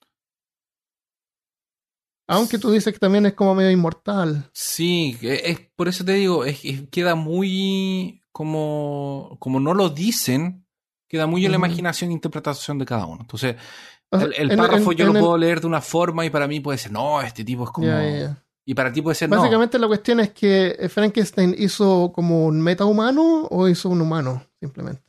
Aunque tú dices que también es como medio inmortal. Sí, e- es, por eso te digo, es, es- queda muy como, como no lo dicen, queda muy en la Ujú. imaginación e interpretación de cada uno. Entonces, O sea, el, el en- párrafo en- yo en lo el- puedo leer de una forma y para mí puede ser, no, este tipo es como... Ya, ya, ya. Y para ti puede ser, no. Básicamente la cuestión es que eh, Frankenstein hizo como un metahumano o hizo un humano, simplemente.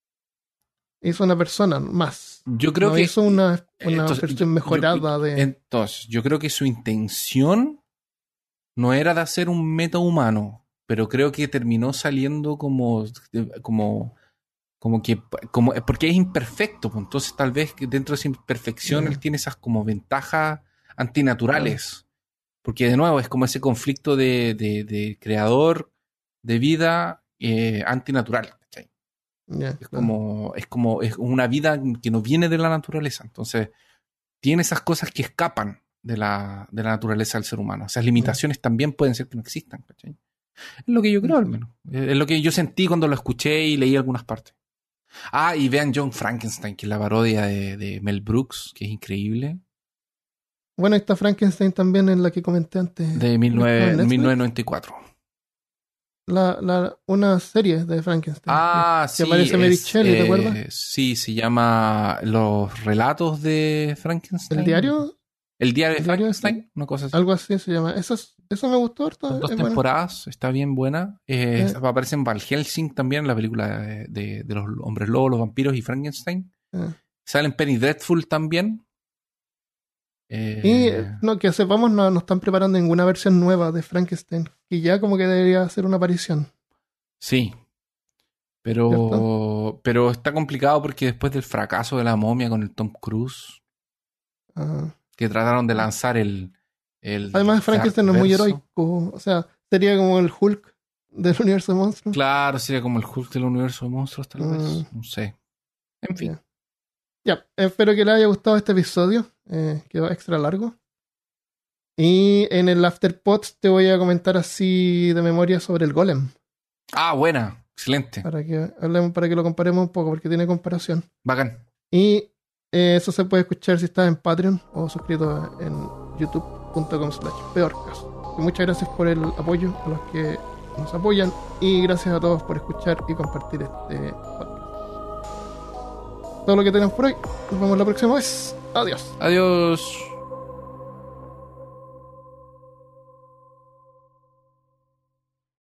Hizo una persona más. Yo creo no que... hizo una, una entonces, versión yo- mejorada de... Entonces, yo creo que su intención no era de hacer un metahumano, pero creo que terminó saliendo como, como, como que, como, porque es imperfecto, pues, entonces tal vez que dentro de esa imperfección Ya. él tiene esas como ventajas antinaturales, porque de nuevo es como ese conflicto de, de, de creador de vida eh, antinatural, ¿cachai? Ya, Es claro. como, es como, es una vida que no viene de la naturaleza, entonces tiene esas cosas que escapan de la, de la naturaleza del ser humano. Esas limitaciones también pueden ser que no existan, ¿cachai? Es lo que yo creo, al menos. Es lo que yo sentí cuando lo escuché y leí algunas partes. Ah, y vean John Frankenstein, que es la parodia de, de Mel Brooks, que es increíble. Bueno, está Frankenstein también en la que comenté antes. De mil ¿Está en nueve- Netflix? mil novecientos noventa y cuatro. La, la, una serie de Frankenstein. Ah, que sí. aparece Mary es, Shelley, ¿te eh, acuerdas? Sí, se llama Los relatos de Frankenstein. ¿El diario? El diario de ¿El diario de Frankenstein, una cosa así. Algo así se llama. Eso, es- eso me gustó harto. Son dos es bueno. temporadas, está bien buena. Eh, Eh. Aparece en Van Helsing también, la película de, de- de los hombres lobos, los vampiros y Frankenstein. Eh. Sale en Penny Dreadful también. Eh, Y eh, no, que sepamos, no, no están preparando ninguna versión nueva de Frankenstein. Que ya como que debería hacer una aparición. Sí. Pero, ¿Cierto? pero está complicado porque después del fracaso de la momia con el Tom Cruise, Ah. que trataron de lanzar el. el Además, Frankenstein no es muy verso. heroico. O sea, sería como el Hulk del universo de monstruos. Claro, sería como el Hulk del universo de monstruos, tal vez. Mm. No sé. En fin. Ya. Ya, espero que les haya gustado este episodio. Eh, quedó extra largo. Y en el Afterpod te voy a comentar así de memoria sobre el Golem. Ah, buena. Excelente. Para que hablemos, para que lo comparemos un poco, porque tiene comparación. Bacán. Y eh, eso se puede escuchar si estás en Patreon o suscrito en youtube punto com slash peorcast. Y muchas gracias por el apoyo a los que nos apoyan. Y gracias a todos por escuchar y compartir este podcast. Todo lo que tenemos por hoy. Nos vemos la próxima vez. Adiós. Adiós.